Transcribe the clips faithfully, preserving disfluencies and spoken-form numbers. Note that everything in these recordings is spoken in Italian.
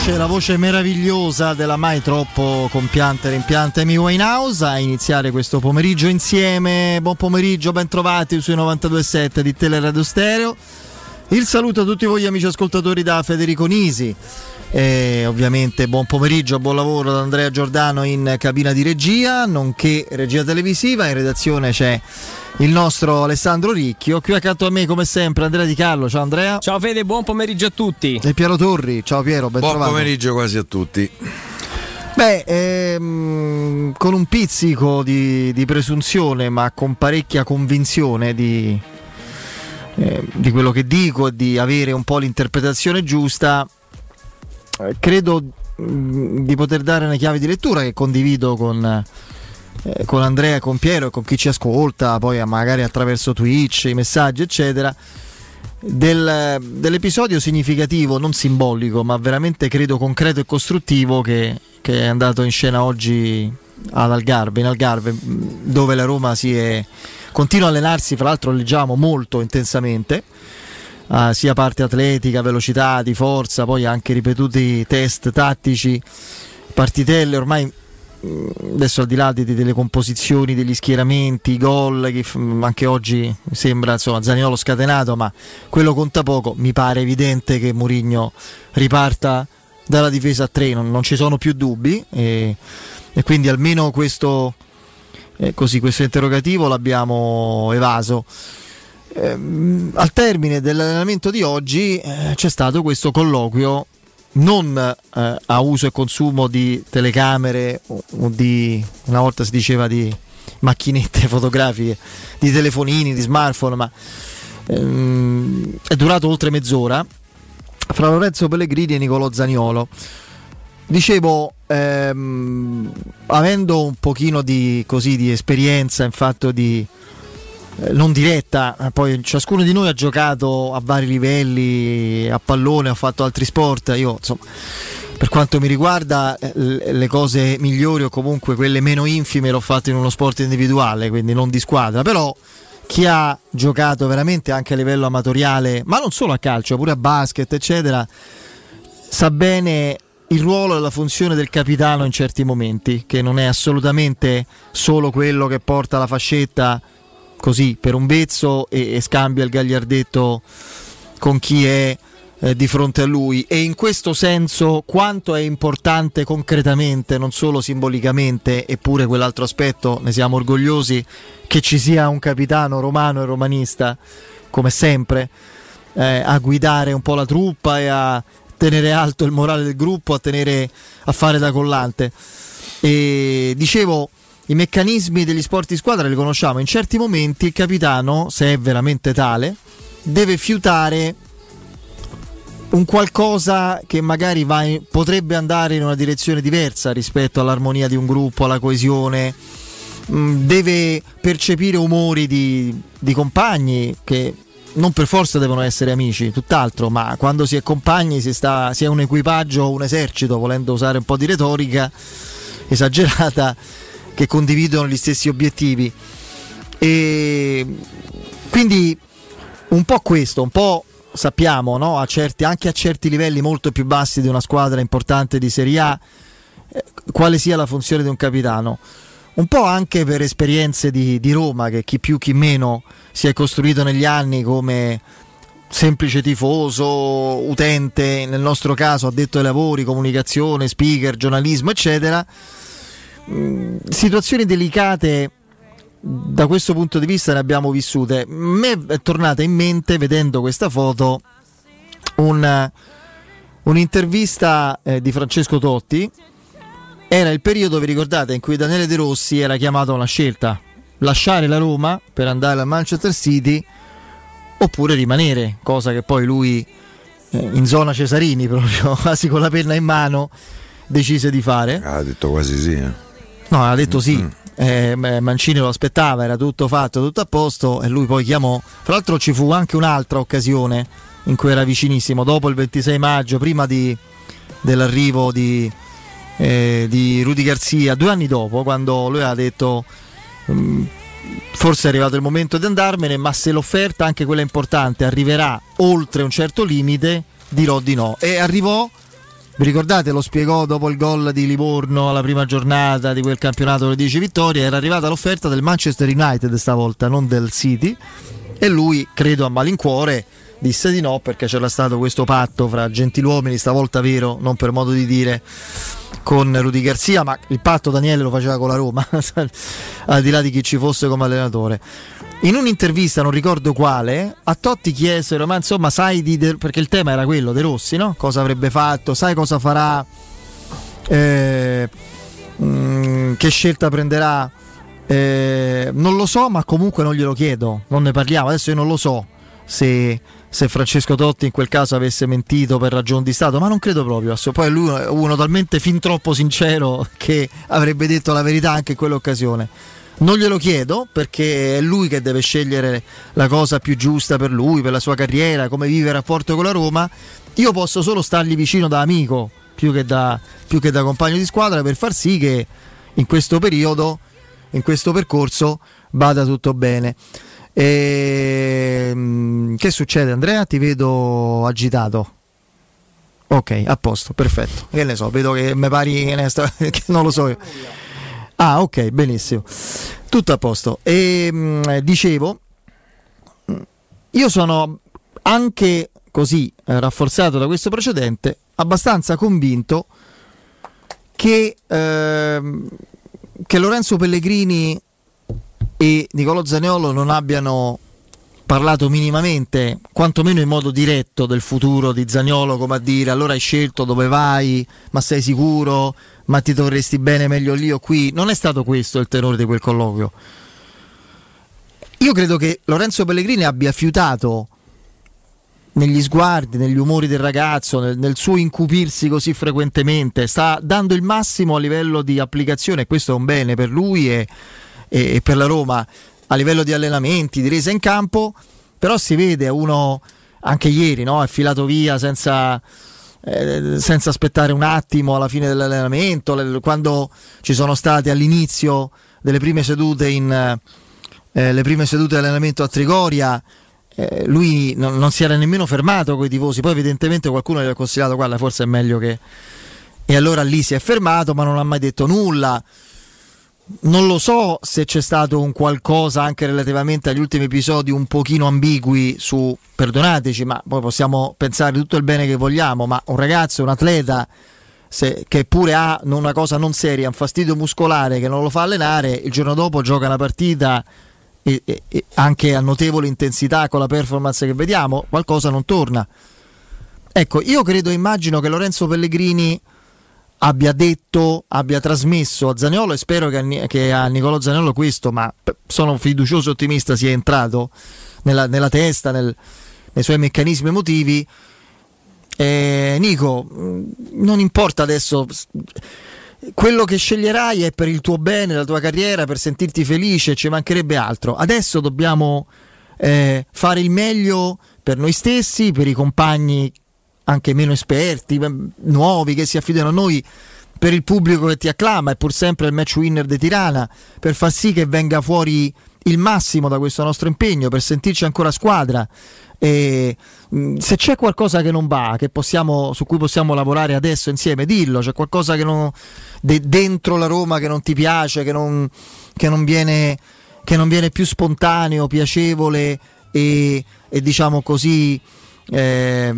voce, la voce meravigliosa della mai troppo compiante e rimpiante Amy Winehouse a iniziare questo pomeriggio insieme. Buon pomeriggio, ben trovati sui novantadue virgola sette di Teleradio Stereo. Il saluto a tutti voi amici ascoltatori da Federico Nisi e ovviamente buon pomeriggio, buon lavoro da Andrea Giordano in cabina di regia, nonché regia televisiva. In redazione c'è il nostro Alessandro Ricchio, qui accanto a me come sempre Andrea Di Carlo. Ciao Andrea. Ciao Fede, buon pomeriggio a tutti. E Piero Torri. Ciao Piero, ben buon trovato. pomeriggio quasi a tutti. Beh, ehm, con un pizzico di, di presunzione ma con parecchia convinzione di, eh, di quello che dico e di avere un po' l'interpretazione giusta, eh, credo mh, di poter dare una chiave di lettura che condivido con Eh, con Andrea, con Piero e con chi ci ascolta, poi magari attraverso Twitch, i messaggi eccetera, del, dell'episodio significativo, non simbolico ma veramente credo concreto e costruttivo che, che è andato in scena oggi ad Algarve, in Algarve, dove la Roma si è, continua a allenarsi, fra l'altro leggiamo molto intensamente, uh, sia parte atletica, velocità, di forza, poi anche ripetuti test tattici, partitelle. Ormai adesso al di là di, delle composizioni, degli schieramenti, gol che anche oggi sembra insomma Zaniolo scatenato, ma quello conta poco. Mi pare evidente che Mourinho riparta dalla difesa a tre, non, non ci sono più dubbi e, e quindi almeno questo, eh, così, questo interrogativo l'abbiamo evaso. Eh, al termine dell'allenamento di oggi eh, c'è stato questo colloquio non eh, a uso e consumo di telecamere o, o di, una volta si diceva di macchinette fotografiche, di telefonini, di smartphone, ma ehm, è durato oltre mezz'ora, fra Lorenzo Pellegrini e Nicolò Zaniolo. Dicevo, ehm, avendo un pochino di, così, di esperienza in fatto di non diretta, poi ciascuno di noi ha giocato a vari livelli a pallone, ha fatto altri sport. Io insomma, per quanto mi riguarda, le cose migliori o comunque quelle meno infime l'ho fatto in uno sport individuale, quindi non di squadra. Però chi ha giocato veramente anche a livello amatoriale, ma non solo a calcio, pure a basket eccetera, sa bene il ruolo e la funzione del capitano in certi momenti, che non è assolutamente solo quello che porta la fascetta così per un vezzo e, e scambia il gagliardetto con chi è eh, di fronte a lui. E in questo senso quanto è importante concretamente, non solo simbolicamente, eppure quell'altro aspetto ne siamo orgogliosi, che ci sia un capitano romano e romanista come sempre eh, a guidare un po' la truppa e a tenere alto il morale del gruppo, a tenere a fare da collante. E dicevo, i meccanismi degli sport di squadra li conosciamo. In certi momenti il capitano, se è veramente tale, deve fiutare un qualcosa che magari va in, potrebbe andare in una direzione diversa rispetto all'armonia di un gruppo, alla coesione. Mh, deve percepire umori di, di compagni che non per forza devono essere amici, tutt'altro, ma quando si è compagni si, sta, si è un equipaggio o un esercito, volendo usare un po' di retorica esagerata, che condividono gli stessi obiettivi. E quindi un po' questo, un po' sappiamo, no? a certi, anche a certi livelli molto più bassi di una squadra importante di Serie A, eh, quale sia la funzione di un capitano. Un po' anche per esperienze di, di Roma, che chi più chi meno si è costruito negli anni come semplice tifoso, utente, nel nostro caso addetto ai lavori, comunicazione, speaker, giornalismo eccetera. Situazioni delicate da questo punto di vista ne abbiamo vissute. Me è tornata in mente, vedendo questa foto, un, un'intervista eh, di Francesco Totti. Era il periodo, vi ricordate, in cui Daniele De Rossi era chiamato a una scelta: lasciare la Roma per andare al Manchester City oppure rimanere, cosa che poi lui eh, in zona Cesarini, proprio quasi con la penna in mano, decise di fare. Ha detto quasi sì eh. No, ha detto sì. Mm-hmm. eh, Mancini lo aspettava, era tutto fatto, tutto a posto, e lui poi chiamò. Tra l'altro ci fu anche un'altra occasione in cui era vicinissimo, dopo il ventisei maggio, prima di, dell'arrivo di, eh, di Rudy Garcia, due anni dopo, quando lui ha detto um, forse è arrivato il momento di andarmene, ma se l'offerta, anche quella importante, arriverà oltre un certo limite, dirò di no. E arrivò vi ricordate, lo spiegò dopo il gol di Livorno alla prima giornata di quel campionato delle dieci vittorie, era arrivata l'offerta del Manchester United stavolta, non del City, e lui, credo a malincuore, disse di no, perché c'era stato questo patto fra gentiluomini, stavolta vero, non per modo di dire, con Rudy Garcia, ma il patto Daniele lo faceva con la Roma al di là di chi ci fosse come allenatore. In un'intervista, non ricordo quale, a Totti chiesero, ma insomma sai di De... perché il tema era quello, De Rossi, no? Cosa avrebbe fatto, sai cosa farà, eh, mh, che scelta prenderà, eh, non lo so, ma comunque non glielo chiedo, non ne parliamo, adesso io non lo so se, se Francesco Totti in quel caso avesse mentito per ragioni di Stato, ma non credo proprio, poi lui è uno talmente fin troppo sincero che avrebbe detto la verità anche in quell'occasione. Non glielo chiedo perché è lui che deve scegliere la cosa più giusta per lui, per la sua carriera, come vive il rapporto con la Roma. Io posso solo stargli vicino da amico più che da, più che da compagno di squadra, per far sì che in questo periodo, in questo percorso, vada tutto bene. E... che succede, Andrea? Ti vedo agitato. Ok, a posto, perfetto. Che ne so, vedo che mi pari che, ne sta... che non lo so io. Ah, ok, benissimo, tutto a posto. E mh, dicevo, io sono anche così eh, rafforzato da questo precedente, abbastanza convinto che, eh, che Lorenzo Pellegrini e Nicolò Zaniolo non abbiano parlato minimamente, quantomeno in modo diretto, del futuro di Zaniolo, come a dire allora hai scelto dove vai, ma sei sicuro, ma ti dovresti bene meglio lì o qui. Non è stato questo il tenore di quel colloquio. Io credo che Lorenzo Pellegrini abbia fiutato negli sguardi, negli umori del ragazzo, nel, nel suo incupirsi così frequentemente, sta dando il massimo a livello di applicazione, e questo è un bene per lui e, e, e per la Roma, a livello di allenamenti, di resa in campo, però si vede uno, anche ieri, no? È filato via senza, eh, senza aspettare un attimo alla fine dell'allenamento, le, quando ci sono state all'inizio delle prime sedute in eh, le prime sedute di allenamento a Trigoria, eh, lui non, non si era nemmeno fermato coi tifosi, poi evidentemente qualcuno gli ha consigliato guarda forse è meglio che, e allora lì si è fermato, ma non ha mai detto nulla. Non lo so se c'è stato un qualcosa anche relativamente agli ultimi episodi un pochino ambigui su, perdonateci, ma poi possiamo pensare tutto il bene che vogliamo, ma un ragazzo, un atleta se, che pure ha una cosa non seria, un fastidio muscolare che non lo fa allenare, il giorno dopo gioca una partita e, e, e anche a notevole intensità con la performance che vediamo, qualcosa non torna. Ecco, io credo, immagino che Lorenzo Pellegrini abbia detto, abbia trasmesso a Zaniolo, e spero che a, che a Nicolò Zaniolo questo, ma sono fiducioso e ottimista, sia entrato nella, nella testa, nel, nei suoi meccanismi emotivi. Eh, Nico, non importa adesso, quello che sceglierai è per il tuo bene, la tua carriera, per sentirti felice, ci mancherebbe altro. Adesso dobbiamo eh, fare il meglio per noi stessi, per i compagni anche meno esperti, nuovi che si affidano a noi, per il pubblico che ti acclama, è pur sempre il match winner di Tirana, per far sì che venga fuori il massimo da questo nostro impegno, per sentirci ancora squadra. E mh, se c'è qualcosa che non va, che possiamo, su cui possiamo lavorare adesso insieme, dillo. C'è qualcosa che non, de, dentro la Roma che non ti piace, che non, che non viene che non viene più spontaneo, piacevole e, e diciamo così eh,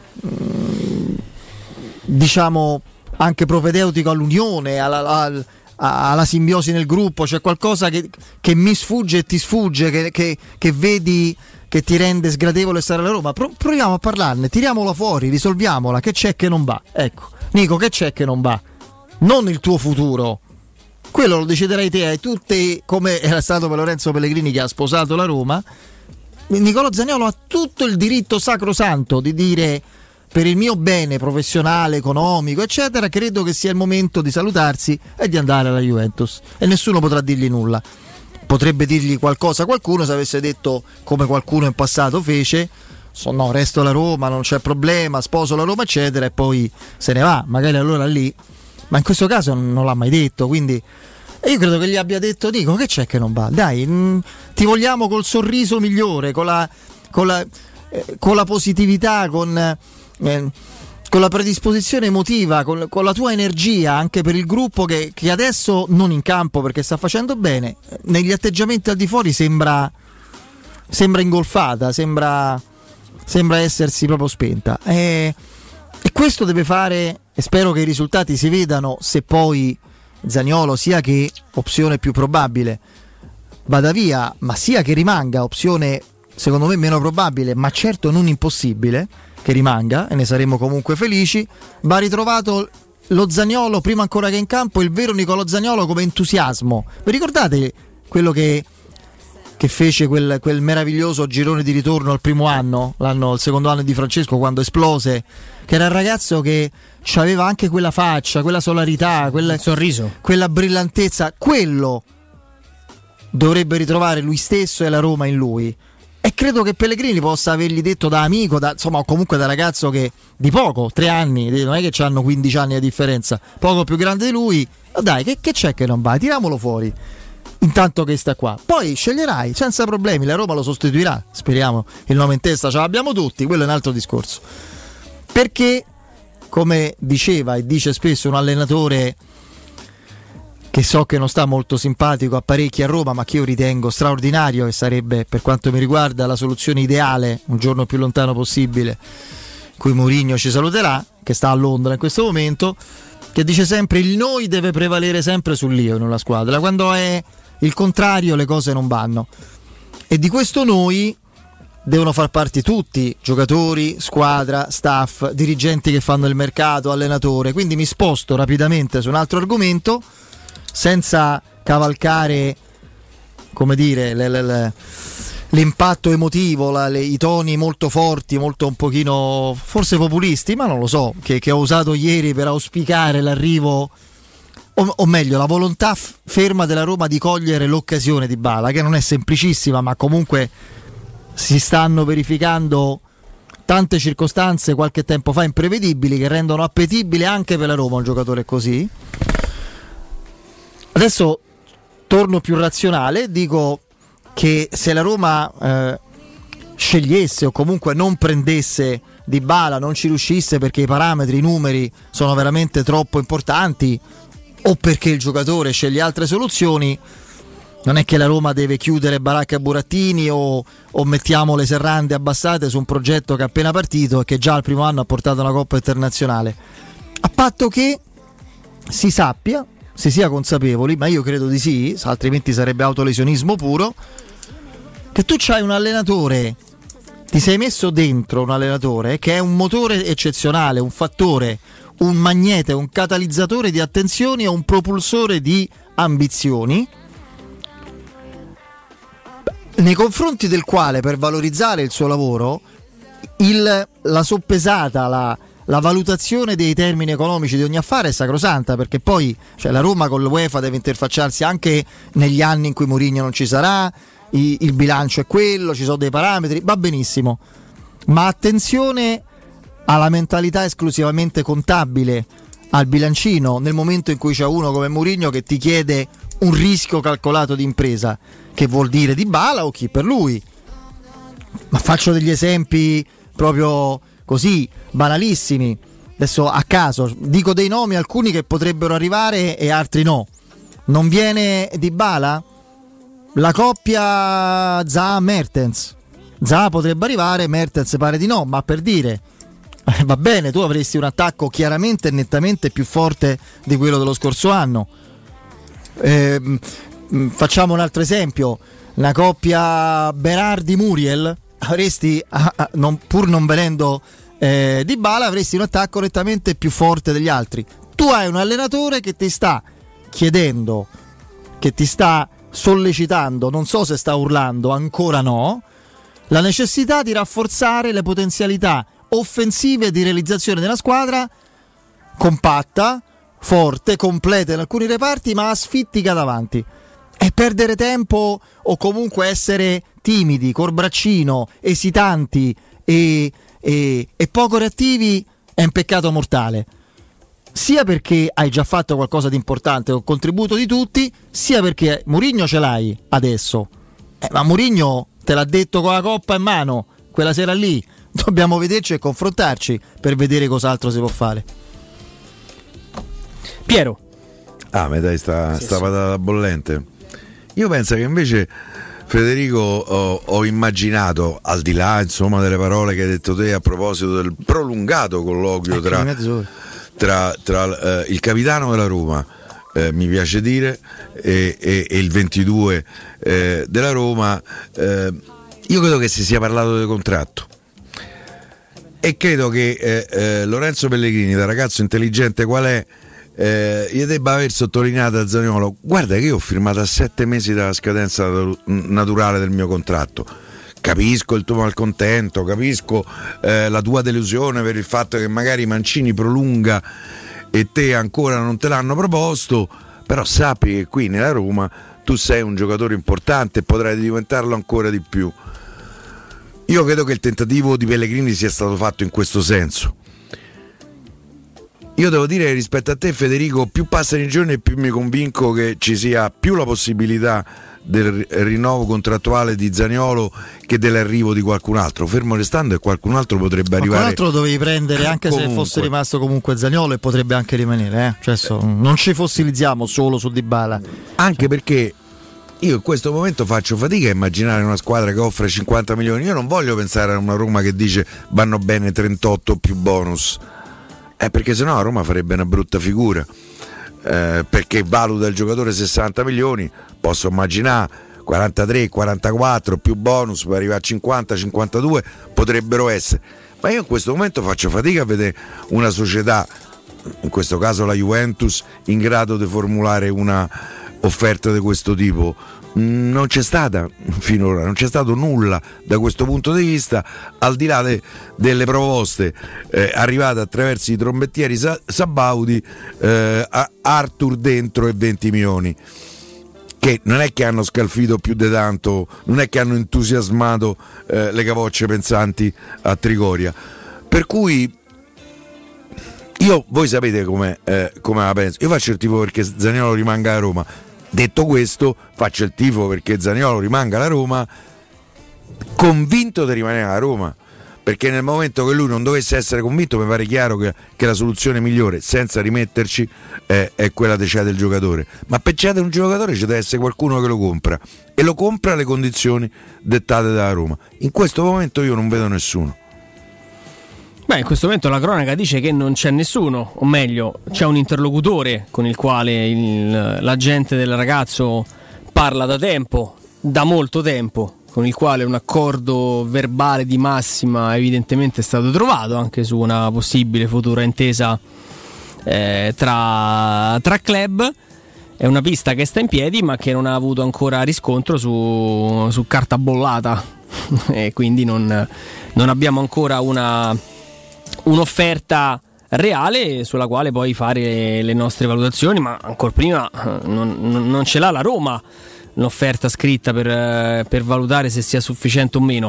diciamo anche propedeutico all'unione, alla, alla, alla simbiosi nel gruppo. C'è qualcosa che, che mi sfugge e ti sfugge, che, che, che vedi che ti rende sgradevole stare alla Roma. Pro, proviamo a parlarne, tiriamola fuori, risolviamola. Che c'è che non va? Ecco, Nico, che c'è che non va? Non il tuo futuro, quello lo deciderai te, hai tutte, come era stato per Lorenzo Pellegrini che ha sposato la Roma. Nicolò Zaniolo ha tutto il diritto sacrosanto di dire: per il mio bene professionale, economico, eccetera, credo che sia il momento di salutarsi e di andare alla Juventus, e nessuno potrà dirgli nulla. Potrebbe dirgli qualcosa qualcuno se avesse detto, come qualcuno in passato fece, so, no, resto alla Roma, non c'è problema, sposo la Roma, eccetera, e poi se ne va, magari allora lì. Ma in questo caso non l'ha mai detto, quindi e io credo che gli abbia detto: Nico, che c'è che non va? Dai, mh, ti vogliamo col sorriso migliore, con la, con la, eh, con la positività, con, eh, con la predisposizione emotiva, con, con la tua energia anche per il gruppo che, che adesso non in campo perché sta facendo bene, negli atteggiamenti al di fuori sembra sembra ingolfata, sembra sembra essersi proprio spenta e, e questo deve fare, e spero che i risultati si vedano, se poi Zaniolo sia che opzione più probabile vada via, ma sia che rimanga opzione secondo me meno probabile, ma certo non impossibile che rimanga, e ne saremo comunque felici, va ritrovato lo Zaniolo prima ancora che in campo, il vero Nicolò Zaniolo come entusiasmo. Vi ricordate quello che, che fece quel, quel meraviglioso girone di ritorno al primo anno, l'anno, il secondo anno di Francesco, quando esplose, che era il ragazzo che aveva anche quella faccia, quella solarità, quel sorriso, quella brillantezza, quello dovrebbe ritrovare lui stesso e la Roma in lui. E credo che Pellegrini possa avergli detto da amico, da, insomma, o comunque da ragazzo che di poco, tre anni, non è che hanno quindici anni di differenza, poco più grande di lui, oh dai, che, che c'è che non va? Tiriamolo fuori, intanto che sta qua. Poi sceglierai, senza problemi, la Roma lo sostituirà, speriamo, il nome in testa ce l'abbiamo tutti, quello è un altro discorso. Perché, come diceva e dice spesso un allenatore che so che non sta molto simpatico a parecchi a Roma, ma che io ritengo straordinario e sarebbe, per quanto mi riguarda, la soluzione ideale, un giorno più lontano possibile, in cui Mourinho ci saluterà, che sta a Londra in questo momento, che dice sempre il noi deve prevalere sempre sull'io nella squadra, quando è il contrario le cose non vanno, e di questo noi devono far parte tutti, giocatori, squadra, staff, dirigenti che fanno il mercato, allenatore. Quindi mi sposto rapidamente su un altro argomento senza cavalcare, come dire, le, le, le, l'impatto emotivo, la, le, i toni molto forti, molto un pochino forse populisti, ma non lo so, che, che ho usato ieri per auspicare l'arrivo, o, o meglio la volontà f- ferma della Roma di cogliere l'occasione di Bala, che non è semplicissima, ma comunque si stanno verificando tante circostanze qualche tempo fa imprevedibili che rendono appetibile anche per la Roma un giocatore così. Adesso torno più razionale, dico che se la Roma eh, scegliesse o comunque non prendesse Dybala, non ci riuscisse perché i parametri, i numeri sono veramente troppo importanti o perché il giocatore sceglie altre soluzioni, non è che la Roma deve chiudere baracca burattini o, o mettiamo le serrande abbassate su un progetto che è appena partito e che già al primo anno ha portato una Coppa Internazionale, a patto che si sappia, si sia consapevoli, ma io credo di sì, altrimenti sarebbe autolesionismo puro, che tu c'hai un allenatore, ti sei messo dentro un allenatore che è un motore eccezionale, un fattore, un magnete, un catalizzatore di attenzioni e un propulsore di ambizioni, nei confronti del quale, per valorizzare il suo lavoro, il, la soppesata, la La valutazione dei termini economici di ogni affare è sacrosanta, perché poi cioè, la Roma con l'UEFA deve interfacciarsi anche negli anni in cui Mourinho non ci sarà, i, il bilancio è quello, ci sono dei parametri, va benissimo, ma attenzione alla mentalità esclusivamente contabile, al bilancino, nel momento in cui c'è uno come Mourinho che ti chiede un rischio calcolato di impresa, che vuol dire Dybala o chi per lui. Ma faccio degli esempi proprio così banalissimi, adesso a caso dico dei nomi, alcuni che potrebbero arrivare e altri no. Non viene Dybala? La coppia Zaha-Mertens, Zaha potrebbe arrivare, Mertens pare di no, ma per dire eh, va bene, tu avresti un attacco chiaramente e nettamente più forte di quello dello scorso anno. Eh, facciamo un altro esempio, la coppia Berardi-Muriel, avresti, ah, ah, non, pur non venendo eh, Dybala, avresti un attacco nettamente più forte degli altri. Tu hai un allenatore che ti sta chiedendo, che ti sta sollecitando, non so se sta urlando, ancora no, la necessità di rafforzare le potenzialità offensive di realizzazione della squadra, compatta, forte, completa in alcuni reparti, ma asfittica davanti. E perdere tempo o comunque essere timidi, corbraccino, esitanti e, e, e poco reattivi è un peccato mortale, sia perché hai già fatto qualcosa di importante con il contributo di tutti, sia perché Mourinho ce l'hai adesso, eh, ma Mourinho te l'ha detto con la coppa in mano quella sera lì, dobbiamo vederci e confrontarci per vedere cos'altro si può fare. Piero. Ah, mi dai sta, sì, sta sì. patata bollente. Io penso che invece, Federico, ho, ho immaginato, al di là insomma delle parole che hai detto te a proposito del prolungato colloquio tra, tra, tra eh, il capitano della Roma, eh, mi piace dire, e, e, e il ventidue eh, della Roma, eh, io credo che si sia parlato del contratto e credo che eh, eh, Lorenzo Pellegrini, da ragazzo intelligente qual è, Eh, gli debba aver sottolineato a Zaniolo: guarda che io ho firmato a sette mesi dalla scadenza naturale del mio contratto, capisco il tuo malcontento, capisco eh, la tua delusione per il fatto che magari Mancini prolunga e te ancora non te l'hanno proposto, però sappi che qui nella Roma tu sei un giocatore importante e potrai diventarlo ancora di più. Io credo che il tentativo di Pellegrini sia stato fatto in questo senso. Io devo dire che rispetto a te, Federico, più passano i giorni e più mi convinco che ci sia più la possibilità del rinnovo contrattuale di Zaniolo che dell'arrivo di qualcun altro, fermo restando che qualcun altro potrebbe arrivare. Qualcun altro lo dovevi prendere anche comunque, se fosse rimasto comunque Zaniolo, e potrebbe anche rimanere, eh? Cioè, so, non ci fossilizziamo solo su Dybala. Anche perché io in questo momento faccio fatica a immaginare una squadra che offre cinquanta milioni. Io non voglio pensare a una Roma che dice vanno bene trentotto più bonus. Eh, perché sennò a Roma farebbe una brutta figura, eh, perché valuta il giocatore sessanta milioni, posso immaginare quarantatré quarantaquattro più bonus per arrivare a cinquanta cinquantadue potrebbero essere, ma io in questo momento faccio fatica a vedere una società, in questo caso la Juventus, in grado di formulare una offerta di questo tipo. Non c'è stata finora, non c'è stato nulla da questo punto di vista, al di là de, delle proposte eh, arrivate attraverso i trombettieri sa, Sabaudi, eh, Arthur dentro e venti milioni, che non è che hanno scalfito più di tanto, non è che hanno entusiasmato eh, le capocce pensanti a Trigoria, per cui io, voi sapete come eh, la penso, io faccio il tifo perché Zaniolo rimanga a Roma. Detto questo, faccio il tifo perché Zaniolo rimanga alla Roma, convinto di rimanere a Roma, perché nel momento che lui non dovesse essere convinto, mi pare chiaro che, che la soluzione migliore, senza rimetterci, eh, è quella di cedere il giocatore. Ma per cedere un giocatore ci deve essere qualcuno che lo compra, e lo compra alle condizioni dettate dalla Roma. In questo momento io non vedo nessuno. Beh, in questo momento la cronaca dice che non c'è nessuno, o meglio, c'è un interlocutore con il quale il, l'agente del ragazzo parla da tempo, da molto tempo, con il quale un accordo verbale di massima evidentemente è stato trovato anche su una possibile futura intesa eh, tra, tra club. È una pista che sta in piedi ma che non ha avuto ancora riscontro su, su carta bollata e quindi non, non abbiamo ancora una un'offerta reale sulla quale poi fare le nostre valutazioni, ma ancora prima non, non ce l'ha la Roma un'offerta scritta per, per valutare se sia sufficiente o meno.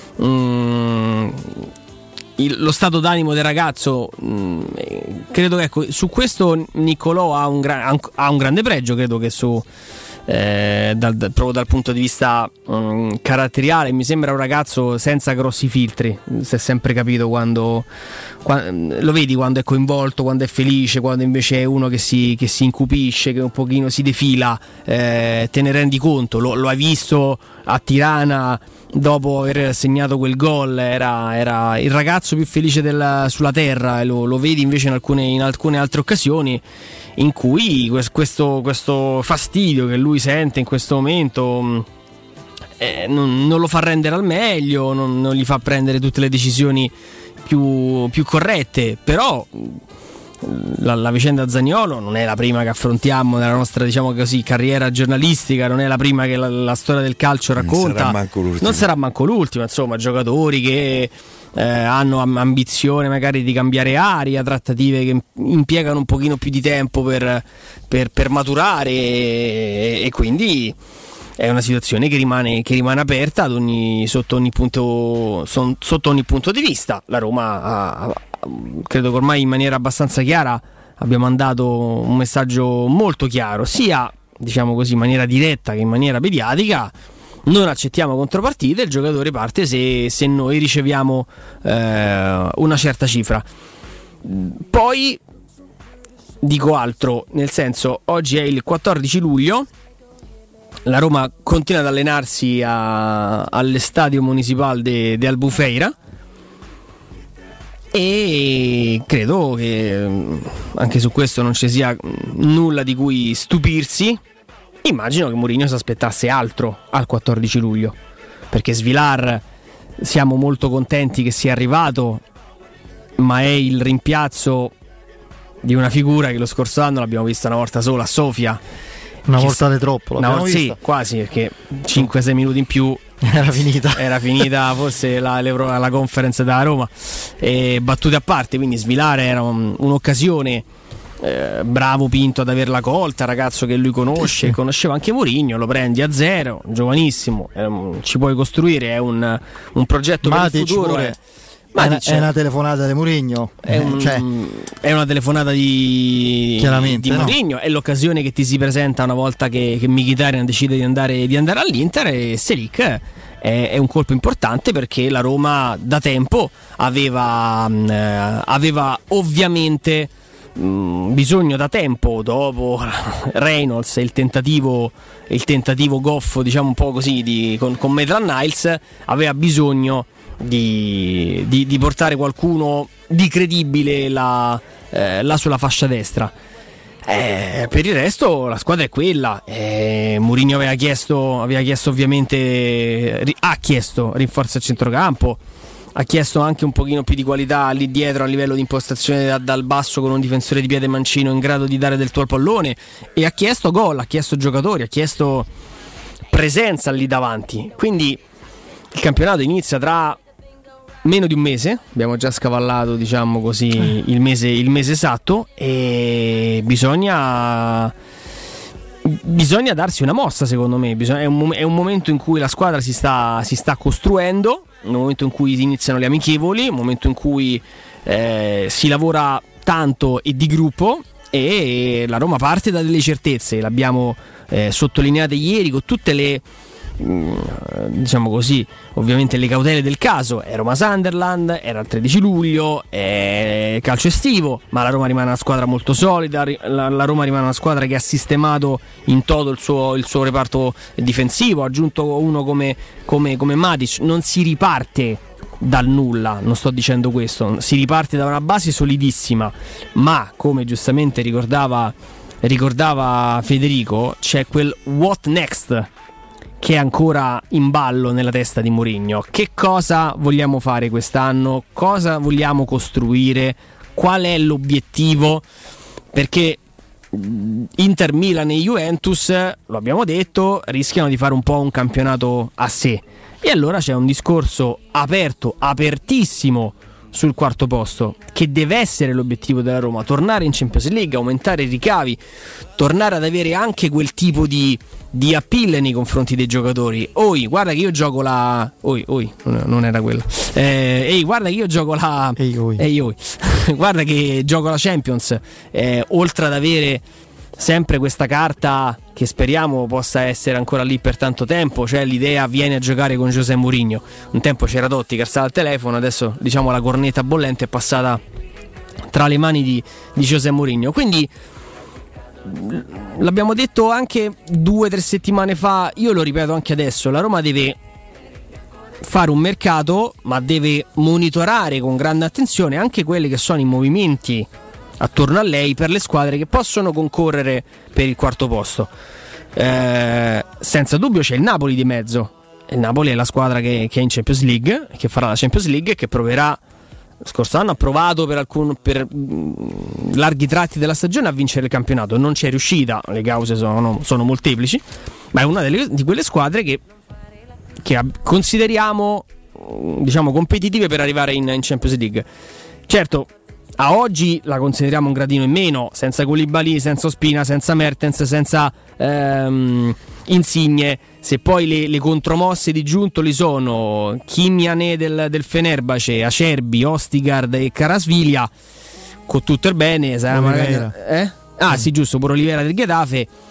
Mm, il, lo stato d'animo del ragazzo, mm, credo che ecco, su questo Niccolò ha un, gra- ha un grande pregio, credo che su Eh, dal, dal, proprio dal punto di vista um, caratteriale mi sembra un ragazzo senza grossi filtri, si è sempre capito quando, quando lo vedi quando è coinvolto, quando è felice, quando invece è uno che si, che si incupisce, che un pochino si defila, eh, te ne rendi conto, lo, lo hai visto a Tirana dopo aver segnato quel gol, era, era il ragazzo più felice della, sulla terra, e lo, lo vedi invece in alcune, in alcune altre occasioni in cui questo, questo fastidio che lui sente in questo momento eh, non, non lo fa rendere al meglio, non, non gli fa prendere tutte le decisioni più, più corrette, però la, la vicenda Zaniolo non è la prima che affrontiamo nella nostra, diciamo così, carriera giornalistica, non è la prima che la, la storia del calcio racconta, non sarà manco, non sarà manco l'ultima, insomma, giocatori che Eh, hanno ambizione magari di cambiare aria, trattative che impiegano un pochino più di tempo per, per, per maturare e, e quindi è una situazione che rimane, che rimane aperta ad ogni, sotto, ogni punto, son, sotto ogni punto di vista. La Roma ha, ha, credo che ormai in maniera abbastanza chiara abbia mandato un messaggio molto chiaro, sia diciamo così in maniera diretta che in maniera mediatica, non accettiamo contropartite, il giocatore parte se, se noi riceviamo eh, una certa cifra. Poi dico altro, nel senso, oggi è il quattordici luglio, la Roma continua ad allenarsi a, all'Estadio Municipal de, de Albufeira e credo che anche su questo non ci sia nulla di cui stupirsi. Immagino che Mourinho si aspettasse altro al quattordici luglio, perché Svilar siamo molto contenti che sia arrivato, ma è il rimpiazzo di una figura che lo scorso anno l'abbiamo vista una volta sola a Sofia, una volta di troppo, no, sì, quasi, perché cinque sei minuti in più era finita era finita forse la, la conference da Roma. E battute a parte, quindi Svilar era un, un'occasione. Eh, bravo Pinto ad averla colta, ragazzo che lui conosce, sì. Conosceva anche Mourinho, lo prendi a zero, giovanissimo, eh, ci puoi costruire, è un, un progetto Matic per il futuro. È, è, una, è una telefonata di Mourinho, è, un, cioè, è una telefonata di, di no. Mourinho, è l'occasione che ti si presenta una volta che, che Mkhitaryan decide di andare, di andare all'Inter, e Selic è, è un colpo importante perché la Roma da tempo aveva, eh, aveva ovviamente bisogno da tempo, dopo Reynolds e il tentativo il tentativo goffo, diciamo un po' così, di, con, con Maitland-Niles, aveva bisogno di, di, di portare qualcuno di credibile là, eh, là sulla fascia destra. Eh, per il resto la squadra è quella. eh, Mourinho aveva chiesto aveva chiesto ovviamente ha chiesto rinforzi a centrocampo, ha chiesto anche un pochino più di qualità lì dietro a livello di impostazione da, dal basso, con un difensore di piede mancino in grado di dare del tuo al pallone, e ha chiesto gol, ha chiesto giocatori, ha chiesto presenza lì davanti. Quindi il campionato inizia tra meno di un mese, abbiamo già scavallato, diciamo così, il mese, il mese esatto, e bisogna bisogna darsi una mossa, secondo me. Bisogna, è, un, è un momento in cui la squadra si sta, si sta costruendo, un momento in cui iniziano le amichevoli, un momento in cui eh, si lavora tanto e di gruppo, e la Roma parte da delle certezze, l'abbiamo eh, sottolineate ieri con tutte le, diciamo così, ovviamente le cautele del caso. È Roma-Sunderland, era il tredici luglio, è calcio estivo, ma la Roma rimane una squadra molto solida, la, la Roma rimane una squadra che ha sistemato in toto il suo, il suo reparto difensivo, ha aggiunto uno come, come, come Matic. Non si riparte dal nulla, non sto dicendo questo, si riparte da una base solidissima, ma come giustamente ricordava, ricordava Federico, c'è quel what next che è ancora in ballo nella testa di Mourinho. Che cosa vogliamo fare quest'anno? Cosa vogliamo costruire? Qual è l'obiettivo? Perché Inter, Milan e Juventus, lo abbiamo detto, rischiano di fare un po' un campionato a sé. E allora c'è un discorso aperto, apertissimo sul quarto posto, che deve essere l'obiettivo della Roma: tornare in Champions League, aumentare i ricavi, tornare ad avere anche quel tipo di, di appeal nei confronti dei giocatori. Oi, guarda che io gioco la oi, oi, non era quella. Eh, ehi, guarda che io gioco la ehi, oi. Ehi, oi. Guarda che gioco la Champions. Eh, oltre ad avere sempre questa carta che speriamo possa essere ancora lì per tanto tempo, cioè l'idea viene a giocare con José Mourinho. Un tempo c'era Totti che alzava il telefono, adesso diciamo la cornetta bollente è passata tra le mani di, di José Mourinho. Quindi l'abbiamo detto anche due o tre settimane fa, io lo ripeto anche adesso, la Roma deve fare un mercato, ma deve monitorare con grande attenzione anche quelli che sono i movimenti attorno a lei per le squadre che possono concorrere per il quarto posto. Eh, senza dubbio c'è il Napoli di mezzo. Il Napoli è la squadra che, che è in Champions League, che farà la Champions League e che proverà. Scorso anno ha provato per, alcun, per mh, larghi tratti della stagione a vincere il campionato, non ci è riuscita, le cause sono, sono molteplici, ma è una delle, di quelle squadre che, che consideriamo, diciamo, competitive per arrivare in, in Champions League. Certo, a oggi la consideriamo un gradino in meno, senza Koulibaly, senza Ospina, senza Mertens, senza ehm, Insigne. Se poi le, le contromosse di Giuntoli sono Kimiane del, del Fenerbahce, Acerbi, Ostigard e Kvaratskhelia, con tutto il bene sarà magari, eh? Ah sì, giusto, pure Olivera del Getafe.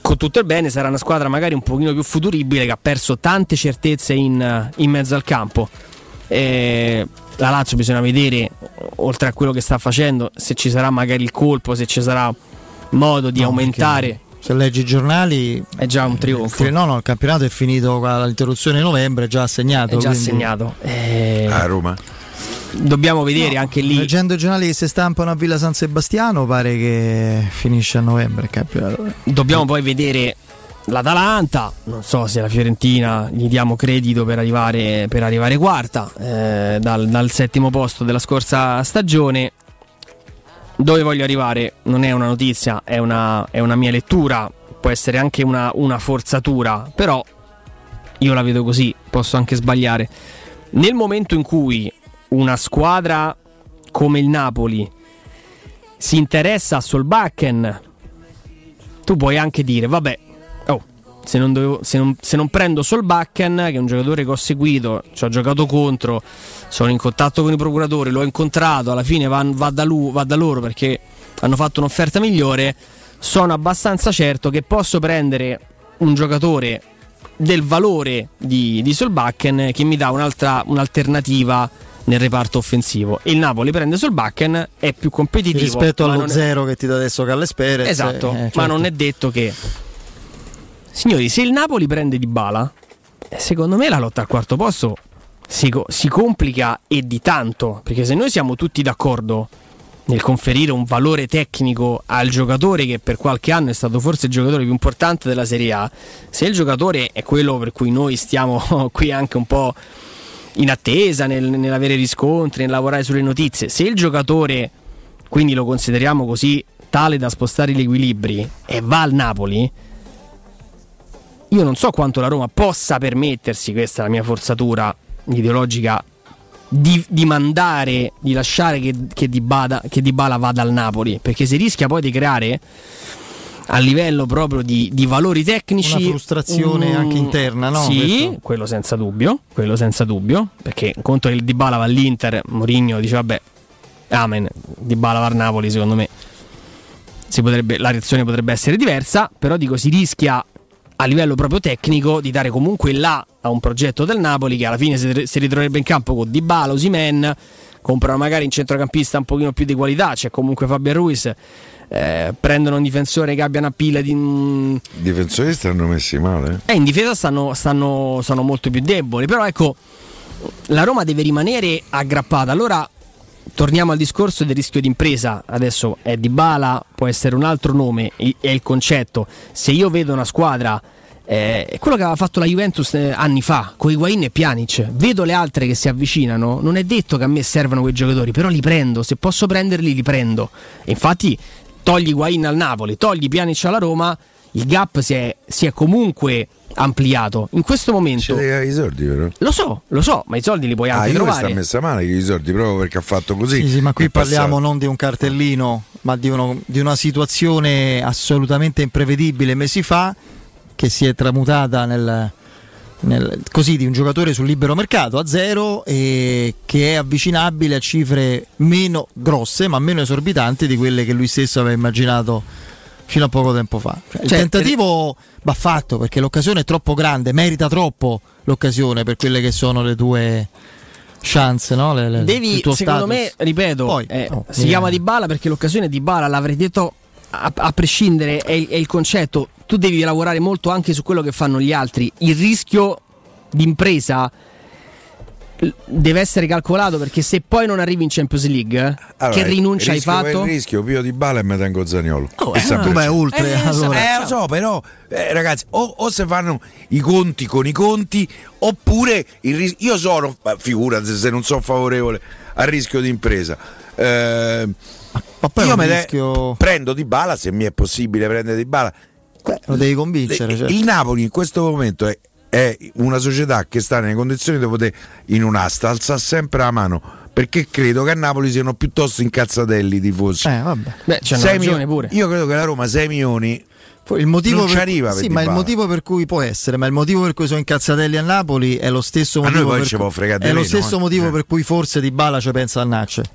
con tutto il bene sarà una squadra magari un pochino più futuribile, che ha perso tante certezze in, in mezzo al campo. E la Lazio bisogna vedere, oltre a quello che sta facendo, se ci sarà magari il colpo, se ci sarà modo di no, aumentare. Se leggi i giornali è già un trionfo. No, no, il campionato è finito all'interruzione di novembre, è già assegnato. È già quindi... assegnato. E... a Roma. Dobbiamo vedere no, anche lì. Leggendo i giornali che si stampano a Villa San Sebastiano, pare che finisce a novembre il campionato. Dobbiamo poi vedere l'Atalanta. Non so se la Fiorentina gli diamo credito per arrivare, per arrivare quarta eh, dal, dal settimo posto della scorsa stagione. Dove voglio arrivare non è una notizia, è una, è una mia lettura, può essere anche una, una forzatura, però io la vedo così, posso anche sbagliare. Nel momento in cui una squadra come il Napoli si interessa a Solbakken, tu puoi anche dire vabbè, oh, se non, dovevo, se non, se non prendo Solbakken, che è un giocatore che ho seguito, ci ho giocato contro, sono in contatto con i procuratori, l'ho incontrato, alla fine va, va, da lui, va da loro perché hanno fatto un'offerta migliore, sono abbastanza certo che posso prendere un giocatore del valore di, di Solbakken che mi dà un'altra, un'alternativa nel reparto offensivo. Il Napoli prende Solbakken, è più competitivo rispetto allo zero è... che ti dà adesso Calles Perez. Esatto, eh, certo. Ma non è detto che, signori, se il Napoli prende Dybala, secondo me la lotta al quarto posto si, si complica e di tanto, perché se noi siamo tutti d'accordo nel conferire un valore tecnico al giocatore che per qualche anno è stato forse il giocatore più importante della Serie A, se il giocatore è quello per cui noi stiamo qui anche un po' in attesa nel, nell'avere riscontri, nel lavorare sulle notizie, se il giocatore quindi lo consideriamo così tale da spostare gli equilibri e va al Napoli, io non so quanto la Roma possa permettersi, questa è la mia forzatura ideologica, di, di mandare, di lasciare che, che, Dybala, che Dybala vada al Napoli, perché si rischia poi di creare a livello proprio di, di valori tecnici una frustrazione um, anche interna, no? Sì, questo? quello senza dubbio, quello senza dubbio, perché conto che il Dybala va all'Inter, Mourinho dice vabbè, amen, Dybala va al Napoli, secondo me si potrebbe, la reazione potrebbe essere diversa, però dico si rischia a livello proprio tecnico di dare comunque là a un progetto del Napoli che alla fine si, si ritroverebbe in campo con Dybala, Osimhen, comprano magari un centrocampista un pochino più di qualità, c'è comunque Fabian Ruiz. Eh, prendono un difensore che abbia una pila di I difensori stanno messi male eh, in difesa stanno, stanno, sono molto più deboli, però ecco, la Roma deve rimanere aggrappata. Allora torniamo al discorso del rischio d'impresa. Adesso è Dybala, può essere un altro nome, è il concetto. Se io vedo una squadra eh, è quello che aveva fatto la Juventus eh, anni fa con Higuain e Pjanic, vedo le altre che si avvicinano, non è detto che a me servano quei giocatori, però li prendo, se posso prenderli li prendo. E infatti togli Higuain al Napoli, togli Pjanic alla Roma, il gap si è, si è comunque ampliato. In questo momento c'è i soldi, però. Lo so, lo so, ma i soldi li puoi anche ah, trovare. Ah, sta messa male che i soldi proprio perché ha fatto così. Sì, sì, ma qui parliamo passato. non di un cartellino, ma di, uno, di una situazione assolutamente imprevedibile mesi fa, che si è tramutata nel, nel, così, di un giocatore sul libero mercato a zero e che è avvicinabile a cifre meno grosse ma meno esorbitanti di quelle che lui stesso aveva immaginato fino a poco tempo fa. Cioè, il cioè, tentativo va fatto perché l'occasione è troppo grande, merita troppo l'occasione per quelle che sono le tue chance, no? Le, le, Devi, il tuo secondo status. me, ripeto, Poi, eh, oh, si eh. chiama Dybala perché l'occasione di Dybala, l'avrei detto a, a prescindere, è il, è il concetto. Tu devi lavorare molto anche su quello che fanno gli altri. Il rischio d'impresa deve essere calcolato, perché se poi non arrivi in Champions League, allora, che rinuncia hai fatto? Il rischio, Pio Dybala e me tengo Zaniolo. Oh, eh, tu vai oltre. Eh, allora. eh, lo so, però eh, ragazzi, o, o se fanno i conti con i conti, oppure il ris- io sono, figurati se non sono favorevole al rischio di impresa. Eh, ma poi io me rischio... prendo Dybala se mi è possibile prendere Dybala. Beh, lo devi convincere. Certo. Il Napoli in questo momento è è una società che sta nelle condizioni di poter in un'asta alza sempre la mano, perché credo che a Napoli siano piuttosto incazzatelli i tifosi. Eh, vabbè. Beh, c'è una ragione pure. Io credo che la Roma sei milioni il motivo non per, ci arriva. Sì, ma il motivo per cui può essere, ma il motivo per cui sono incazzatelli a Napoli è lo stesso motivo, a noi poi per, ci può fregare è lo meno, stesso eh. motivo eh. per cui forse Dybala ci pensa al Nace.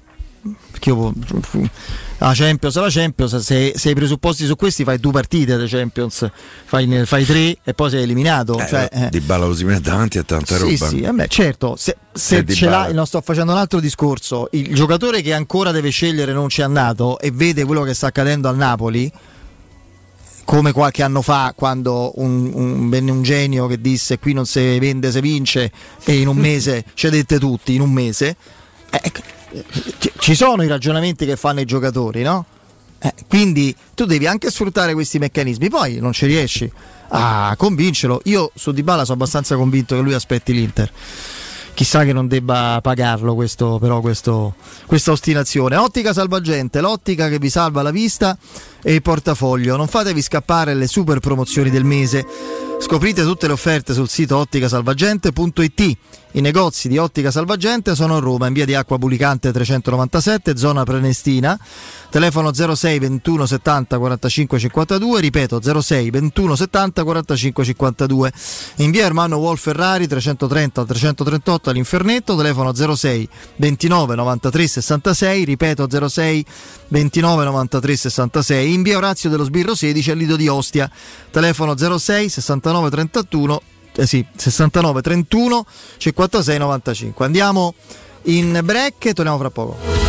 perché io la Champions la Champions se, se hai presupposti su questi fai due partite da Champions, fai, fai tre e poi sei eliminato. Eh, cioè, eh. Dybala Osimhen davanti a tanta sì, roba. sì, eh beh, certo, se, se ce l'hai, non sto facendo un altro discorso, il giocatore che ancora deve scegliere non ci è andato e vede quello che sta accadendo al Napoli, come qualche anno fa quando un, un, venne un genio che disse qui non si vende se vince e in un mese cedette tutti, in un mese eh, ci sono i ragionamenti che fanno i giocatori, no? Eh, quindi tu devi anche sfruttare questi meccanismi, poi non ci riesci a convincerlo. Io su Dybala sono abbastanza convinto che lui aspetti l'Inter, chissà che non debba pagarlo questo, però questo, questa ostinazione. Ottica Salvagente, l'ottica che vi salva la vista e il portafoglio. Non fatevi scappare le super promozioni del mese. Scoprite tutte le offerte sul sito ottica salvagente punto it. I negozi di Ottica Salvagente sono a Roma, in via di Acqua Pulicante trecentonovantasette, zona Prenestina. Telefono zero sei ventuno settanta quarantacinque cinquantadue, ripeto zero sei ventuno settanta quarantacinque cinquantadue. In via Ermanno Wolf Ferrari trecentotrenta trecentotrentotto all'Infernetto, telefono zero sei ventinove novantatré sessantasei, ripeto zero sei ventinove novantatré sessantasei. In via Orazio dello Sbirro sedici al Lido di Ostia, telefono zero sei sessantanove trentuno eh sì, sessantanove trentuno cinquantasei novantacinque. Andiamo in break e torniamo fra poco.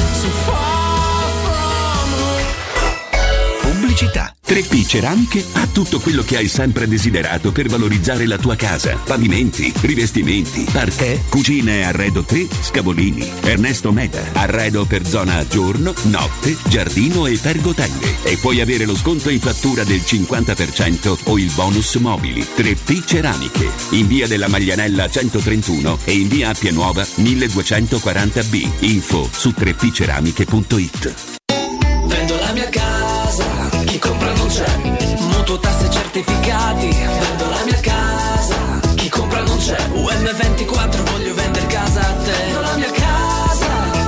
Pubblicità. tre P Ceramiche ha tutto quello che hai sempre desiderato per valorizzare la tua casa. Pavimenti, rivestimenti, parquet, cucine e arredo tre, Scavolini. Ernesto Meda. Arredo per zona giorno, notte, giardino e pergotende. E puoi avere lo sconto in fattura del cinquanta per cento o il bonus mobili. tre P Ceramiche. In via della Maglianella centotrentuno e in via Appia Nuova milleduecentoquaranta B. Info su tre p ceramiche punto it. Vendo la mia casa, chi compra non c'è. Mutuo, tasse, certificati. Vendo la mia casa, chi compra non c'è. U M ventiquattro, voglio vendere casa a te. Vendo la mia casa,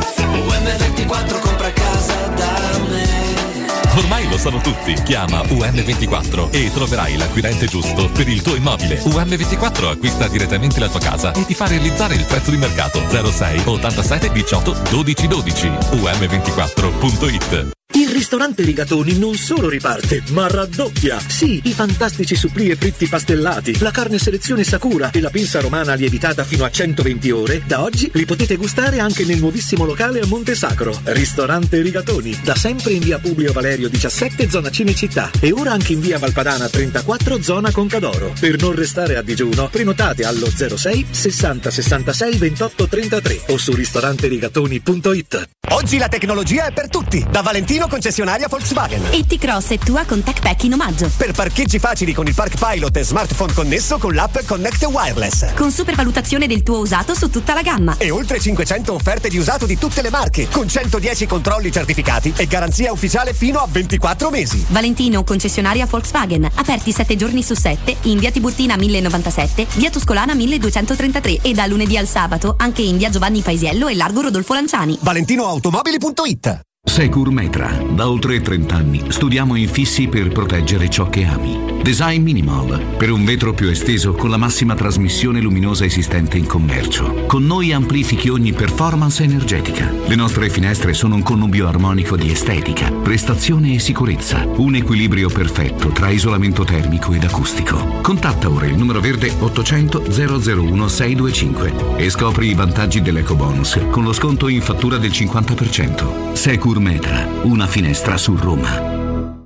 U M ventiquattro, compra casa da me. Ormai lo sanno tutti. Chiama U M ventiquattro e troverai l'acquirente giusto per il tuo immobile. U M ventiquattro acquista direttamente la tua casa e ti fa realizzare il prezzo di mercato. zero sei ottantasette diciotto dodici dodici. U M ventiquattro punto it. Il ristorante Rigatoni non solo riparte, ma raddoppia. Sì, i fantastici supplì e fritti pastellati, la carne selezione Sakura e la pinza romana lievitata fino a centoventi ore, da oggi li potete gustare anche nel nuovissimo locale a Monte Sacro. Ristorante Rigatoni, da sempre in via Publio Valerio diciassette, zona Cinecittà, e ora anche in via Valpadana trentaquattro, zona Concadoro. Per non restare a digiuno, prenotate allo zero sei sessanta sessantasei ventotto trentatré o su ristoranterigatoni punto it. Oggi la tecnologia è per tutti, da Valentino concessionaria Volkswagen. E T-Cross è tua con TechPack in omaggio. Per parcheggi facili con il Park Pilot e smartphone connesso con l'app Connect Wireless. Con supervalutazione del tuo usato su tutta la gamma. E oltre cinquecento offerte di usato di tutte le marche, con centodieci controlli certificati e garanzia ufficiale fino a ventiquattro mesi. Valentino concessionaria Volkswagen, aperti sette giorni su sette in via Tiburtina mille novantasette, via Tuscolana milleduecentotrentatré e da lunedì al sabato anche in via Giovanni Paisiello e largo Rodolfo Lanciani. valentinoautomobili punto it. Securmetra. Da oltre trenta anni studiamo infissi per proteggere ciò che ami. Design minimal, per un vetro più esteso con la massima trasmissione luminosa esistente in commercio. Con noi amplifichi ogni performance energetica. Le nostre finestre sono un connubio armonico di estetica, prestazione e sicurezza. Un equilibrio perfetto tra isolamento termico ed acustico. Contatta ora il numero verde ottocento zero zero uno sei due cinque e scopri i vantaggi dell'ecobonus con lo sconto in fattura del cinquanta per cento. Securmetra, una finestra su Roma.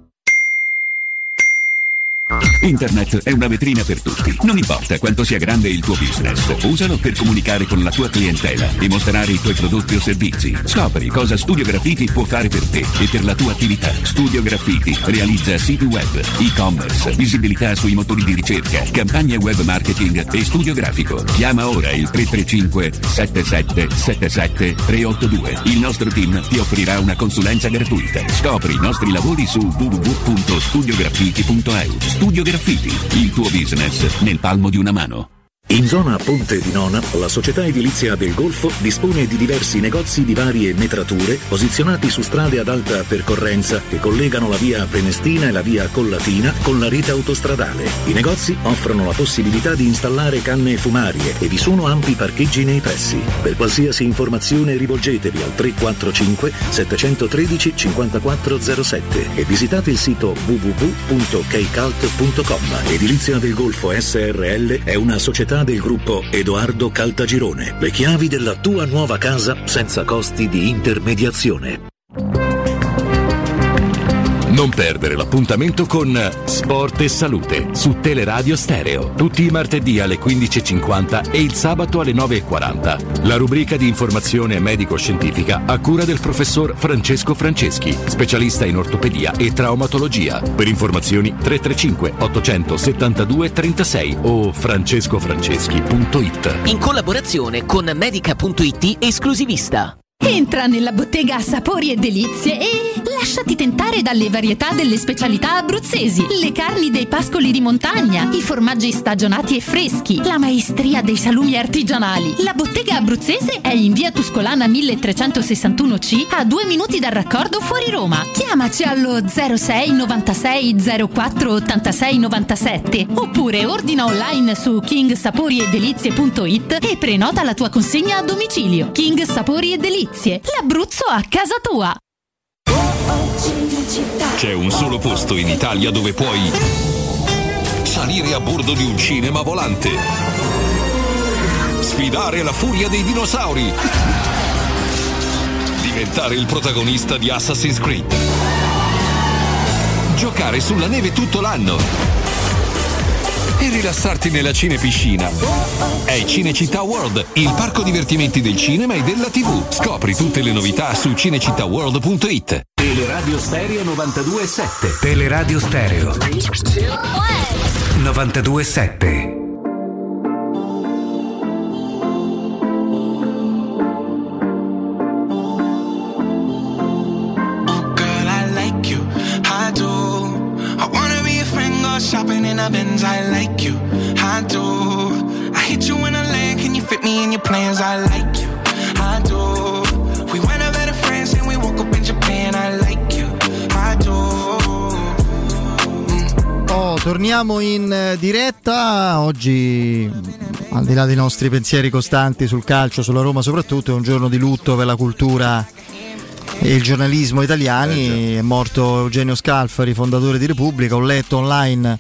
Internet è una vetrina per tutti. Non importa quanto sia grande il tuo business, usalo per comunicare con la tua clientela e mostrare i tuoi prodotti o servizi. Scopri cosa Studio Graffiti può fare per te e per la tua attività. Studio Graffiti realizza siti web, e-commerce, visibilità sui motori di ricerca, campagne web marketing e studio grafico. Chiama ora il tre tre cinque sette sette sette sette tre otto due. Il nostro team ti offrirà una consulenza gratuita. Scopri i nostri lavori su w w w punto studio graffiti punto e u. Studio Graffiti, il tuo business nel palmo di una mano. In zona Ponte di Nona, la società edilizia del Golfo dispone di diversi negozi di varie metrature posizionati su strade ad alta percorrenza che collegano la via Prenestina e la via Collatina con la rete autostradale. I negozi offrono la possibilità di installare canne fumarie e vi sono ampi parcheggi nei pressi. Per qualsiasi informazione rivolgetevi al tre quattro cinque sette uno tre cinque zero sette e visitate il sito w w w punto keicalt punto com. Edilizia del Golfo S R L è una società del gruppo Edoardo Caltagirone. Le chiavi della tua nuova casa senza costi di intermediazione. Non perdere l'appuntamento con Sport e Salute su Teleradio Stereo, tutti i martedì alle quindici e cinquanta e il sabato alle nove e quaranta. La rubrica di informazione medico-scientifica a cura del professor Francesco Franceschi, specialista in ortopedia e traumatologia. Per informazioni tre tre cinque otto sette due tre sei o francescofranceschi punto it. In collaborazione con medica punto it esclusivista. Entra nella bottega Sapori e Delizie e lasciati tentare dalle varietà delle specialità abruzzesi, le carni dei pascoli di montagna, i formaggi stagionati e freschi, la maestria dei salumi artigianali. La bottega abruzzese è in via Tuscolana milletrecentosessantuno C, a due minuti dal raccordo fuori Roma. Chiamaci allo zero sei novantasei zero quattro ottantasei novantasette oppure ordina online su king sapori e delizie punto it e prenota la tua consegna a domicilio. King Sapori e Delizie, l'Abruzzo a casa tua. C'è un solo posto in Italia dove puoi salire a bordo di un cinema volante, sfidare la furia dei dinosauri, diventare il protagonista di Assassin's Creed, giocare sulla neve tutto l'anno e rilassarti nella cinepiscina. È Cinecittà World, il parco divertimenti del cinema e della tivù. Scopri tutte le novità su cinecittà world punto it. Teleradio Stereo novantadue virgola sette. Teleradio Stereo novantadue virgola sette. Shopping in a Benz, I like you, I do. I hit you in a land, can you fit me in your plans? I like you, I do. We went over to France and we woke up in Japan, I like you, I do. Oh, torniamo in diretta. Oggi, al di là dei nostri pensieri costanti sul calcio, sulla Roma soprattutto, è un giorno di lutto per la cultura e il giornalismo italiani. È morto Eugenio Scalfari, fondatore di Repubblica. Ho letto online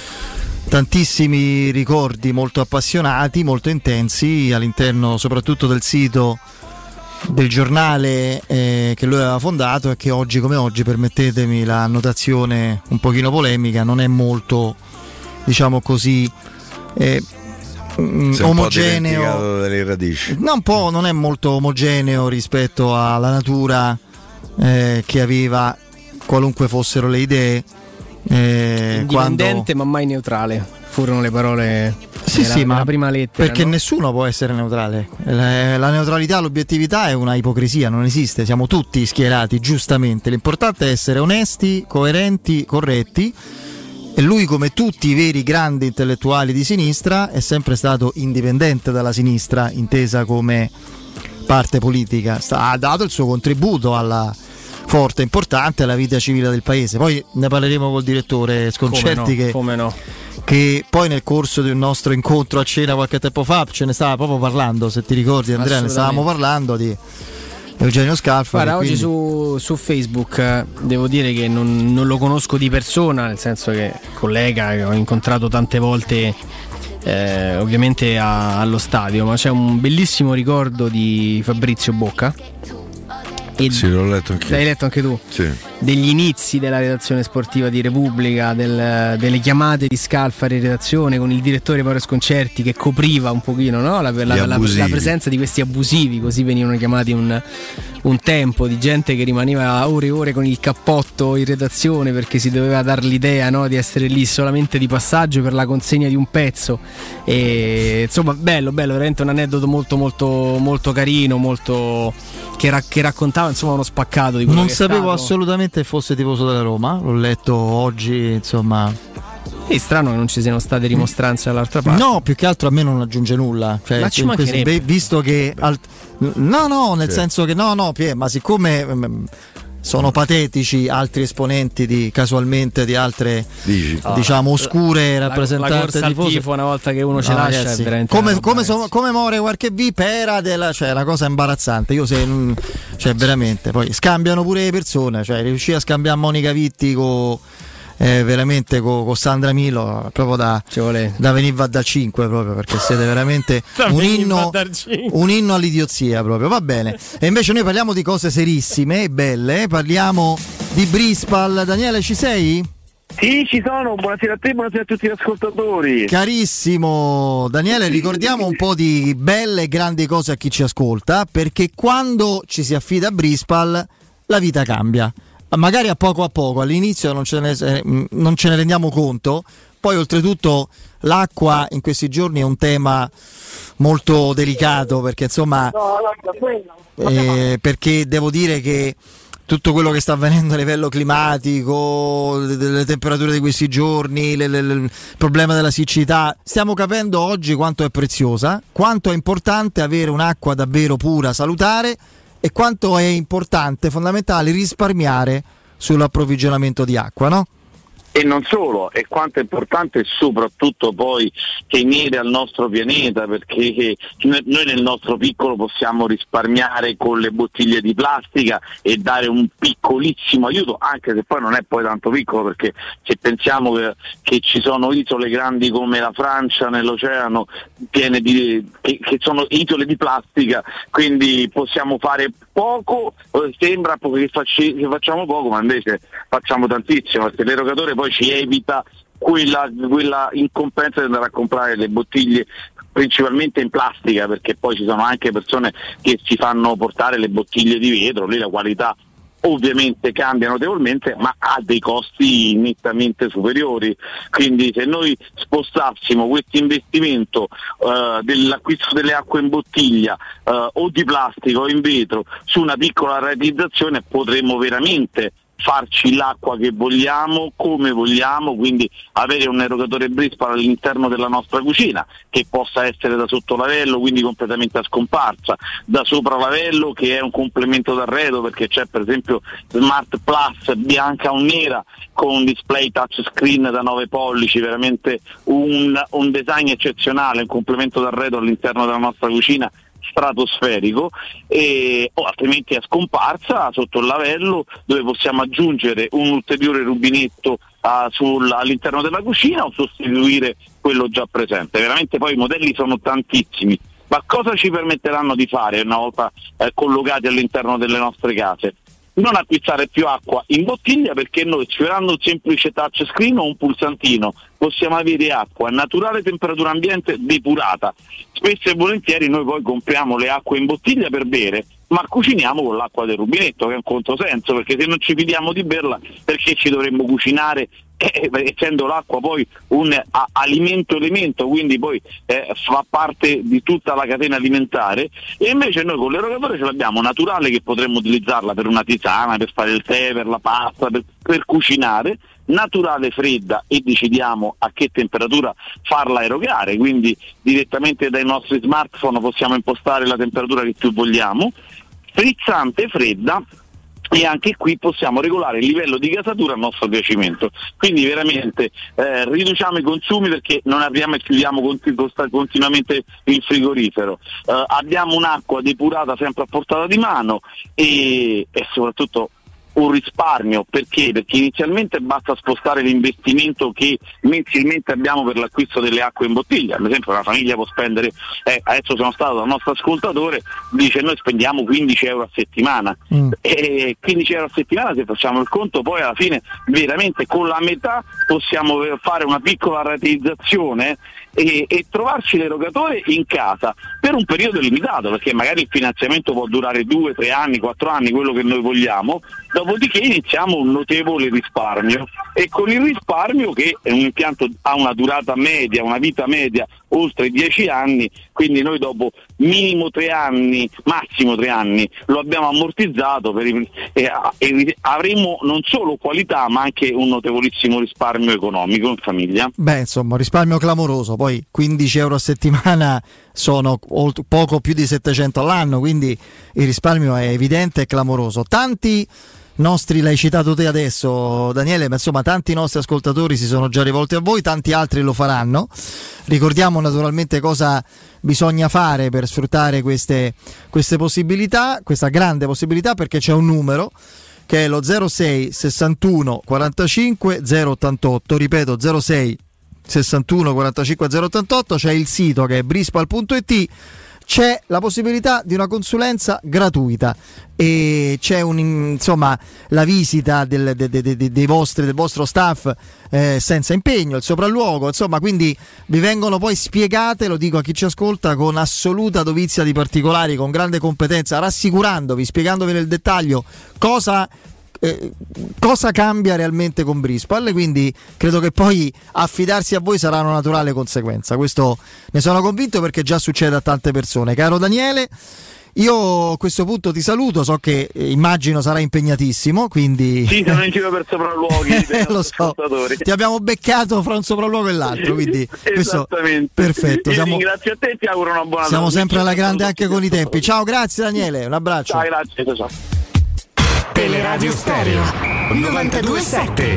tantissimi ricordi molto appassionati, molto intensi, all'interno soprattutto del sito del giornale eh, che lui aveva fondato e che oggi come oggi, permettetemi la notazione un pochino polemica, non è molto, diciamo così, eh, Sei omogeneo, delle radici. No, un po' non è molto omogeneo rispetto alla natura eh, che aveva, qualunque fossero le idee. Eh, Indipendente quando... ma mai neutrale, furono le parole sì, della, sì, ma della prima lettera. Perché no? nessuno può essere neutrale. La, la neutralità, l'obiettività è una ipocrisia, non esiste. Siamo tutti schierati giustamente. L'importante è essere onesti, coerenti, corretti. E lui, come tutti i veri grandi intellettuali di sinistra, è sempre stato indipendente dalla sinistra, intesa come parte politica. Ha dato il suo contributo alla forte, importante, alla vita civile del paese. Poi ne parleremo col direttore Sconcerti, come no, che, come no. che poi nel corso di un nostro incontro a cena qualche tempo fa ce ne stava proprio parlando, se ti ricordi Andrea, ne stavamo parlando di Eugenio Scalfari. Guarda, quindi... oggi su, su Facebook eh, devo dire che non, non lo conosco di persona, nel senso che collega che ho incontrato tante volte eh, ovviamente a, allo stadio, ma c'è un bellissimo ricordo di Fabrizio Bocca. E sì, l'ho letto anche l'hai letto anche tu? Sì. Degli inizi della redazione sportiva di Repubblica, del, delle chiamate di Scalfari in redazione con il direttore Mauro Sconcerti che copriva un pochino, no? la, la, la, la presenza di questi abusivi, così venivano chiamati un, un tempo, di gente che rimaneva ore e ore con il cappotto in redazione perché si doveva dar l'idea, no? Di essere lì solamente di passaggio per la consegna di un pezzo. E insomma, bello, bello, veramente un aneddoto molto molto molto carino, molto che, ra- che raccontava insomma uno spaccato di quello non che sapevo è stato. Assolutamente fosse tifoso della Roma, l'ho letto oggi, insomma È strano che non ci siano state dimostranze dall'altra parte. No, più che altro a me non aggiunge nulla. Cioè, ma ci questo, visto che al, no, no, nel sì. senso che no, no, Pier, ma siccome mh, sono patetici altri esponenti di casualmente di altre Dici. diciamo oscure la, rappresentanze la corsa al tifo, una volta che uno no, ce lascia ragazzi, è veramente come, come, so, come muore qualche vipera della, cioè una cosa imbarazzante. Io se cioè veramente poi scambiano pure le persone, cioè riuscire a scambiare Monica Vitti con eh, veramente con, con Sandra Milo proprio da, da venire da cinque proprio, perché siete veramente un inno, un inno all'idiozia proprio. Va bene, e invece noi parliamo di cose serissime e belle, parliamo di Brispal. Daniele, ci sei? Sì, ci sono, buonasera a te, buonasera a tutti gli ascoltatori. Carissimo Daniele, ricordiamo un po' di belle e grandi cose a chi ci ascolta, perché quando ci si affida a Brispal la vita cambia. Magari a poco a poco, all'inizio non ce ne, non ce ne rendiamo conto, poi oltretutto l'acqua in questi giorni è un tema molto delicato, perché insomma eh, perché devo dire che tutto quello che sta avvenendo a livello climatico, le temperature di questi giorni, le, le, le, il problema della siccità, stiamo capendo oggi quanto è preziosa, quanto è importante avere un'acqua davvero pura, salutare, e quanto è importante, fondamentale, risparmiare sull'approvvigionamento di acqua, no? E non solo, e quanto è importante soprattutto poi tenere al nostro pianeta, perché noi nel nostro piccolo possiamo risparmiare con le bottiglie di plastica e dare un piccolissimo aiuto, anche se poi non è poi tanto piccolo, perché se pensiamo che, che ci sono isole grandi come la Francia nell'oceano piene di che, che sono isole di plastica, quindi possiamo fare poco, sembra che, facci, che facciamo poco, ma invece facciamo tantissimo, perché l'erogatore poi ci evita quella, quella incompetenza di andare a comprare le bottiglie principalmente in plastica, perché poi ci sono anche persone che si fanno portare le bottiglie di vetro, lì la qualità ovviamente cambia notevolmente, ma ha dei costi nettamente superiori. Quindi se noi spostassimo questo investimento uh, dell'acquisto delle acque in bottiglia uh, o di plastica o in vetro su una piccola realizzazione, potremmo veramente farci l'acqua che vogliamo, come vogliamo, quindi avere un erogatore Brispal all'interno della nostra cucina, che possa essere da sotto lavello, quindi completamente a scomparsa, da sopra lavello, che è un complemento d'arredo, perché c'è per esempio Smart Plus bianca o nera con un display touchscreen da nove pollici, veramente un, un design eccezionale, un complemento d'arredo all'interno della nostra cucina stratosferico, e, o altrimenti a scomparsa sotto il lavello, dove possiamo aggiungere un ulteriore rubinetto uh, sul, all'interno della cucina o sostituire quello già presente. Veramente poi i modelli sono tantissimi, ma cosa ci permetteranno di fare una volta eh, collocati all'interno delle nostre case? Non acquistare più acqua in bottiglia, perché noi sfiorando un semplice touchscreen o un pulsantino possiamo avere acqua a naturale temperatura ambiente depurata. Spesso e volentieri noi poi compriamo le acque in bottiglia per bere, ma cuciniamo con l'acqua del rubinetto, che è un controsenso, perché se non ci fidiamo di berla, perché ci dovremmo cucinare, eh, essendo l'acqua poi un a, alimento elemento, quindi poi eh, fa parte di tutta la catena alimentare, e invece noi con l'erogatore ce l'abbiamo naturale, che potremmo utilizzarla per una tisana, per fare il tè, per la pasta, per, per cucinare, naturale fredda, e decidiamo a che temperatura farla erogare, quindi direttamente dai nostri smartphone possiamo impostare la temperatura che più vogliamo, frizzante fredda, e anche qui possiamo regolare il livello di gasatura a nostro piacimento. Quindi veramente eh, riduciamo i consumi, perché non apriamo e chiudiamo continu- continuamente il frigorifero, eh, abbiamo un'acqua depurata sempre a portata di mano, e, e soprattutto un risparmio. Perché? Perché inizialmente basta spostare l'investimento che mensilmente abbiamo per l'acquisto delle acque in bottiglia. Ad esempio una famiglia può spendere, eh, adesso sono stato dal nostro ascoltatore, dice noi spendiamo quindici euro a settimana, mm. e quindici euro a settimana, se facciamo il conto, poi alla fine veramente con la metà possiamo fare una piccola rateizzazione e, e trovarci l'erogatore in casa per un periodo limitato, perché magari il finanziamento può durare due, tre anni, quattro anni, quello che noi vogliamo. Dopodiché iniziamo un notevole risparmio, e con il risparmio, che è un impianto ha una durata media, una vita media oltre dieci anni, quindi noi dopo minimo tre anni, massimo tre anni, lo abbiamo ammortizzato per i, e, e avremo non solo qualità ma anche un notevolissimo risparmio economico in famiglia. Beh, insomma, un risparmio clamoroso, poi quindici euro a settimana sono poco più di settecento all'anno, quindi il risparmio è evidente e clamoroso. Tanti nostri, l'hai citato te adesso Daniele, ma insomma tanti nostri ascoltatori si sono già rivolti a voi, tanti altri lo faranno. Ricordiamo naturalmente cosa bisogna fare per sfruttare queste, queste possibilità, questa grande possibilità, perché c'è un numero che è lo zero sei sessantuno quarantacinque zero ottantotto, ripeto zero sei sessantuno quarantacinque zero ottantotto, c'è il sito che è brispal punto it, c'è la possibilità di una consulenza gratuita e c'è un, insomma, la visita del, de, de, de, dei vostri, del vostro staff eh, senza impegno, il sopralluogo, insomma, quindi vi vengono poi spiegate, lo dico a chi ci ascolta, con assoluta dovizia di particolari, con grande competenza, rassicurandovi, spiegandovi nel dettaglio cosa Eh, cosa cambia realmente con Brispal, quindi credo che poi affidarsi a voi sarà una naturale conseguenza, questo ne sono convinto perché già succede a tante persone. Caro Daniele, io a questo punto ti saluto, so che eh, immagino sarà impegnatissimo, quindi sì, sono in giro per sopralluoghi lo so, ti abbiamo beccato fra un sopralluogo e l'altro, quindi questo perfetto. Io siamo, ringrazio a te e ti auguro una buona siamo sempre alla grande anche con i tempi. Ciao, grazie Daniele, un abbraccio. Ciao, grazie, ciao. Teleradio Stereo novantadue sette.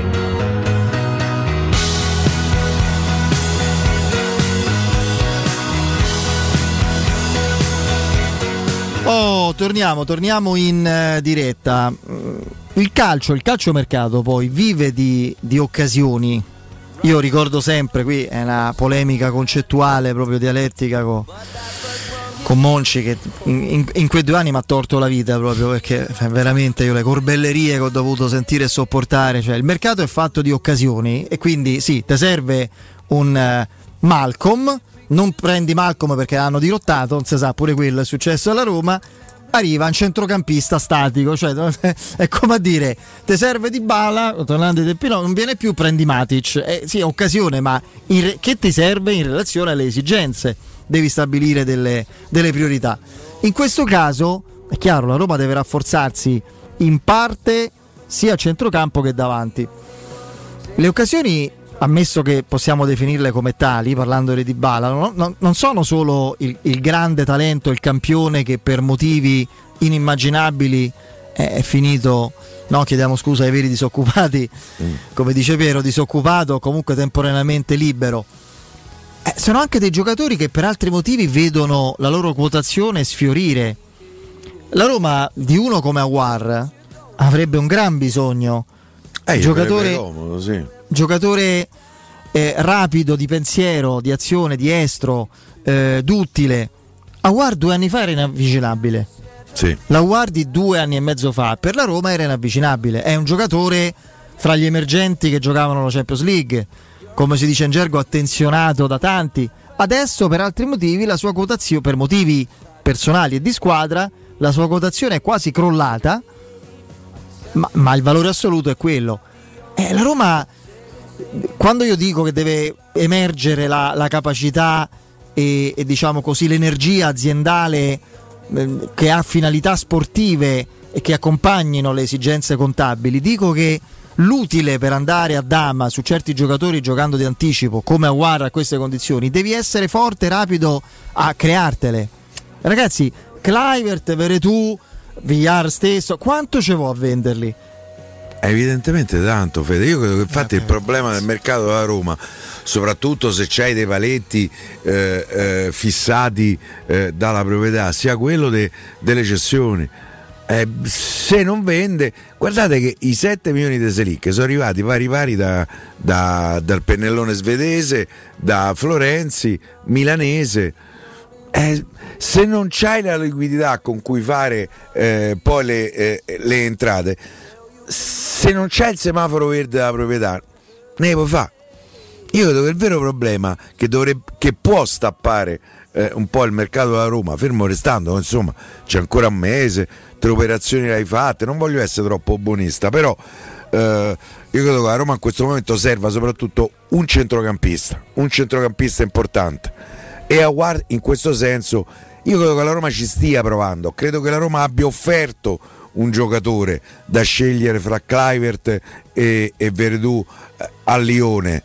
Oh, torniamo, torniamo in uh, diretta. Il calcio, il calciomercato poi vive di, di occasioni. Io ricordo sempre, qui è una polemica concettuale, proprio dialettica con, con Monci, che in, in, in quei due anni mi ha torto la vita, proprio perché veramente io le corbellerie che ho dovuto sentire e sopportare, cioè il mercato è fatto di occasioni e quindi sì, ti serve un uh, Malcolm, non prendi Malcolm perché l'hanno dirottato, non si sa, pure quello è successo alla Roma. Arriva un centrocampista statico, cioè è come a dire te serve Dybala, tornando ai tempi no, non viene più, prendi Matic, eh, sì, è occasione, ma in re- che ti serve in relazione alle esigenze? Devi stabilire delle, delle priorità. In questo caso è chiaro, la Roma deve rafforzarsi in parte sia a centrocampo che davanti. Le occasioni, ammesso che possiamo definirle come tali, parlando di Dybala, non, non, non sono solo il, il grande talento, il campione che per motivi inimmaginabili è, è finito, no, chiediamo scusa ai veri disoccupati, mm. come dice Piero, disoccupato o comunque temporaneamente libero. Eh, sono anche dei giocatori che per altri motivi vedono la loro quotazione sfiorire. La Roma di uno come Aouar avrebbe un gran bisogno. Eh, giocatore comodo, sì. Giocatore eh, rapido, di pensiero, di azione, di estro, eh, duttile. Aouar due anni fa era inavvicinabile. Sì. L'Aouar di due anni e mezzo fa per la Roma era inavvicinabile. È un giocatore fra gli emergenti che giocavano la Champions League, come si dice in gergo, attenzionato da tanti. Adesso per altri motivi la sua quotazione, per motivi personali e di squadra, la sua quotazione è quasi crollata, ma, ma il valore assoluto è quello. Eh, la Roma, quando io dico che deve emergere la, la capacità e, e diciamo così l'energia aziendale eh, che ha finalità sportive e che accompagnino le esigenze contabili, dico che l'utile per andare a dama su certi giocatori giocando di anticipo come Aouar a queste condizioni, devi essere forte, rapido a creartele. Ragazzi, Kluivert, Veretout, Villar stesso, quanto ci vuoi a venderli? Evidentemente tanto, Fede. Io credo che infatti il problema del mercato della Roma, soprattutto se c'hai dei paletti eh, eh, fissati eh, dalla proprietà, sia quello de, delle cessioni. Eh, se non vende, guardate che i sette milioni di Selic sono arrivati pari pari da, da, dal pennellone svedese, da Florenzi, milanese. Eh, se non c'hai la liquidità con cui fare eh, poi le, eh, le entrate, se non c'è il semaforo verde della proprietà, ne puoi fare. Io credo che il vero problema che, dovrebbe, che può stappare eh, un po' il mercato della Roma, fermo restando, insomma, c'è ancora un mese, tre operazioni le hai fatte, non voglio essere troppo buonista, però eh, io credo che la Roma in questo momento serva soprattutto un centrocampista, un centrocampista importante, e Aouar in questo senso io credo che la Roma ci stia provando, credo che la Roma abbia offerto un giocatore da scegliere fra Kluivert e, e Veretout eh, a Lione.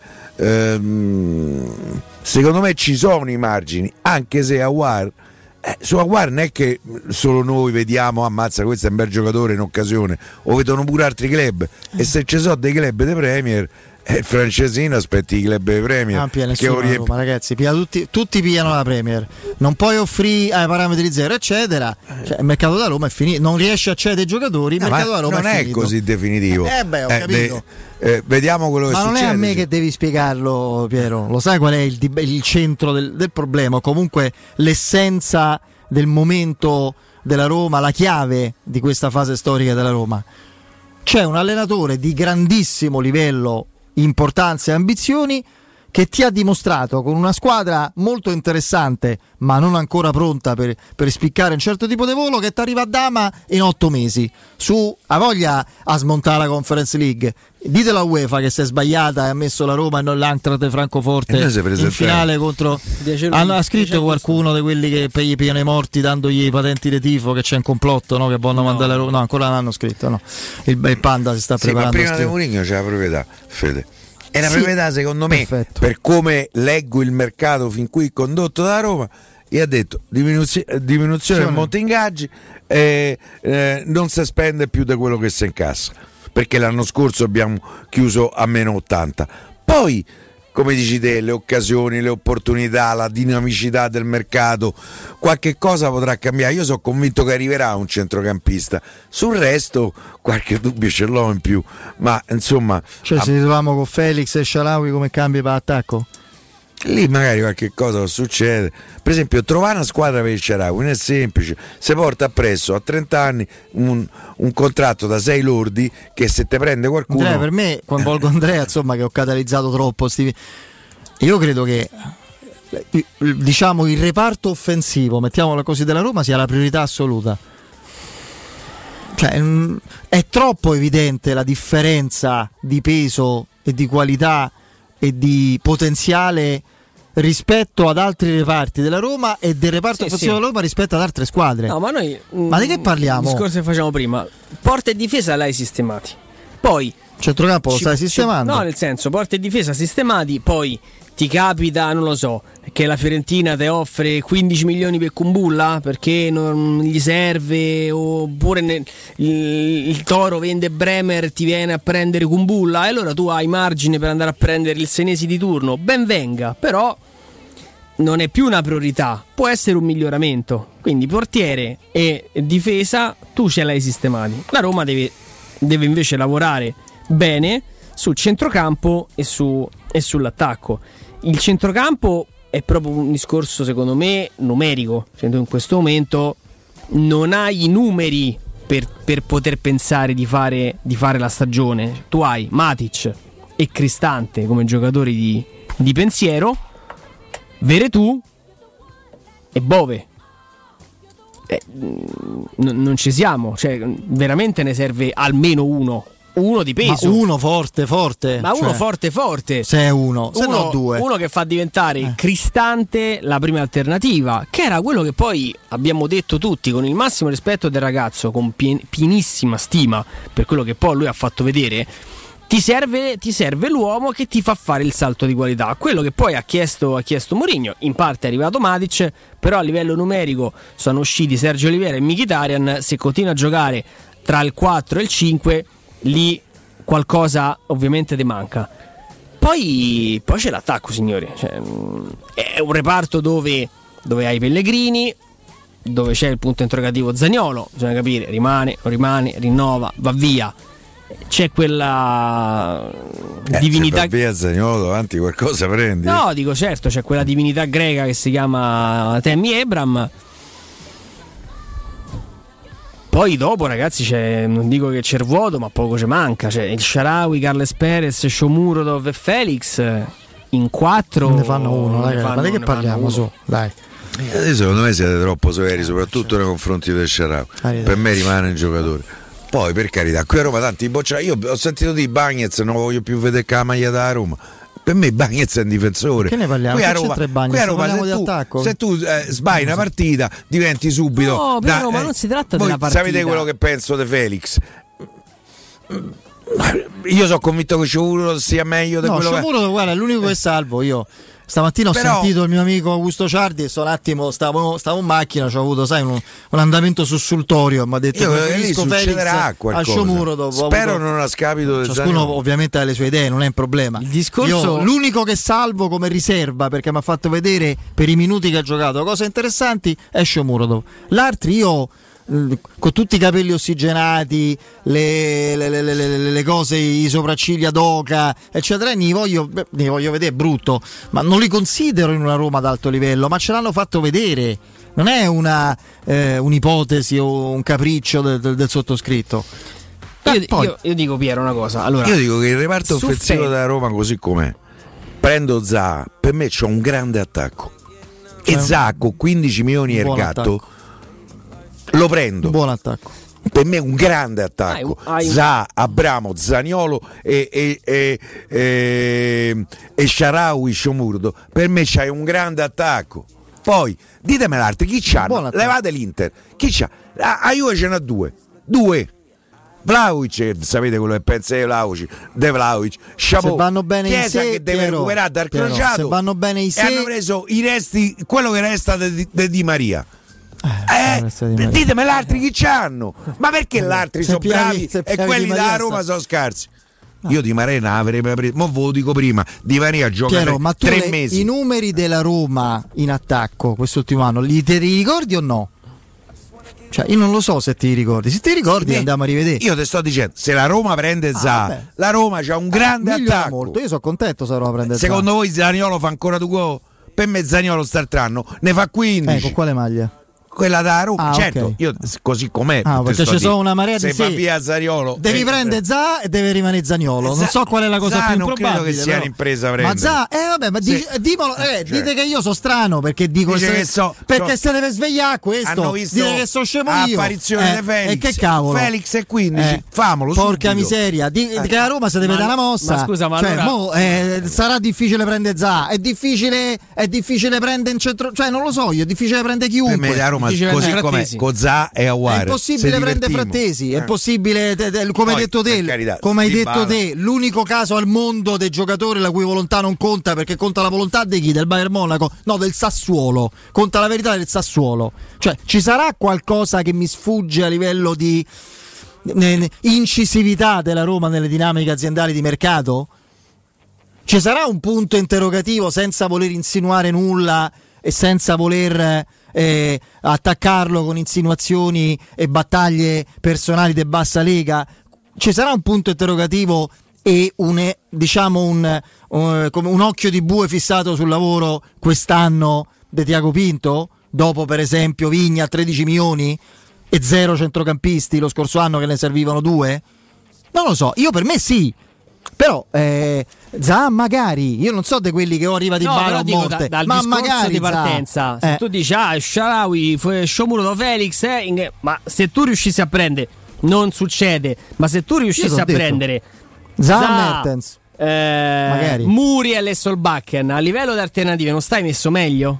Ehm, secondo me ci sono i margini, anche se Aouar eh, su Aouar non è che solo noi vediamo ammazza questo è un bel giocatore in occasione, o vedono pure altri club, e se ci sono dei club dei Premier eh, il francesino aspetti i club dei Premier, non piglia che nessuno riemp- Roma, ragazzi, piglia tutti, tutti pigliano la Premier, non puoi offrire ai parametri zero eccetera, cioè, il mercato da Roma è finito, non riesce a cedere i giocatori, il eh, mercato da Roma non è, è finito. Così definitivo, eh beh ho eh, capito de- eh, vediamo quello che ma succede. non è a me che devi spiegarlo, Piero, lo sai qual è il, il centro del, del problema, comunque l'essenza del momento della Roma, la chiave di questa fase storica della Roma. C'è un allenatore di grandissimo livello, importanza e ambizioni, che ti ha dimostrato con una squadra molto interessante ma non ancora pronta per, per spiccare un certo tipo di volo, che ti arriva a Dama in otto mesi su ha voglia a smontare la Conference League. Ditelo a UEFA che si è sbagliata e ha messo la Roma e non l'Eintracht Francoforte in finale contro hanno, ha scritto qualcuno di quelli che per gli piano i morti dandogli i patenti di tifo che c'è un complotto, no? Che vogliono no. mandare la Roma, no ancora non hanno scritto, no. il, il Panda si sta sì, preparando, ma prima di Mourinho c'è la proprietà, Fede. È la sì, proprietà secondo me, perfetto. Per come leggo il mercato fin qui condotto da Roma, e ha detto diminuzio- diminuzione del monte ingaggi, eh, eh, non si spende più di quello che si incassa, perché l'anno scorso abbiamo chiuso a meno ottanta. Poi, come dici te, le occasioni, le opportunità, la dinamicità del mercato, qualche cosa potrà cambiare. Io sono convinto che arriverà un centrocampista, sul resto qualche dubbio ce l'ho in più, ma insomma, cioè se ritrovavamo con Felix e Shaarawy come cambio per attacco, lì magari qualche cosa succede. Per esempio trovare una squadra per il Shaarawy non è semplice, si porta appresso a trenta anni un, un contratto da sei lordi che se te prende qualcuno. Andrea, per me coinvolgo Andrea, insomma, che ho catalizzato troppo sti... io credo che diciamo il reparto offensivo, mettiamolo così, della Roma sia la priorità assoluta. Cioè, è troppo evidente la differenza di peso e di qualità e di potenziale rispetto ad altri reparti della Roma e del reparto sì, offensivo sì. della Roma rispetto ad altre squadre. No, ma noi ma di che parliamo? Il discorso che facciamo prima, porta e difesa l'hai sistemati, poi centrocampo lo ci, stai sistemando? Ci, no, nel senso, porta e difesa sistemati, poi ti capita, non lo so, che la Fiorentina ti offre quindici milioni per Kumbulla perché non gli serve, oppure nel, il, il Toro vende Bremer, ti viene a prendere Kumbulla e allora tu hai margine per andare a prendere il Senesi di turno, ben venga, però non è più una priorità, può essere un miglioramento, quindi portiere e difesa tu ce l'hai sistemati, la Roma deve, deve invece lavorare bene sul centrocampo e, su, e sull'attacco. Il centrocampo è proprio un discorso secondo me numerico, cioè tu in questo momento non hai i numeri per, per poter pensare di fare, di fare la stagione. Tu hai Matic e Cristante come giocatori di, di pensiero, Veretout e Bove. Eh, n- non ci siamo, cioè veramente ne serve almeno uno. Uno di peso, ma uno forte forte, ma uno cioè, forte forte, se è uno, se uno, no due, uno che fa diventare eh. Cristante la prima alternativa, che era quello che poi abbiamo detto tutti, con il massimo rispetto del ragazzo, con pien- pienissima stima per quello che poi lui ha fatto vedere. Ti serve, ti serve l'uomo che ti fa fare il salto di qualità, quello che poi ha chiesto, ha chiesto Mourinho. In parte è arrivato Matic, però a livello numerico sono usciti Sergio Oliveira e Mkhitaryan. Se continua a giocare tra il quattro e il cinque, lì qualcosa ovviamente ti manca. Poi, poi c'è l'attacco, signori, cioè, è un reparto dove, dove hai Pellegrini, dove c'è il punto interrogativo Zaniolo, bisogna capire, rimane, non rimane, rinnova, va via. C'è quella eh, divinità, se va via Zaniolo davanti qualcosa prendi. No, dico certo, c'è quella divinità greca che si chiama Tammy Abraham. Poi dopo, ragazzi, c'è, non dico che c'è il vuoto, ma poco ci manca. C'è il Shaarawy, Carles Perez, Shomurodov e Felix in quattro. Ne fanno uno, ne ragazzi, fanno, ma di che ne parliamo? fanno Su, dai. Eh, secondo me siete troppo severi, soprattutto nei confronti del Shaarawy. Per me rimane un giocatore. Poi per carità, qui a Roma tanti bocciati. Io ho sentito di Bagnez, non voglio più vedere che la maglia da Roma. Per me Bagnez è un difensore. Che ne parliamo? Qui a Che Roma, c'entra Bagnez? qui a Roma Parliamo se, di tu, attacco? se tu eh, sbagli una partita diventi subito. No, però, da, ma eh, non si tratta voi della partita. Sapete quello che penso di Felix? Io sono convinto che Sciomuro sia meglio di no, quello Sciomuro, che... guarda, è l'unico che salvo io. Stamattina ho Però... sentito il mio amico Augusto Ciardi e so un attimo stavo, stavo in macchina, ho avuto sai un, un andamento sussultorio, mi ha detto Io, preferisco Felix a Sciomuro dopo. Spero avuto... non a scapito del Ciascuno Zaniolo. ovviamente ha le sue idee, non è un problema. Il discorso... Io, l'unico che salvo come riserva, perché mi ha fatto vedere per i minuti che ha giocato cose interessanti, è Sciomuro. L'altri io con tutti i capelli ossigenati, le, le, le, le, le cose, i sopracciglia d'oca, eccetera, ne voglio, ne voglio vedere, brutto, ma non li considero in una Roma ad alto livello, ma ce l'hanno fatto vedere, non è una eh, un'ipotesi o un capriccio del, del, del sottoscritto. Io, poi, io, io dico Piero una cosa, allora, io dico che il reparto offensivo Fe- della Roma così com'è, prendo Zaha, per me c'è un grande attacco, e Zaha con quindici milioni e il gatto attacco. Lo prendo. Buon attacco. Per me è un grande attacco. Hai, hai... Zaha, Abramo, Zaniolo e, e, e, e, e Shaarawy, Sciomuro. Per me c'hai un grande attacco. Poi ditemi l'altro, chi c'ha? Levate l'Inter. Chi c'ha? A, a Juve ce n'ha due. Due. Vlahovic, sapete quello che pensa di Vlahovic, De Vlahovic, Chapeau. Se vanno bene Chiesa i sé, che deve Piero, recuperare dal Piero, crociato. Se vanno bene i sé, e hanno preso i resti, quello che resta di Di Maria. Eh, eh, ditemi l'altri chi c'hanno, ma perché gli altri sono bravi e quelli da Roma sono scarsi? Io Di Maria ne avrei preso, ma ve lo dico prima, Di Maria gioca Piero, tre, ma tu tre le, mesi. I numeri della Roma in attacco quest'ultimo anno li te li ricordi o no? Cioè, io non lo so se ti ricordi. Se ti ricordi, sì, andiamo a rivedere. Io ti sto dicendo, se la Roma prende Zaha, ah, la Roma c'ha un grande eh, attacco. Molto. Io sono contento se la Roma prende Zaha. Secondo voi Zaniolo fa ancora due gol? Per me Zaniolo st'altro anno ne fa quindici. Eh, con quale maglia? Quella da Roma, ah, certo, okay. Io così com'è. Ah, perché ci sono una marea di se sì. va via Zaniolo. Devi eh, prendere Zaha e deve rimanere Zaniolo. Non so qual è la cosa Zaha più non improbabile. Non credo che sia però. un'impresa prendere. Ma Zaha, eh vabbè, ma sì. di, dimolo, eh, cioè. Dite che io sono strano perché dico Dice se, che so, perché so, se deve svegliare questo. Hanno visto dite che sono scemo io. Apparizione eh, di Felix. E che cavolo? Felix è quindici, eh, famolo porca subito. miseria, di, eh. che la Roma se deve ma, dare una mossa. Ma scusa, ma cioè, allora... mo, eh, sarà difficile prendere Zaha, è difficile è difficile prendere in centro, cioè non lo so, io è difficile prendere chiunque. Per me la Roma così com'è, con Zaha e Aouar. È impossibile prendere Frattesi, eh. è possibile, te, te, come hai detto te, carità, come hai detto te, l'unico caso al mondo dei giocatori la cui volontà non conta, perché conta la volontà di chi? Del Bayern Monaco? No, del Sassuolo. Conta la verità del Sassuolo. Cioè, ci sarà qualcosa che mi sfugge a livello di eh, incisività della Roma nelle dinamiche aziendali di mercato? Ci sarà un punto interrogativo senza voler insinuare nulla e senza voler eh, attaccarlo con insinuazioni e battaglie personali di bassa lega? Ci sarà un punto interrogativo e un, diciamo un, uh, come un occhio di bue fissato sul lavoro quest'anno di Tiago Pinto, dopo per esempio Vigna a tredici milioni e zero centrocampisti lo scorso anno che ne servivano due? Non lo so, io per me sì. Però eh, Zaha magari, io non so di quelli che arriva di no, bala a morte, da, dal ma magari di partenza, Zaha, se eh. tu dici ah Shaarawy, Sciomuro da Felix, eh, in, ma se tu riuscissi a prendere, non succede, ma se tu riuscissi a detto. prendere Zaha, Mertens, eh, Muriel e Solbakken a livello di alternative, non stai messo meglio?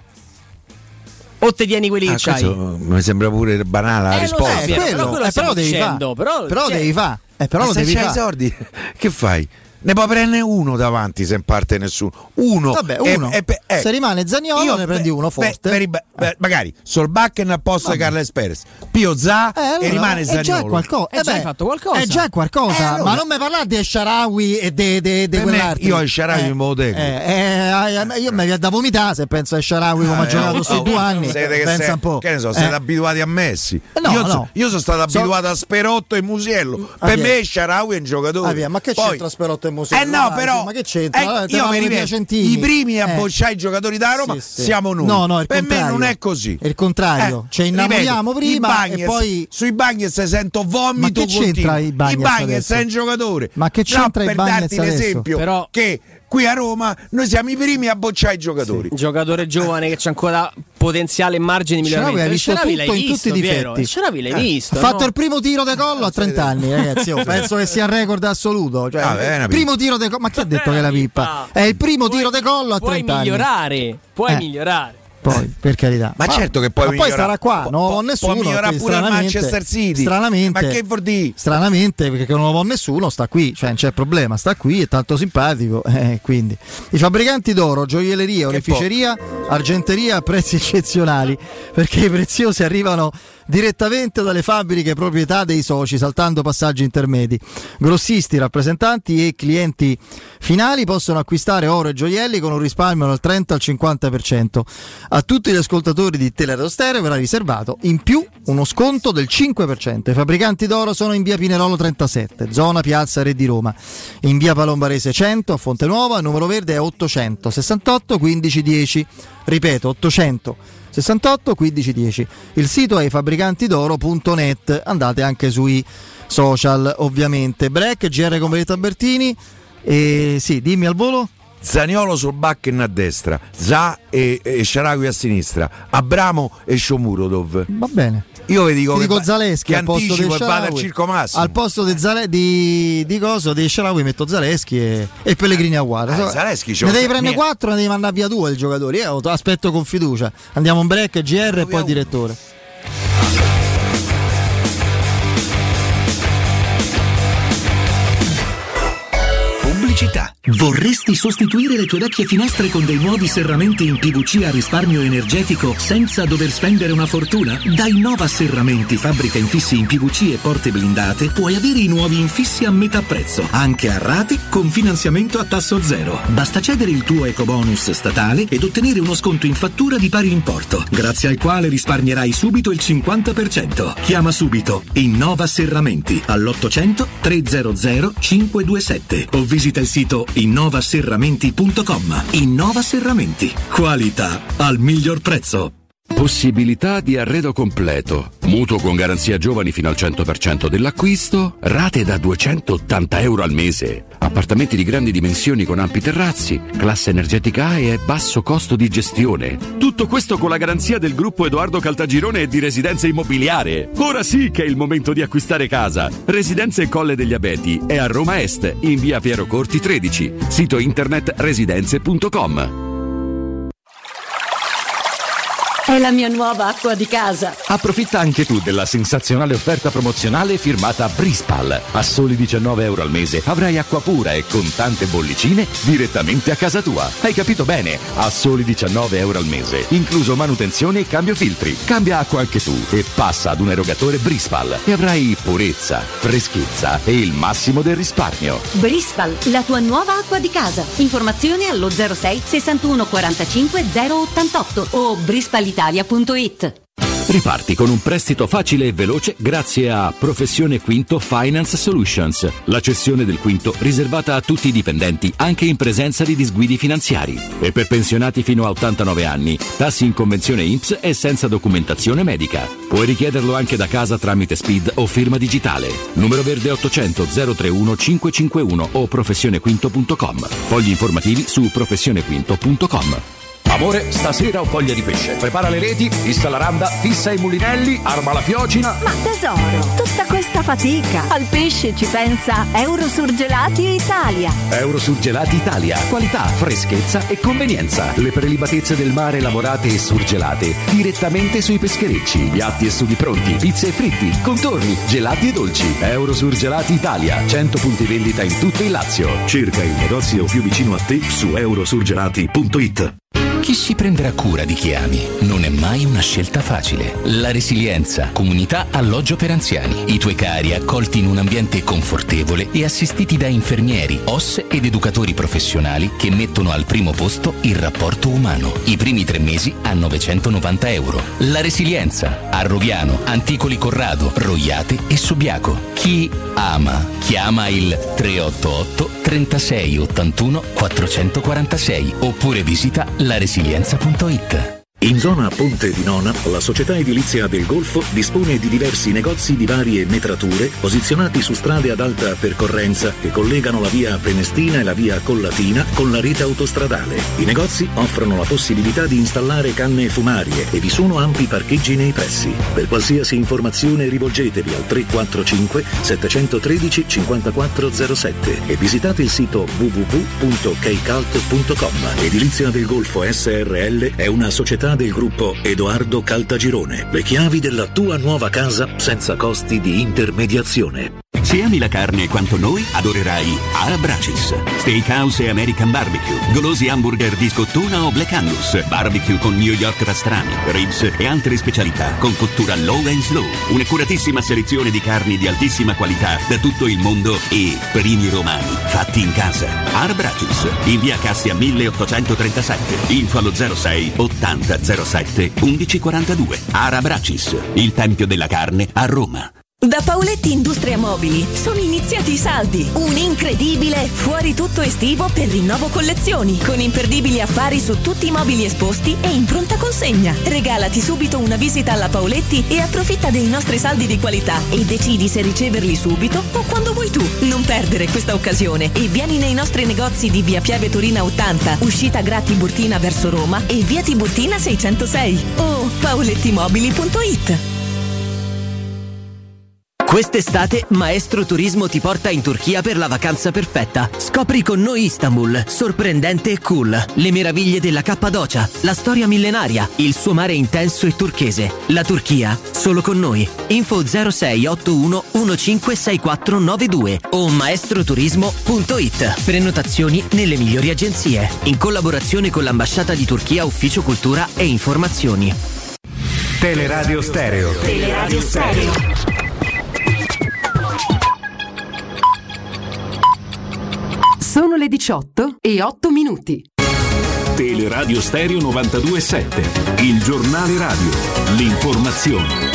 O te tieni quelli ah, che c'hai? Mi sembra pure banale la eh, risposta. So, però, però, quello eh, però devi fare. Però, però cioè, devi fare. Eh, però ma lo se devi c'hai i soldi, che fai? Ne puoi prendere uno davanti se non parte nessuno. Uno. Vabbè, uno. E, e, eh, se rimane Zaniolo io, ne prendi uno forte. Beh, beh, beh, magari Solbakken al posto di Carles Perez. Pio Zaha eh, allora, e rimane Zaniolo. È già qualcosa. È già fatto qualcosa. È già qualcosa. Eh, allora. Ma non mi parlare di Shaarawy e di de, de quell'altro. Io a Shaarawy eh, me lo tengo. Eh, eh, io mi viene da vomitare se penso a Shaarawy come ha giocato questi oh, due anni. Siete che pensa sei, un po'. Che ne so, eh. siete abituati a Messi. No, io, no. So, io sono stato abituato so... a Sperotto e Musiello. Ah, per me Shaarawy è un giocatore. Ah, via, ma che Poi... c'entra Sperotto e Musiello? Eh no, però ma che c'entra? Eh, io mi ripeto, i primi a bocciare i giocatori da Roma sì, sì. siamo noi. No, no, il per contrario. me non è così. È il contrario. Eh, Ci innamoriamo ripeto, prima Bagnez, e poi sui Bagnez sento vomito. Ma che c'entra i Bagnez? I Bagnez è un giocatore. Ma che c'entra no, i Bagnez? Per darti l'esempio però... che qui a Roma noi siamo i primi a bocciare i giocatori. Sì. Giocatore giovane che c'è ancora potenziale margine di miglioramento. Hai visto tutto l'hai in visto, tutti i Piero. difetti. Sharawi l'hai Eh, visto. Ha fatto no? il primo tiro de collo a trenta anni, ragazzi. Io penso che sia il record assoluto. Cioè, Ah, beh, il primo tiro de collo. Ma chi ha detto che è la pippa? È il primo tiro de collo a Puoi trenta anni. migliorare, puoi Eh. migliorare. Poi, per carità. Ma certo che puoi ma poi migliorare. starà qua, non lo Può- può nessuno. può migliorare perché pure al stranamente- Manchester City. Stranamente, Ma che vuol dire? Stranamente, perché non lo può nessuno, sta qui, cioè non c'è problema, sta qui, è tanto simpatico. Eh, quindi i fabbricanti d'oro, gioielleria, oreficeria, argenteria a prezzi eccezionali, perché i preziosi arrivano direttamente dalle fabbriche proprietà dei soci, saltando passaggi intermedi. Grossisti, rappresentanti e clienti finali possono acquistare oro e gioielli con un risparmio dal trenta al cinquanta per cento. A tutti gli ascoltatori di Teleradio Stereo verrà riservato in più uno sconto del cinque per cento. I fabbricanti d'oro sono in via Pinerolo trentasette, zona Piazza Re di Roma, in via Palombarese cento a Fonte Nuova, il numero verde è ottocento sessantotto quindici dieci, ripeto ottocento sessantotto quindici dieci. Il sito è fabbricantidoro punto net, andate anche sui social ovviamente. Break, G R con Benedetto Albertini e sì, dimmi al volo. Zaniolo sul backen a destra, Za e, e Sharawi a sinistra, Abramo e Shomurodov. Va bene. Io vi dico Ti che, dico va- Zaleschi che al posto anticipo di e vado al Sharawi. Circo Massimo. Al posto di, Zale, di, di coso di Sharawi metto Zaleschi e, e Pellegrini a guarda. Eh, Zaleschi c'è ne un- devi prendere mia- quattro, ne devi mandare via due i giocatori. Io aspetto con fiducia. Andiamo in break, G R e poi direttore. Pubblicità. Vorresti sostituire le tue vecchie finestre con dei nuovi serramenti in P V C a risparmio energetico senza dover spendere una fortuna? Da Innova Serramenti, fabbrica infissi in P V C e porte blindate, puoi avere i nuovi infissi a metà prezzo, anche a rate con finanziamento a tasso zero. Basta cedere il tuo ecobonus statale ed ottenere uno sconto in fattura di pari importo, grazie al quale risparmierai subito il cinquanta per cento. Chiama subito Innova Serramenti all'ottocento trecento cinquecentoventisette o visita il sito innova serramenti punto com. Innova Serramenti, qualità al miglior prezzo. Possibilità di arredo completo, mutuo con garanzia giovani fino al cento per cento dell'acquisto, rate da duecentottanta euro al mese, appartamenti di grandi dimensioni con ampi terrazzi, classe energetica A e basso costo di gestione. Tutto questo con la garanzia del gruppo Edoardo Caltagirone e di Residenza Immobiliare. Ora sì che è il momento di acquistare casa. Residenze Colle degli Abeti è a Roma Est, in via Piero Corti tredici, sito internet residenze punto com. È la mia nuova acqua di casa. Approfitta anche tu della sensazionale offerta promozionale firmata Brispal. A soli diciannove euro al mese avrai acqua pura e con tante bollicine direttamente a casa tua. Hai capito bene? A soli diciannove euro al mese, incluso manutenzione e cambio filtri. Cambia acqua anche tu e passa ad un erogatore Brispal e avrai purezza, freschezza e il massimo del risparmio. Brispal, la tua nuova acqua di casa. Informazioni allo zero sei sessantuno quarantacinque zero ottantotto o brispalitalia punto it. Riparti con un prestito facile e veloce grazie a Professione Quinto Finance Solutions, la cessione del quinto riservata a tutti i dipendenti anche in presenza di disguidi finanziari. E per pensionati fino a ottantanove anni, tassi in convenzione I N P S e senza documentazione medica. Puoi richiederlo anche da casa tramite S P I D o firma digitale. Numero verde ottocento zero trentuno cinquecentocinquantuno o professionequinto punto com. Fogli informativi su professionequinto punto com. Amore, stasera ho voglia di pesce. Prepara le reti, fissa la randa, fissa i mulinelli, arma la fiocina. Ma tesoro, tutta questa fatica. Al pesce ci pensa Eurosurgelati Italia. Eurosurgelati Italia. Qualità, freschezza e convenienza. Le prelibatezze del mare lavorate e surgelate direttamente sui pescherecci. Piatti e sughi pronti, pizze e fritti, contorni, gelati e dolci. Eurosurgelati Italia. cento punti vendita in tutto il Lazio. Cerca il negozio più vicino a te su eurosurgelati punto it. Chi si prenderà cura di chi ami non è mai una scelta facile. La Resilienza, comunità alloggio per anziani. I tuoi cari accolti in un ambiente confortevole e assistiti da infermieri, O S ed educatori professionali che mettono al primo posto il rapporto umano. I primi tre mesi a novecentonovanta euro. La Resilienza, a Roviano, Anticoli Corrado, Roiate e Subiaco. Chi ama, chiama il tre otto otto trentasei ottantuno quattrocentoquarantasei oppure visita la resilienza punto it. In zona Ponte di Nona, la società edilizia del Golfo dispone di diversi negozi di varie metrature posizionati su strade ad alta percorrenza che collegano la via Prenestina e la via Collatina con la rete autostradale. I negozi offrono la possibilità di installare canne fumarie e vi sono ampi parcheggi nei pressi. Per qualsiasi informazione rivolgetevi al tre quattro cinque sette uno tre cinque zero sette e visitate il sito w w w punto keicalt punto com. Edilizia del Golfo S R L è una società del gruppo Edoardo Caltagirone. Le chiavi della tua nuova casa senza costi di intermediazione. Se ami la carne quanto noi, adorerai Arabracis. Steakhouse e American Barbecue, golosi hamburger di scottuna o Black Angus, barbecue con New York pastrami, ribs e altre specialità con cottura low and slow. Un'accuratissima selezione di carni di altissima qualità da tutto il mondo e primi romani fatti in casa. Arabracis, in via Cassia milleottocentotrentasette, info allo zero sei ottanta zero sette undici quarantadue. Arabracis, il tempio della carne a Roma. Da Paoletti Industria Mobili sono iniziati i saldi, un incredibile fuori tutto estivo per rinnovo collezioni, con imperdibili affari su tutti i mobili esposti e in pronta consegna. Regalati subito una visita alla Paoletti e approfitta dei nostri saldi di qualità e decidi se riceverli subito o quando vuoi tu. Non perdere questa occasione e vieni nei nostri negozi di via Pieve Torina ottanta, uscita Gra Tiburtina verso Roma e via Tiburtina seicentosei o paolettimobili punto it. Quest'estate Maestro Turismo ti porta in Turchia per la vacanza perfetta. Scopri con noi Istanbul, sorprendente e cool, le meraviglie della Cappadocia, la storia millenaria, il suo mare intenso e turchese. La Turchia, solo con noi. Info zero sei otto uno uno cinque sei quattro nove due o maestroturismo punto it. Prenotazioni nelle migliori agenzie, in collaborazione con l'Ambasciata di Turchia Ufficio Cultura e Informazioni. Teleradio Stereo. Teleradio Stereo. Sono le diciotto e otto minuti. Teleradio Stereo novantadue sette, il giornale radio, l'informazione.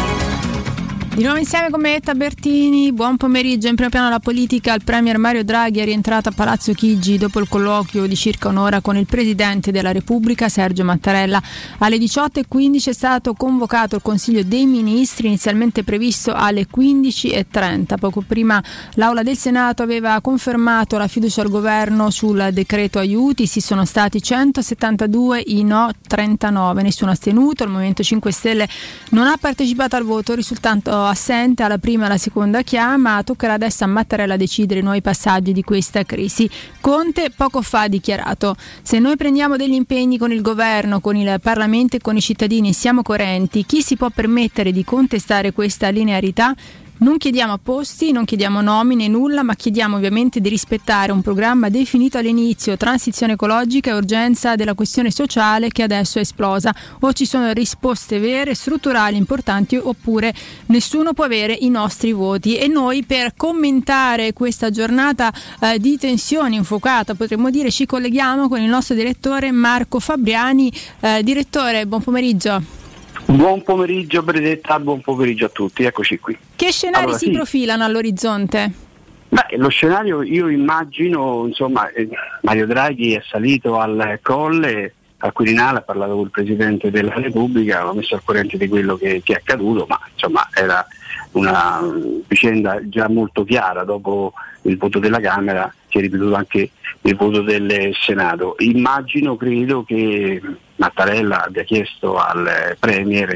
Di nuovo insieme con me Etta Bertini, buon pomeriggio. In primo piano la politica, il premier Mario Draghi è rientrato a Palazzo Chigi dopo il colloquio di circa un'ora con il Presidente della Repubblica Sergio Mattarella. Alle diciotto e quindici è stato convocato il Consiglio dei Ministri, inizialmente previsto alle quindici e trenta. Poco prima l'Aula del Senato aveva confermato la fiducia al governo sul decreto aiuti, si sono stati centosettantadue, i no trentanove, nessuno astenuto. Il Movimento cinque Stelle non ha partecipato al voto, risultando assente alla prima e alla seconda chiama. Toccherà adesso a Mattarella decidere i nuovi passaggi di questa crisi. Conte poco fa ha dichiarato: se noi prendiamo degli impegni con il governo, con il Parlamento e con i cittadini e siamo coerenti, chi si può permettere di contestare questa linearità? Non chiediamo posti, non chiediamo nomine, nulla, ma chiediamo ovviamente di rispettare un programma definito all'inizio, transizione ecologica e urgenza della questione sociale che adesso è esplosa. O ci sono risposte vere, strutturali, importanti, oppure nessuno può avere i nostri voti. E noi, per commentare questa giornata eh, di tensione infuocata, potremmo dire, ci colleghiamo con il nostro direttore Marco Fabriani. Eh, direttore, buon pomeriggio. Buon pomeriggio Benedetta, buon pomeriggio a tutti, eccoci qui. Che scenari allora, si sì. profilano all'orizzonte? Beh, lo scenario io immagino, insomma, eh, Mario Draghi è salito al Colle, al Quirinale, ha parlato con il Presidente della Repubblica, l'ha messo al corrente di quello che, che è accaduto, ma insomma era una vicenda già molto chiara. Dopo il voto della Camera si è ripetuto anche il voto del Senato. Immagino, credo che Mattarella abbia chiesto al Premier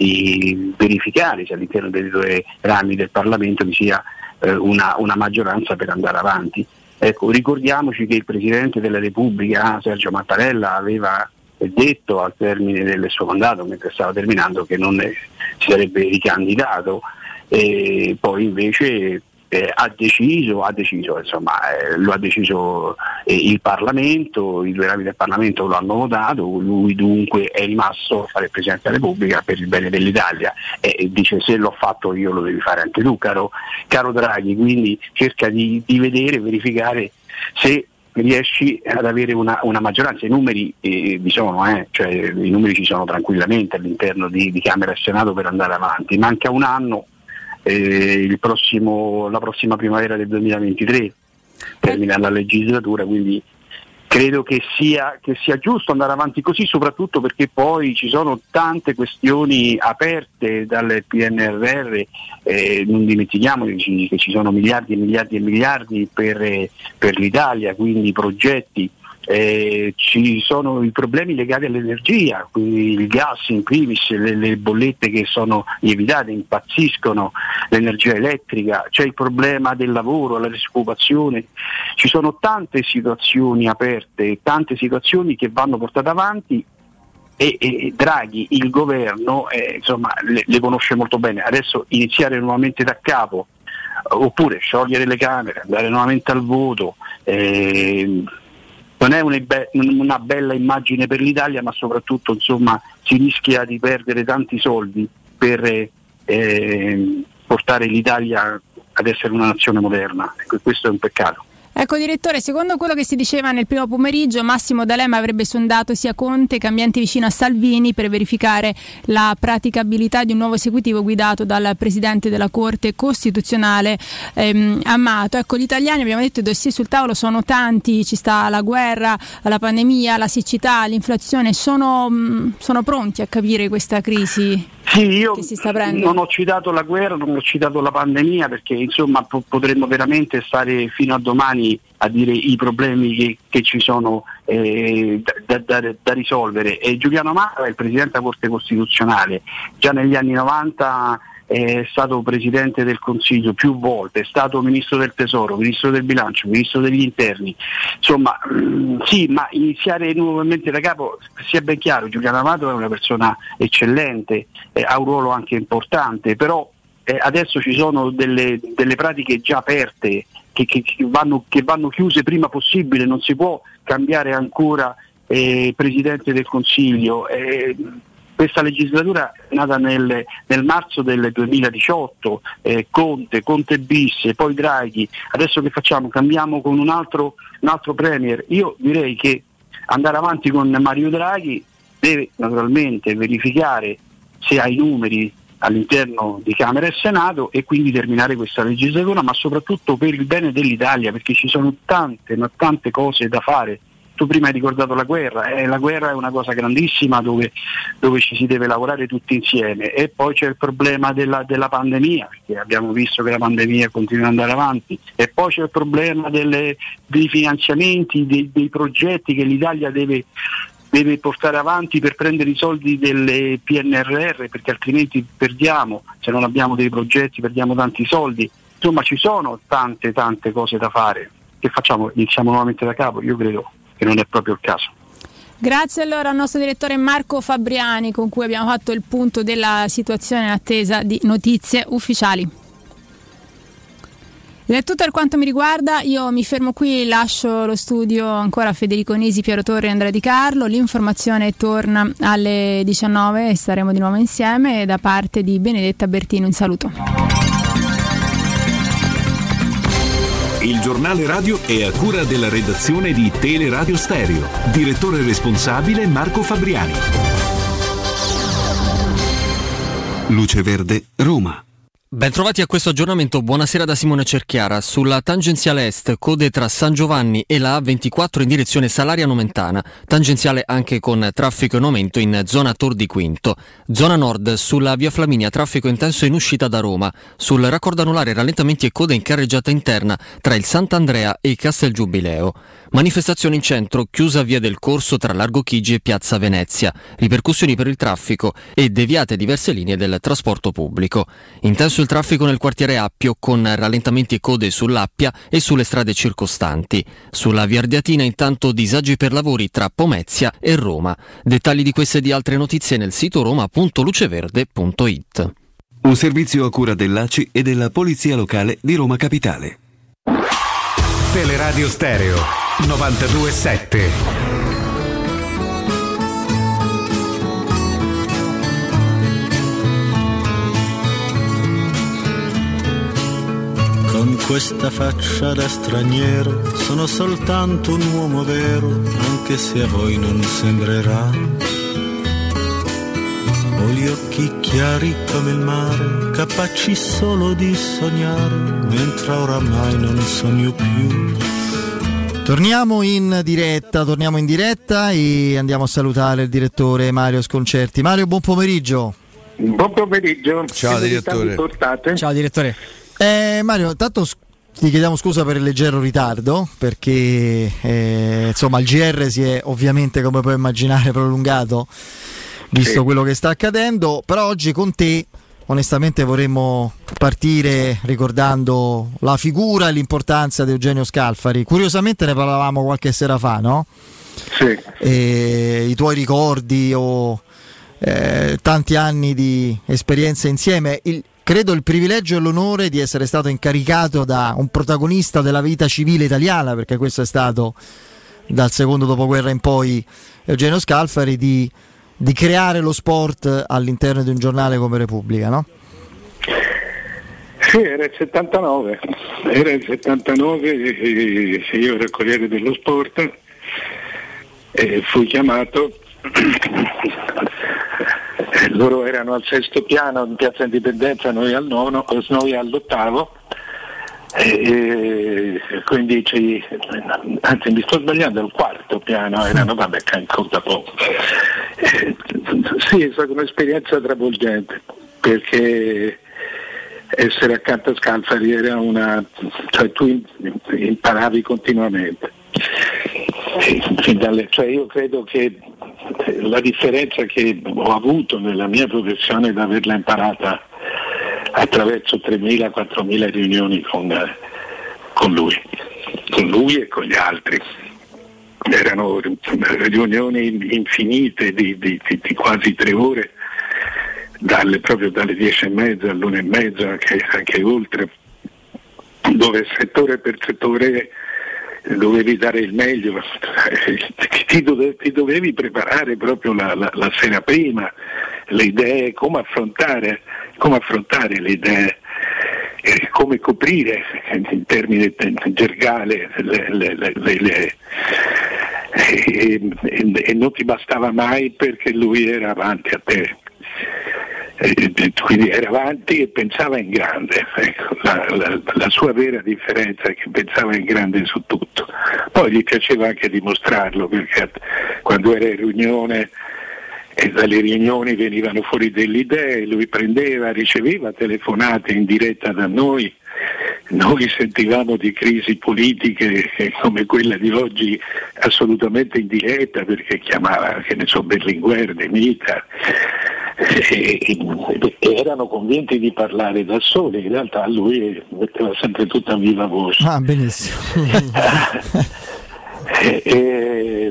di verificare se all'interno dei due rami del Parlamento vi sia eh, una, una maggioranza per andare avanti. Ecco, ricordiamoci che il Presidente della Repubblica, Sergio Mattarella, aveva detto al termine del suo mandato, mentre stava terminando, che non si sarebbe ricandidato, e poi invece eh, ha deciso, ha deciso insomma, eh, lo ha deciso eh, il Parlamento, i due rami del Parlamento lo hanno votato, lui dunque è rimasto a fare il Presidente della Repubblica per il bene dell'Italia e, e dice: se l'ho fatto io lo devi fare anche tu, caro, caro Draghi. Quindi cerca di, di vedere, verificare se riesci ad avere una, una maggioranza. I numeri eh, vi sono, eh, cioè, i numeri ci sono tranquillamente all'interno di, di Camera e Senato per andare avanti. Manca un anno, eh, il prossimo, la prossima primavera del duemilaventitré termina la legislatura, quindi credo che sia, che sia giusto andare avanti così, soprattutto perché poi ci sono tante questioni aperte dal P N R R, eh, non dimentichiamo che ci, che ci sono miliardi e miliardi e miliardi per, eh, per l'Italia, quindi progetti. Eh, ci sono i problemi legati all'energia, quindi il gas in primis, le, le bollette che sono lievitate, impazziscono, l'energia elettrica, c'è il problema del lavoro, la disoccupazione, ci sono tante situazioni aperte, tante situazioni che vanno portate avanti e, e Draghi, il governo, eh, insomma, le, le conosce molto bene. Adesso iniziare nuovamente da capo, oppure sciogliere le Camere, andare nuovamente al voto, eh, non è una, be- una bella immagine per l'Italia, ma soprattutto insomma si rischia di perdere tanti soldi per eh, portare l'Italia ad essere una nazione moderna. Ecco, questo è un peccato. Ecco direttore, secondo quello che si diceva nel primo pomeriggio, Massimo D'Alema avrebbe sondato sia Conte che ambienti vicino a Salvini per verificare la praticabilità di un nuovo esecutivo guidato dal Presidente della Corte Costituzionale ehm, Amato. Ecco, gli italiani, abbiamo detto, i dossier sul tavolo sono tanti, ci sta la guerra, la pandemia, la siccità, l'inflazione, sono, mh, sono pronti a capire questa crisi? Sì, io che si sta prendendo? Non ho citato la guerra, non ho citato la pandemia, perché insomma po- potremmo veramente stare fino a domani a dire i problemi che, che ci sono eh, da, da, da risolvere. E Giuliano Amato è il Presidente della Corte Costituzionale, già negli anni novanta è stato Presidente del Consiglio più volte, è stato Ministro del Tesoro, Ministro del Bilancio, Ministro degli Interni, insomma mh, sì, ma iniziare nuovamente da capo, sia ben chiaro, Giuliano Amato è una persona eccellente, eh, ha un ruolo anche importante, però eh, adesso ci sono delle, delle pratiche già aperte che, che, che, vanno, che vanno chiuse prima possibile, non si può cambiare ancora eh, Presidente del Consiglio. Eh, Questa legislatura è nata nel, nel marzo del duemiladiciotto, eh, Conte, Conte bis, e poi Draghi. Adesso che facciamo? Cambiamo con un altro, un altro Premier. Io direi che andare avanti con Mario Draghi deve naturalmente verificare se ha i numeri all'interno di Camera e Senato e quindi terminare questa legislatura, ma soprattutto per il bene dell'Italia, perché ci sono tante, ma tante cose da fare. Tu prima hai ricordato la guerra, eh, la guerra è una cosa grandissima dove, dove ci si deve lavorare tutti insieme, e poi c'è il problema della, della pandemia, perché abbiamo visto che la pandemia continua ad andare avanti, e poi c'è il problema delle, dei finanziamenti, dei, dei progetti che l'Italia deve, deve portare avanti per prendere i soldi del P N R R, perché altrimenti perdiamo, se non abbiamo dei progetti perdiamo tanti soldi. Insomma, ci sono tante tante cose da fare. Che facciamo? Iniziamo nuovamente da capo? Io credo che non è proprio il caso. Grazie allora al nostro direttore Marco Fabriani, con cui abbiamo fatto il punto della situazione in attesa di notizie ufficiali. Ed è tutto per quanto mi riguarda, io mi fermo qui, lascio lo studio ancora a Federico Nisi, Piero Torri e Andrea Di Carlo. L'informazione torna alle diciannove e staremo di nuovo insieme. Da parte di Benedetta Bertini un saluto. Il giornale radio è a cura della redazione di Teleradio Stereo. Direttore responsabile Marco Fabriani. Luce Verde, Roma. Bentrovati a questo aggiornamento, buonasera da Simone Cerchiara. Sulla tangenziale est, code tra San Giovanni e la A ventiquattro in direzione Salaria Nomentana, tangenziale anche con traffico in aumento in zona Tor di Quinto. Zona nord, sulla via Flaminia, traffico intenso in uscita da Roma. Sul raccordo anulare, rallentamenti e code in carreggiata interna tra il Sant'Andrea e Castel Giubileo. Manifestazione in centro, chiusa via del Corso tra Largo Chigi e Piazza Venezia. Ripercussioni per il traffico e deviate diverse linee del trasporto pubblico. Intenso il traffico nel quartiere Appio con rallentamenti e code sull'Appia e sulle strade circostanti. Sulla via Ardeatina intanto disagi per lavori tra Pomezia e Roma. Dettagli di queste e di altre notizie nel sito roma punto luceverde punto it. Un servizio a cura dell'A C I e della Polizia Locale di Roma Capitale. Teleradio Stereo novantadue sette. Con questa faccia da straniero sono soltanto un uomo vero, anche se a voi non sembrerà. Ho gli occhi chiari come il mare, capaci solo di sognare, mentre oramai non sogno più. Torniamo in diretta, torniamo in diretta e andiamo a salutare il direttore Mario Sconcerti. Mario, buon pomeriggio. Buon pomeriggio. Ciao direttore. Ciao direttore. Eh, Mario, tanto ti chiediamo scusa per il leggero ritardo perché eh, insomma il G R si è ovviamente, come puoi immaginare, prolungato visto sì. quello che sta accadendo, però oggi con te onestamente vorremmo partire ricordando la figura e l'importanza di Eugenio Scalfari. Curiosamente ne parlavamo qualche sera fa, no? Sì. E i tuoi ricordi o eh, tanti anni di esperienza insieme, il, credo il privilegio e l'onore di essere stato incaricato da un protagonista della vita civile italiana, perché questo è stato dal secondo dopoguerra in poi Eugenio Scalfari, di di creare lo sport all'interno di un giornale come Repubblica, no? Sì, era il settantanove, era il settantanove e io ero il Corriere dello Sport e fui chiamato, loro erano al sesto piano in Piazza Indipendenza, noi al nono, noi all'ottavo, e quindi ci, anzi mi sto sbagliando, al quarto piano erano, vabbè, conta poco. Eh, sì, è stata un'esperienza travolgente perché essere accanto a Scalfari era una, cioè tu imparavi continuamente. Fin dalle, cioè io credo che la differenza che ho avuto nella mia professione è di averla imparata attraverso tremila quattromila riunioni con, con lui, con lui e con gli altri. Erano riunioni infinite di, di, di, di quasi tre ore, dalle, proprio dalle dieci e mezza all'una e mezza, anche, anche oltre, dove settore per settore dovevi dare il meglio, ti dovevi, ti dovevi preparare proprio la, la, la sera prima, le idee, come affrontare, come affrontare le idee, eh, come coprire in termini gergale le, le, le, le, le e, e, e non ti bastava mai perché lui era avanti a te. E, quindi era avanti e pensava in grande, ecco, la, la, la sua vera differenza è che pensava in grande su tutto. Poi gli piaceva anche dimostrarlo, perché quando era in riunione e dalle riunioni venivano fuori delle idee, lui prendeva, riceveva telefonate in diretta da noi, noi sentivamo di crisi politiche come quella di oggi assolutamente in diretta, perché chiamava, che ne so, Berlinguer, De Mita, e, e, e erano convinti di parlare da soli, in realtà lui metteva sempre tutta a viva voce. Ah, benissimo. e, e,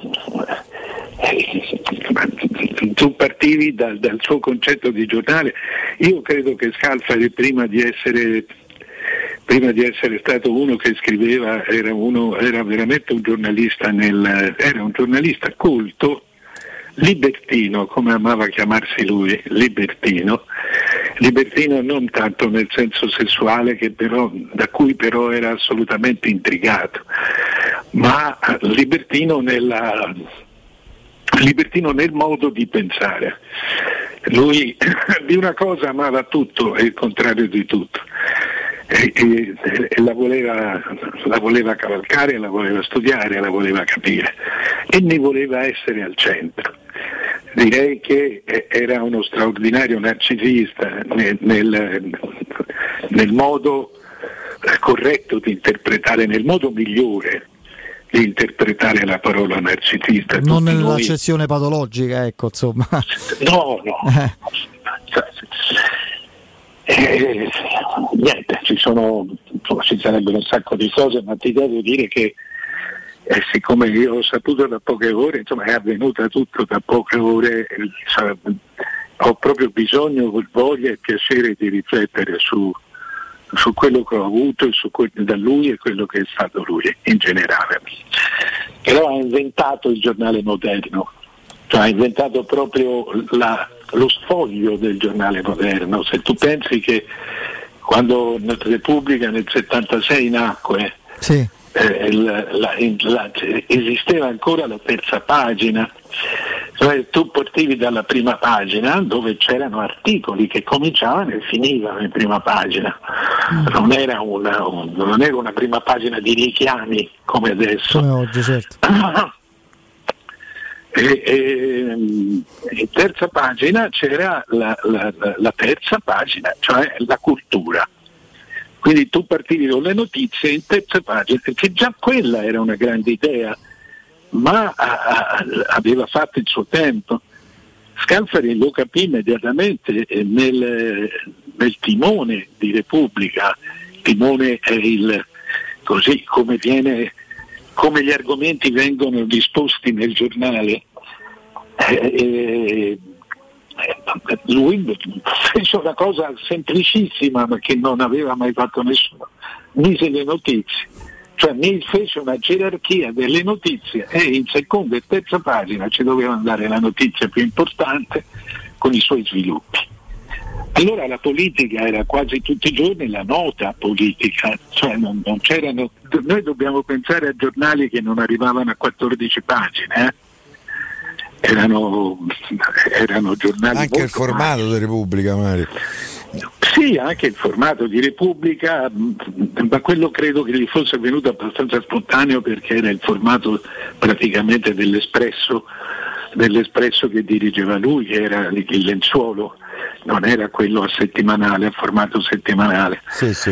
tu partivi dal, dal suo concetto di giornale. Io credo che Scalfari, prima di essere prima di essere stato uno che scriveva, era uno era veramente un giornalista nel, era un giornalista colto, libertino, come amava chiamarsi lui, libertino libertino non tanto nel senso sessuale, che però, da cui però era assolutamente intrigato, ma libertino nella libertino nel modo di pensare. Lui di una cosa amava tutto e il contrario di tutto, e, e, e la, voleva, la voleva cavalcare, la voleva studiare, la voleva capire e ne voleva essere al centro. Direi che era uno straordinario narcisista nel, nel, nel modo corretto di interpretare, nel modo migliore di interpretare la parola narcisista. Non Tutti nell'accezione noi... patologica, ecco, insomma. No, no. Eh, niente, ci sono, ci sarebbero un sacco di cose, ma ti devo dire che eh, siccome io ho saputo da poche ore, insomma è avvenuta tutto da poche ore, eh, ho proprio bisogno, voglia e piacere di riflettere su su quello che ho avuto e su que- da lui e quello che è stato lui in generale. Però ha inventato il giornale moderno, cioè ha inventato proprio la, lo sfoglio del giornale moderno. Se tu pensi che quando la Repubblica nel settantasei nacque, sì. eh, la, la, la, esisteva ancora la terza pagina, Cioè, tu partivi dalla prima pagina dove c'erano articoli che cominciavano e finivano in prima pagina, non era una, un, non era una prima pagina di richiami come adesso. Come oggi, certo. E, e, in terza pagina c'era la, la, la, la terza pagina, cioè la cultura. Quindi tu partivi con le notizie in terza pagina, perché già quella era una grande idea, ma a, a, aveva fatto il suo tempo. Scalfari lo capì immediatamente nel, nel timone di Repubblica. Il timone è il, così come viene, come gli argomenti vengono disposti nel giornale. Eh, eh, lui fece una cosa semplicissima ma che non aveva mai fatto nessuno, mise le notizie, cioè mi fece una gerarchia delle notizie e in seconda e terza pagina ci doveva andare la notizia più importante con i suoi sviluppi. Allora la politica era quasi tutti i giorni la nota politica, cioè non, non c'erano, noi dobbiamo pensare a giornali che non arrivavano a quattordici pagine, eh? erano, erano giornali anche il formato di Repubblica, Mario. Sì, anche il formato di Repubblica, ma quello credo che gli fosse venuto abbastanza spontaneo perché era il formato praticamente dell'Espresso, dell'Espresso che dirigeva lui, che era il lenzuolo, non era quello a settimanale, a formato settimanale. Sì, sì.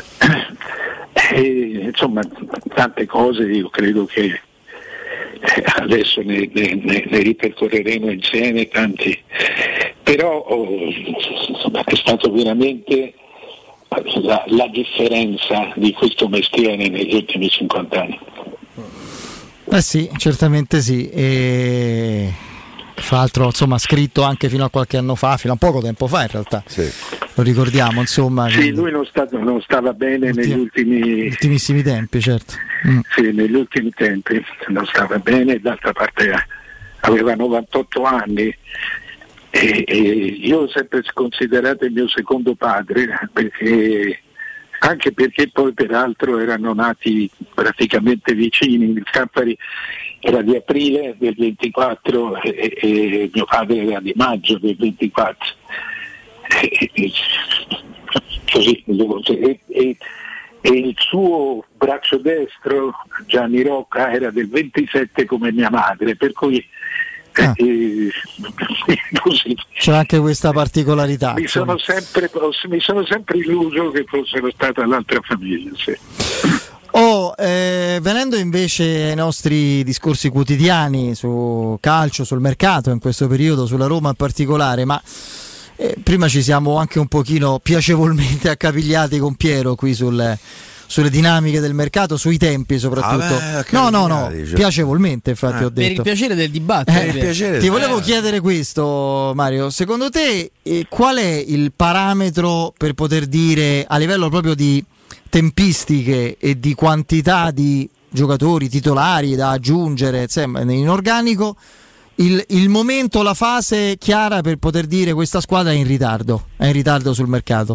E, insomma, tante cose io credo che adesso ne, ne, ne ripercorreremo insieme tanti, però oh, è stato veramente la, la differenza di questo mestiere negli ultimi cinquanta anni. Eh sì, certamente sì, e fra l'altro insomma scritto anche fino a qualche anno fa, fino a poco tempo fa in realtà, sì. Lo ricordiamo insomma. Sì, quindi... lui non, sta, non stava bene Ultim- negli ultimi ultimissimi tempi, certo. Mm. Sì, negli ultimi tempi non stava bene, d'altra parte aveva novantotto anni e, e io ho sempre considerato il mio secondo padre, perché anche perché poi peraltro erano nati praticamente vicini. Il Scalfari era di aprile del ventiquattro e, e mio padre era di maggio del ventiquattro. E, e, così, e, e, e il suo braccio destro, Gianni Rocca, era del ventisette come mia madre, per cui ah. eh, così. C'è anche questa particolarità. Mi sono, sempre, mi sono sempre illuso che fossero stata l'altra famiglia. Sì. Oh, eh, venendo invece ai nostri discorsi quotidiani su calcio, sul mercato in questo periodo, sulla Roma in particolare, ma eh, prima ci siamo anche un pochino piacevolmente accapigliati con Piero qui sul, sulle dinamiche del mercato, sui tempi soprattutto. Ah, beh, no, no, no, cioè. piacevolmente infatti ah, ho detto. Per il piacere del dibattito. Eh, piacere. Ti volevo eh. chiedere questo, Mario, secondo te eh, qual è il parametro per poter dire a livello proprio di tempistiche e di quantità di giocatori titolari da aggiungere insomma, in organico, il, il momento, la fase chiara per poter dire questa squadra è in ritardo, è in ritardo sul mercato?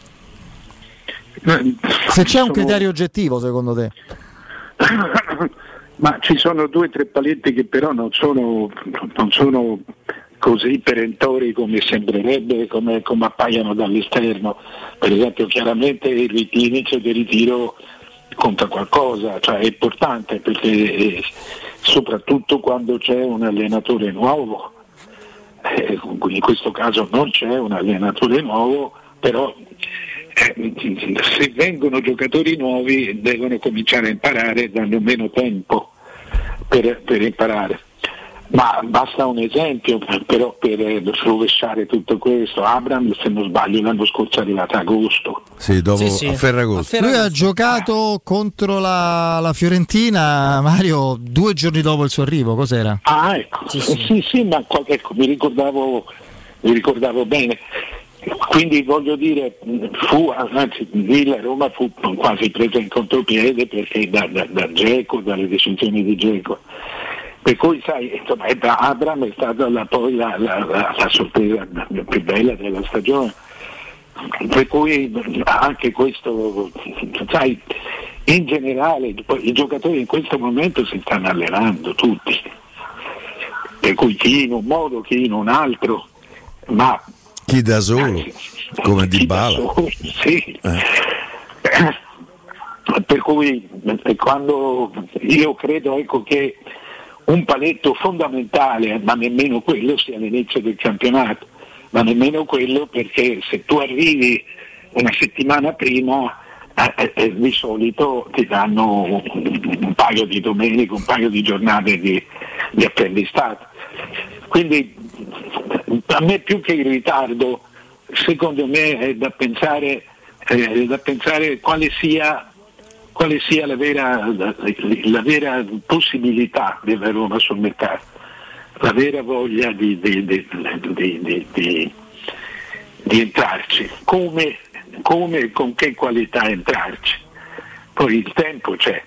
Se c'è un criterio oggettivo secondo te? Ma ci sono due o tre paletti che però non sono, non sono così perentori come sembrerebbe, come, come appaiono dall'esterno. Per esempio chiaramente l'inizio del ritiro conta qualcosa, cioè è importante perché eh, soprattutto quando c'è un allenatore nuovo, eh, in questo caso non c'è un allenatore nuovo, però eh, se vengono giocatori nuovi devono cominciare a imparare, danno meno tempo per, per imparare. Ma basta un esempio però per rovesciare tutto questo. Abraham, se non sbaglio, l'anno scorso è arrivato a agosto. Sì, dopo sì, sì. A Ferragosto. A Ferragosto. Lui ha giocato contro la, la Fiorentina, Mario, due giorni dopo il suo arrivo, cos'era? Ah, ecco, sì, sì, sì, sì ma ecco, mi ricordavo, mi ricordavo bene. Quindi voglio dire, fu, anzi Villa Roma fu quasi presa in contropiede perché da, da, da Dzeko, dalle decisioni di Dzeko. Per cui sai, insomma, Abraham è stata la, poi la, la, la, la sorpresa più bella della stagione, per cui anche questo, sai, in generale i giocatori in questo momento si stanno allenando tutti, per cui chi in un modo, chi in un altro, ma chi da solo, come Dybala. Sì. Eh. Per cui quando io credo ecco, che un paletto fondamentale, ma nemmeno quello, sia l'inizio del campionato, ma nemmeno quello, perché se tu arrivi una settimana prima eh, eh, di solito ti danno un, un paio di domeniche, un paio di giornate di, di apprendistato. Quindi a me più che il ritardo, secondo me è da pensare, eh, da pensare quale sia quale sia la vera, la, la vera possibilità della Roma sul mercato, la vera voglia di, di, di, di, di, di, di entrarci, come, come e con che qualità entrarci. Poi il tempo c'è.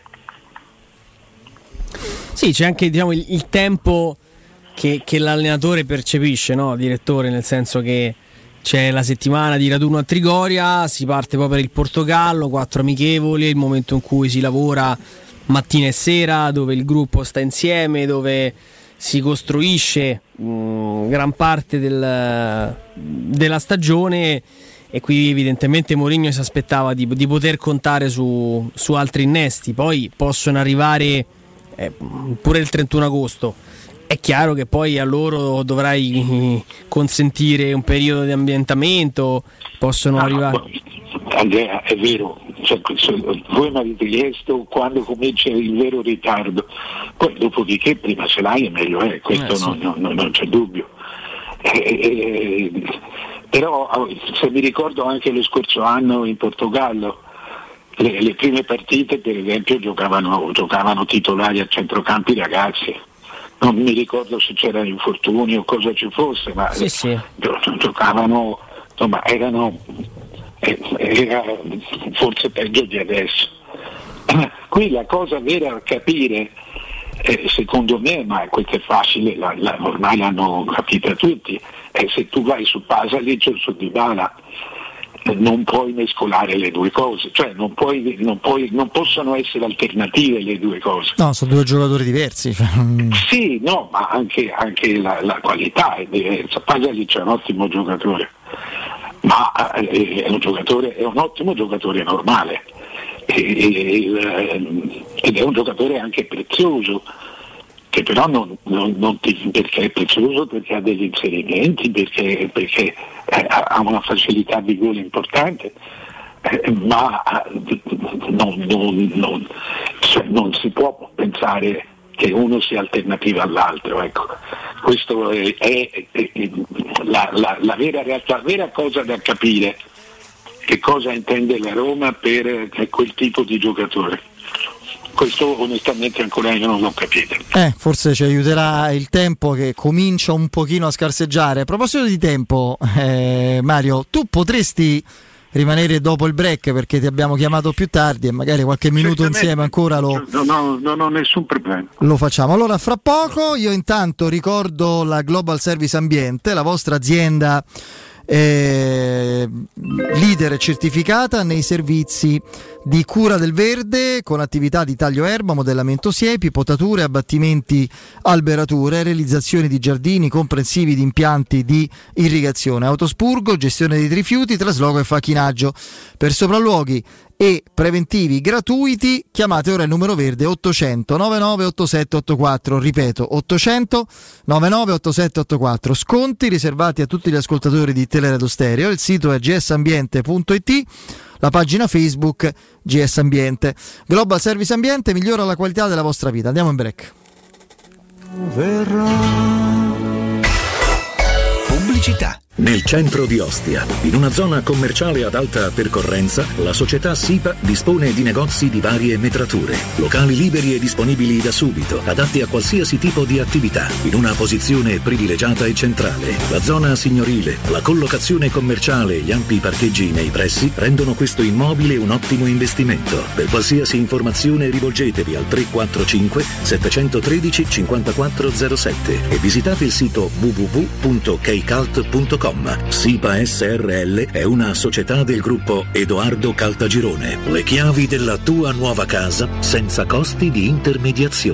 Sì, c'è anche diciamo, il, il tempo che, che l'allenatore percepisce, no, direttore, nel senso che c'è la settimana di raduno a Trigoria, si parte poi per il Portogallo, quattro amichevoli, il momento in cui si lavora mattina e sera, dove il gruppo sta insieme, dove si costruisce mh, gran parte del, della stagione, e qui evidentemente Mourinho si aspettava di, di poter contare su, su altri innesti. Poi possono arrivare eh, pure il trentuno agosto. È chiaro che poi a loro dovrai consentire un periodo di ambientamento, possono no, arrivare. Andrea, è vero, cioè, voi mi avete chiesto quando comincia il vero ritardo, poi dopodiché prima se l'hai e meglio è, questo eh, sì. non, non, non c'è dubbio. Eh, però se mi ricordo anche lo scorso anno in Portogallo, le, le prime partite per esempio giocavano, giocavano titolari a centrocampi ragazzi. Non mi ricordo se c'era infortunio o cosa ci fosse, ma sì, sì. giocavano, insomma, erano era forse peggio di adesso. Qui la cosa vera da capire, eh, secondo me, ma questo è facile, la, la, ormai l'hanno capita tutti, è se tu vai su Pasalic o su Dybala, non puoi mescolare le due cose, cioè non puoi, non puoi, non possono essere alternative le due cose. No, sono due giocatori diversi. Sì, no, ma anche, anche la, la qualità è diversa. Pasalic è un ottimo giocatore, ma è un giocatore, è un ottimo giocatore normale ed è un giocatore anche prezioso, che però non, non, non ti, perché è prezioso, perché ha degli inserimenti, perché, perché eh, ha una facilità di gol importante, eh, ma non, non, non, cioè non si può pensare che uno sia alternativa all'altro, ecco. Questo è, è, è, è la, la, la vera realtà, la vera cosa da capire, che cosa intende la Roma per quel tipo di giocatore. Questo onestamente ancora io non l'ho capito. Eh, forse ci aiuterà il tempo che comincia un pochino a scarseggiare. A proposito di tempo, eh, Mario, tu potresti rimanere dopo il break, perché ti abbiamo chiamato più tardi e magari qualche minuto insieme ancora lo no, no, non ho nessun problema. Lo facciamo. Allora, fra poco io intanto ricordo la Global Service Ambiente, la vostra azienda eh, leader certificata nei servizi di cura del verde, con attività di taglio erba, modellamento siepi, potature, abbattimenti, alberature, realizzazione di giardini comprensivi di impianti di irrigazione, autospurgo, gestione dei rifiuti, trasloco e facchinaggio. Per sopralluoghi e preventivi gratuiti chiamate ora il numero verde ottocento novantanove ottantasette ottantaquattro, ripeto ottocento novantanove ottantasette ottantaquattro. Sconti riservati a tutti gli ascoltatori di Teleradio Stereo. Il sito è g s ambiente punto i t, la pagina Facebook G S Ambiente. Global Service Ambiente migliora la qualità della vostra vita. Andiamo in break. Pubblicità. Nel centro di Ostia, in una zona commerciale ad alta percorrenza, la società SIPA dispone di negozi di varie metrature, locali liberi e disponibili da subito, adatti a qualsiasi tipo di attività, in una posizione privilegiata e centrale. La zona signorile, la collocazione commerciale e gli ampi parcheggi nei pressi rendono questo immobile un ottimo investimento. Per qualsiasi informazione rivolgetevi al tre quattro cinque sette uno tre cinque zero sette e visitate il sito w w w punto keycult punto com. SIPA S R L è una società del gruppo Edoardo Caltagirone. Le chiavi della tua nuova casa senza costi di intermediazione.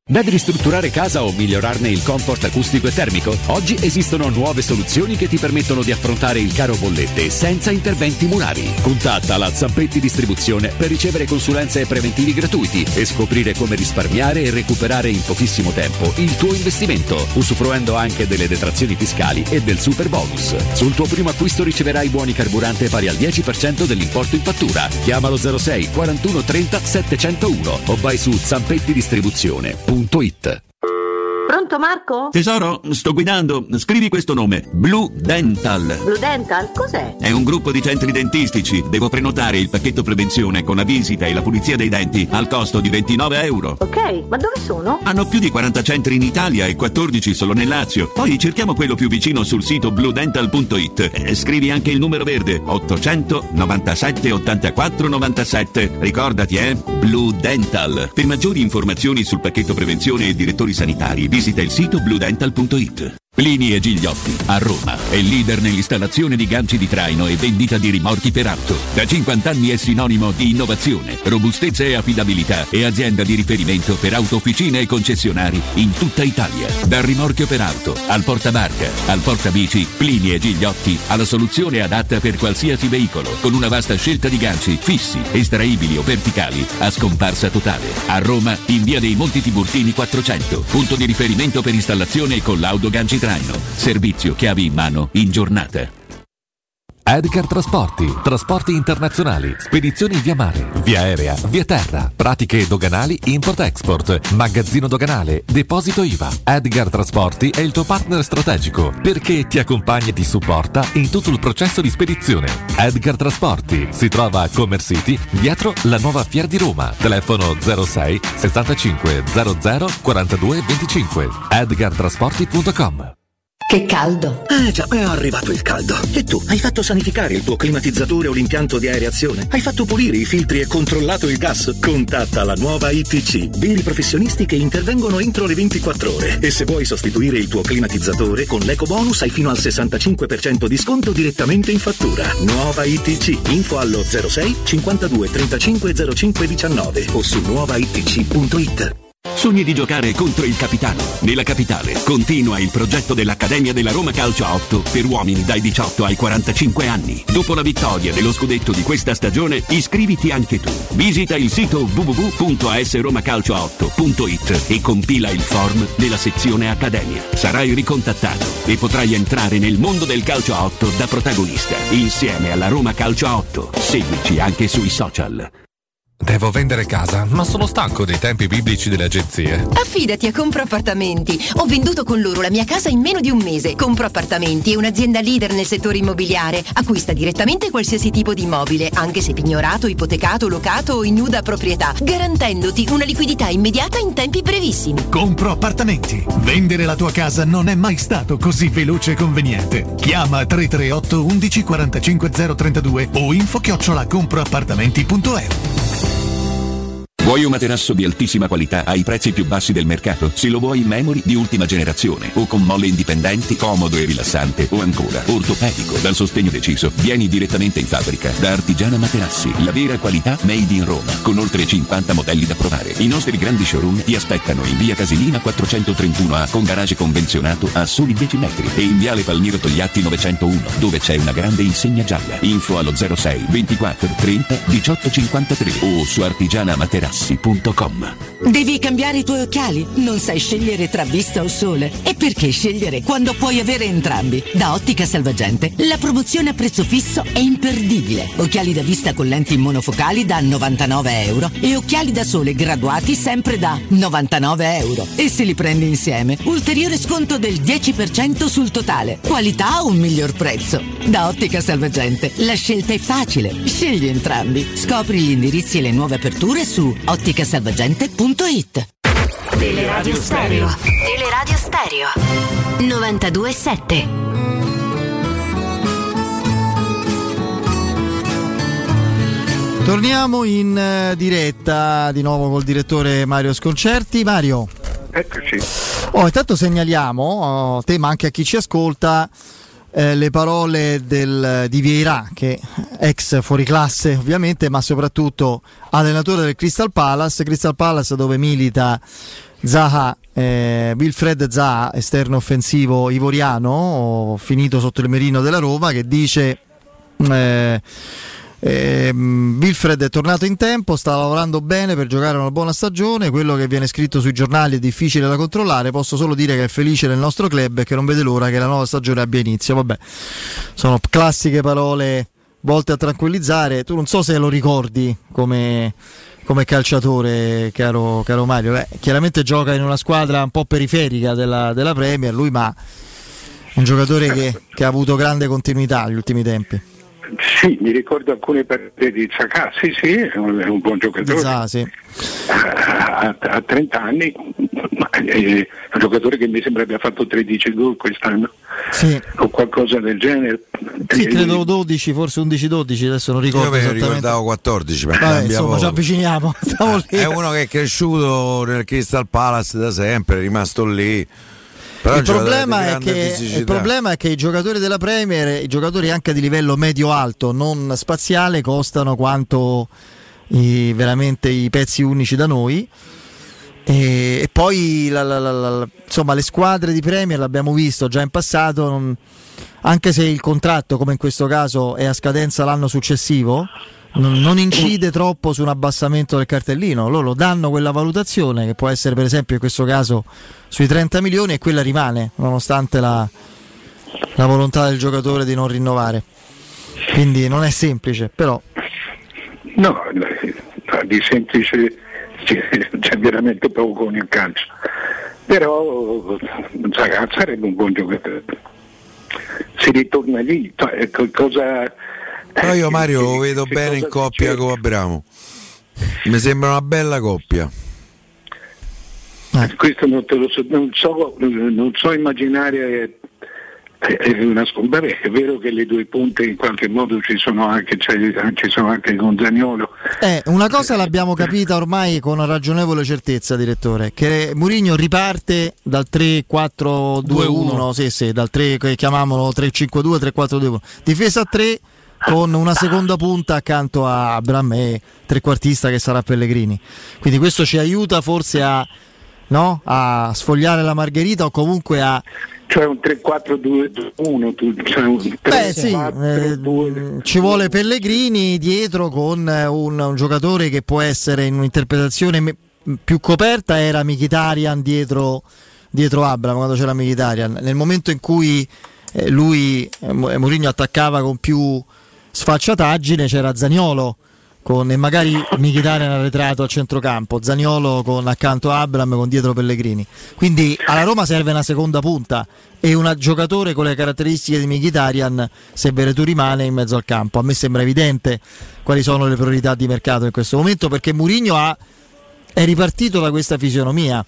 Devi ristrutturare casa o migliorarne il comfort acustico e termico? Oggi esistono nuove soluzioni che ti permettono di affrontare il caro bollette senza interventi murari. Contatta la Zampetti Distribuzione per ricevere consulenze e preventivi gratuiti e scoprire come risparmiare e recuperare in pochissimo tempo il tuo investimento, usufruendo anche delle detrazioni fiscali e del super bonus. Sul tuo primo acquisto riceverai buoni carburante pari al dieci per cento dell'importo in fattura. Chiamalo zero sei quarantuno trenta settecentouno o vai su zampetti distribuzione punto it. Pronto Marco? Tesoro, sto guidando. Scrivi questo nome. Blue Dental. Blue Dental? Cos'è? È un gruppo di centri dentistici. Devo prenotare il pacchetto prevenzione con la visita e la pulizia dei denti al costo di ventinove euro. Ok, ma dove sono? Hanno più di quaranta centri in Italia e quattordici solo nel Lazio. Poi cerchiamo quello più vicino sul sito blue dental punto it. E scrivi anche il numero verde ottocento novantasette ottantaquattro novantasette. Ricordati, eh? Blue Dental. Per maggiori informazioni sul pacchetto prevenzione e direttori sanitari, visita il sito blue dental punto it. Plini e Gigliotti, a Roma, è leader nell'installazione di ganci di traino e vendita di rimorchi per auto. Da cinquanta anni è sinonimo di innovazione, robustezza e affidabilità e azienda di riferimento per autofficine e concessionari in tutta Italia. Dal rimorchio per auto, al portabarca, al portabici, Plini e Gigliotti ha la soluzione adatta per qualsiasi veicolo, con una vasta scelta di ganci fissi, estraibili o verticali, a scomparsa totale. A Roma, in via dei Monti Tiburtini quattrocento, punto di riferimento per installazione e collaudo ganci traino. Servizio chiavi in mano in giornata. Edgar Trasporti, trasporti internazionali, spedizioni via mare, via aerea, via terra, pratiche doganali, import-export, magazzino doganale, deposito I V A. Edgar Trasporti è il tuo partner strategico perché ti accompagna e ti supporta in tutto il processo di spedizione. Edgar Trasporti si trova a Commerce City, dietro la nuova Fiera di Roma. Telefono zero sei sessantacinque zero zero quarantadue venticinque. edgar trasporti punto com. Che caldo! Eh già, è arrivato il caldo. E tu, hai fatto sanificare il tuo climatizzatore o l'impianto di areazione? Hai fatto pulire i filtri e controllato il gas? Contatta la nuova I T C, veri professionisti che intervengono entro le ventiquattro ore. E se vuoi sostituire il tuo climatizzatore, con l'eco bonus hai fino al sessantacinque per cento di sconto direttamente in fattura. Nuova I T C, info allo zero sei cinquantadue trentacinque zero cinque diciannove o su nuova i t c punto it. Sogni di giocare contro il capitano? Nella capitale continua il progetto dell'Accademia della Roma Calcio a otto per uomini dai diciotto ai quarantacinque anni. Dopo la vittoria dello scudetto di questa stagione, iscriviti anche tu. Visita il sito w w w punto a s roma calcio a otto punto it e compila il form della sezione Accademia. Sarai ricontattato e potrai entrare nel mondo del calcio a otto da protagonista, insieme alla Roma Calcio a otto. Seguici anche sui social. Devo vendere casa, ma sono stanco dei tempi biblici delle agenzie. Affidati a Compro Appartamenti. Ho venduto con loro la mia casa in meno di un mese. Compro Appartamenti è un'azienda leader nel settore immobiliare. Acquista direttamente qualsiasi tipo di immobile, anche se pignorato, ipotecato, locato o in nuda proprietà, garantendoti una liquidità immediata in tempi brevissimi. Compro Appartamenti. Vendere la tua casa non è mai stato così veloce e conveniente. Chiama tre tre otto undici quarantacinque zero trentadue o info chiocciola comproappartamenti punto e u. Vuoi un materasso di altissima qualità ai prezzi più bassi del mercato? Se lo vuoi in memory di ultima generazione o con molle indipendenti, comodo e rilassante o ancora ortopedico dal sostegno deciso, vieni direttamente in fabbrica da Artigiana Materassi, la vera qualità made in Roma, con oltre cinquanta modelli da provare. I nostri grandi showroom ti aspettano in via Casilina quattrocentotrentuno A con garage convenzionato a soli dieci metri e in viale Palmiro Togliatti novecentouno dove c'è una grande insegna gialla. Info allo zero sei ventiquattro trenta diciotto cinquantatré o su artigiana materassi punto com. Devi cambiare i tuoi occhiali? Non sai scegliere tra vista o sole? E perché scegliere quando puoi avere entrambi? Da Ottica Salvagente la promozione a prezzo fisso è imperdibile. Occhiali da vista con lenti monofocali da novantanove euro e occhiali da sole graduati sempre da novantanove euro. E se li prendi insieme, ulteriore sconto del dieci per cento sul totale. Qualità o un miglior prezzo? Da Ottica Salvagente la scelta è facile. Scegli entrambi. Scopri gli indirizzi e le nuove aperture su ottica salvagente punto it. Teleradio Stereo. Teleradio Stereo. novantadue sette. Torniamo in uh, diretta di nuovo col direttore Mario Sconcerti. Mario. Eccoci. Oh, intanto segnaliamo a te ma anche a chi ci ascolta eh, le parole del, di Vieira, che ex fuoriclasse ovviamente, ma soprattutto allenatore del Crystal Palace, Crystal Palace dove milita Zaha, eh, Wilfred Zaha, esterno offensivo ivoriano, finito sotto il mirino della Roma, che dice eh, eh, Wilfred è tornato in tempo, sta lavorando bene per giocare una buona stagione, quello che viene scritto sui giornali è difficile da controllare, posso solo dire che è felice nel nostro club e che non vede l'ora che la nuova stagione abbia inizio. Vabbè, sono classiche parole volte a tranquillizzare. Tu non so se lo ricordi come come calciatore, caro, caro Mario. Beh, chiaramente gioca in una squadra un po' periferica della, della Premier, lui, ma è un giocatore che, che ha avuto grande continuità negli ultimi tempi. Sì, mi ricordo alcune partite di Zaha, sì sì, è un, è un buon giocatore. Zaha, sì. a, a trenta anni, ma è un giocatore che mi sembra abbia fatto tredici gol quest'anno, sì, o qualcosa del genere. Sì, credo dodici, forse undici dodici, adesso non ricordo. Io me ne esattamente. ricordavo quattordici, ma Vabbè, cambia insomma, poco. ci avviciniamo. Eh, è uno che è cresciuto nel Crystal Palace da sempre, è rimasto lì. Però Il problema, è che, il problema è che i giocatori della Premier, i giocatori anche di livello medio-alto, non spaziale, costano quanto i, veramente i pezzi unici da noi. E, e poi la, la, la, la, insomma, le squadre di Premier, l'abbiamo visto già in passato, non, anche se il contratto, come in questo caso, è a scadenza l'anno successivo, non, non incide troppo su un abbassamento del cartellino. Loro danno quella valutazione, che può essere per esempio in questo caso sui trenta milioni, e quella rimane nonostante la, la volontà del giocatore di non rinnovare. Quindi non è semplice, però no, di semplice c'è veramente poco nel calcio, però sarebbe un buon giocatore, si ritorna lì. Cosa Però io Mario lo vedo che bene in coppia succede? con Abramo, mi sembra una bella coppia. Eh. Questo non te lo so, non so, non so immaginare. È, una, vabbè, è vero che le due punte in qualche modo ci sono anche, cioè, ci sono anche con Zaniolo. Eh, una cosa l'abbiamo capita ormai con ragionevole certezza, direttore, che Mourinho riparte dal tre quattro due uno, sì, sì, dal tre che chiamavano tre cinque due tre quattro due uno, difesa a tre con una seconda punta accanto a Abraham e trequartista che sarà Pellegrini. Quindi questo ci aiuta forse a, no, a sfogliare la margherita, o comunque a, cioè un tre quattro due uno, cioè un tre, beh sì, quattro, eh, due. Ci vuole Pellegrini dietro con un, un giocatore che può essere in un'interpretazione me, più coperta, era Mkhitaryan dietro, dietro Abraham quando c'era Mkhitaryan. Nel momento in cui eh, lui eh, Mourinho attaccava con più sfacciataggine c'era Zaniolo con, e magari Mkhitaryan arretrato a centrocampo, Zaniolo con accanto a Abraham con dietro Pellegrini. Quindi alla Roma serve una seconda punta e un giocatore con le caratteristiche di Mkhitaryan, se Veretù rimane in mezzo al campo. A me sembra evidente quali sono le priorità di mercato in questo momento, perché Mourinho ha, è ripartito da questa fisionomia.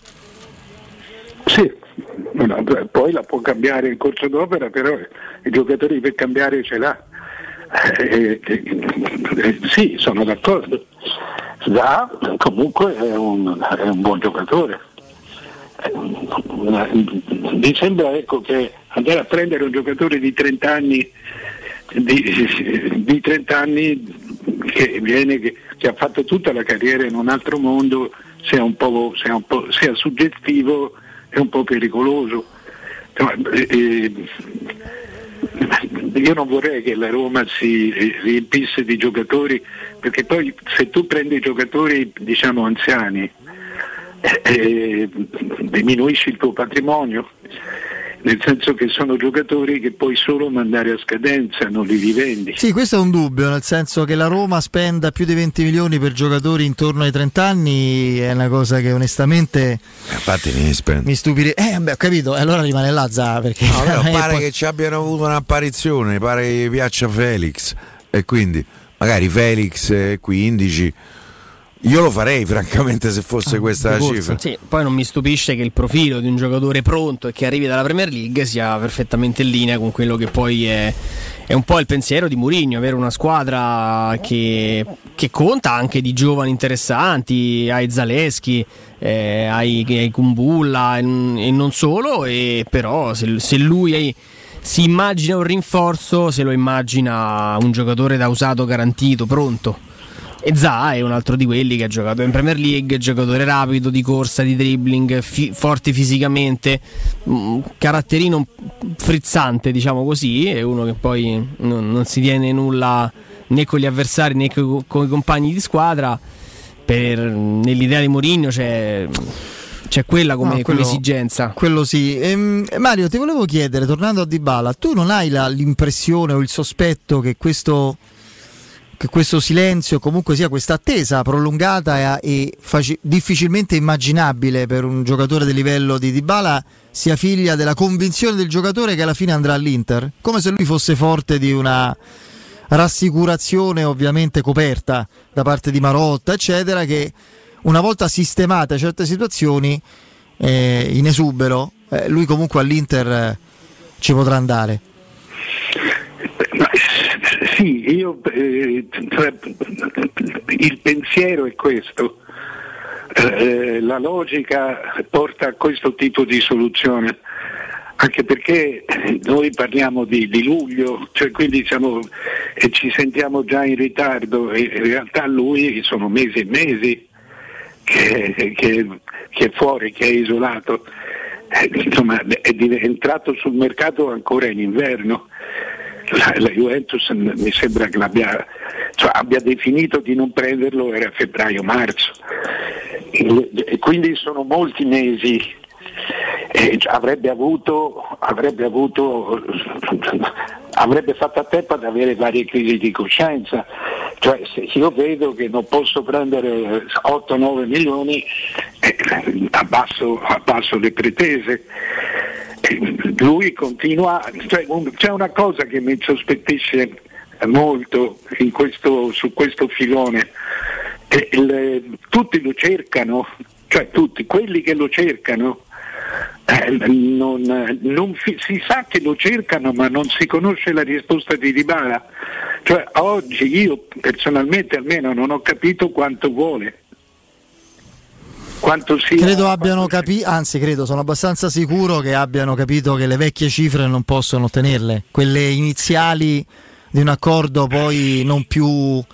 Sì, poi la può cambiare in corso d'opera, però i giocatori per cambiare ce l'ha. Eh, eh, eh, sì, sono d'accordo. Zaha comunque è un, è un buon giocatore. Eh, mi sembra, ecco, che andare a prendere un giocatore di trenta anni di, di trenta anni che viene che, che ha fatto tutta la carriera in un altro mondo, sia un po', sia un po' sia suggestivo e un po' pericoloso. Eh, eh, io non vorrei che la Roma si riempisse di giocatori, perché poi se tu prendi giocatori diciamo anziani eh, eh, diminuisci il tuo patrimonio, nel senso che sono giocatori che puoi solo mandare a scadenza, non li rivendi. Sì, questo è un dubbio, nel senso che la Roma spenda più di venti milioni per giocatori intorno ai trenta anni è una cosa che onestamente infatti mi, mi stupirebbe. Eh vabbè, ho capito, e allora rimane là Zaha, perché no, però pare poi... che ci abbiano avuto un'apparizione, pare che piaccia Felix, e quindi magari Felix quindici. Io lo farei francamente se fosse ah, questa la cifra. Sì, poi non mi stupisce che il profilo di un giocatore pronto e che arrivi dalla Premier League sia perfettamente in linea con quello che poi è, è un po' il pensiero di Mourinho, avere una squadra che, che conta anche di giovani interessanti, ai Zaleschi, eh, ai, ai Kumbulla e, e non solo, e però se, se lui si immagina un rinforzo, se lo immagina un giocatore da usato garantito, pronto. E Zaha è un altro di quelli che ha giocato in Premier League, giocatore rapido, di corsa, di dribbling, fi- forte fisicamente, mh, caratterino frizzante, diciamo così, è uno che poi non, non si tiene nulla né con gli avversari né co- con i compagni di squadra. Per, nell'idea di Mourinho c'è, c'è quella come, no, quello, come esigenza. Quello sì. Ehm, Mario, ti volevo chiedere, tornando a Dybala, tu non hai la, l'impressione o il sospetto che questo che questo silenzio, comunque sia questa attesa prolungata e, e faci- difficilmente immaginabile per un giocatore del livello di Dybala, sia figlia della convinzione del giocatore che alla fine andrà all'Inter? Come se lui fosse forte di una rassicurazione ovviamente coperta da parte di Marotta, eccetera, che una volta sistemate certe situazioni eh, in esubero, eh, lui comunque all'Inter eh, ci potrà andare. Sì, io eh, il pensiero è questo, eh, la logica porta a questo tipo di soluzione, anche perché noi parliamo di, di luglio, cioè quindi siamo, e ci sentiamo già in ritardo, e in realtà lui sono mesi e mesi che, che, che è fuori, che è isolato, eh, insomma è entrato sul mercato ancora in inverno. La, la Juventus mi sembra che l'abbia, cioè, abbia definito di non prenderlo, era febbraio-marzo, e quindi sono molti mesi. E avrebbe avuto, avrebbe avuto avrebbe fatto a tempo ad avere varie crisi di coscienza, cioè se io vedo che non posso prendere otto nove milioni, eh, abbasso, abbasso le pretese. Lui continua, cioè, un, c'è una cosa che mi insospettisce molto in questo, su questo filone, eh, il, tutti lo cercano, cioè tutti quelli che lo cercano, eh, non, non fi, si sa che lo cercano, ma non si conosce la risposta di Dybala, cioè oggi io personalmente almeno non ho capito quanto vuole. Quanto sia, credo abbiano capito, anzi credo, sono abbastanza sicuro che abbiano capito che le vecchie cifre non possono ottenerle, quelle iniziali di un accordo poi non più